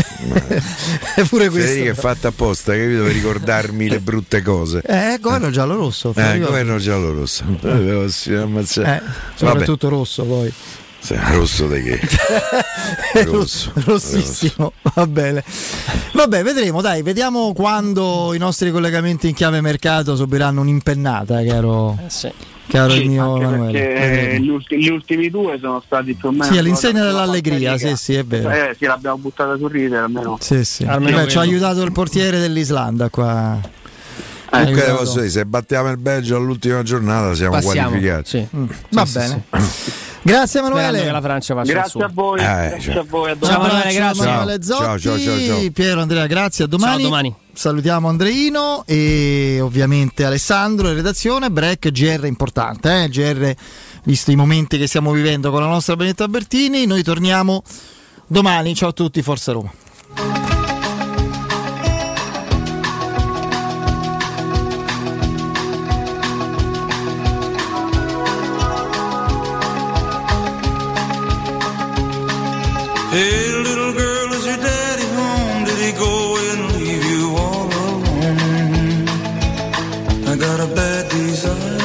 è pure questo. Federica è fatta apposta, capito, per ricordarmi le brutte cose. Eh, governo giallo rosso. Eh, governo giallo rosso. Eh, eh, soprattutto rosso poi. Sì, rosso di che? rosso, rossissimo, rosso. Va bene. Vabbè, vedremo, dai, vediamo quando i nostri collegamenti in chiave mercato subiranno un'impennata, caro. Eh sì. Caro sì, il mio Emanuele, gli, ulti, gli ultimi due sono stati più o meno sì, all'insegna dell'allegria, sì, sì, è vero. Eh, sì, l'abbiamo buttata sul ridere almeno. Sì, sì. Almeno Beh, ci ha aiutato il portiere dell'Islanda qua. Eh, che posso dire, se battiamo il Belgio all'ultima giornata siamo Passiamo, qualificati. Sì. Mm. Va sì, bene. Sì. Grazie Emanuele. Che la Francia grazie a voi. Eh, grazie cioè. a voi. A ciao Emanuele, grazie. Emanuele Zotti, ciao, ciao, ciao, ciao. Piero Andrea, grazie. A domani. Ciao, domani. Salutiamo Andreino e ovviamente Alessandro in redazione. Break G R importante, eh? G R visto i momenti che stiamo vivendo con la nostra Benetta Bertini. Noi torniamo domani. Ciao a tutti, Forza Roma. Hey little girl, is your daddy home? Did he go and leave you all alone? I got a bad desire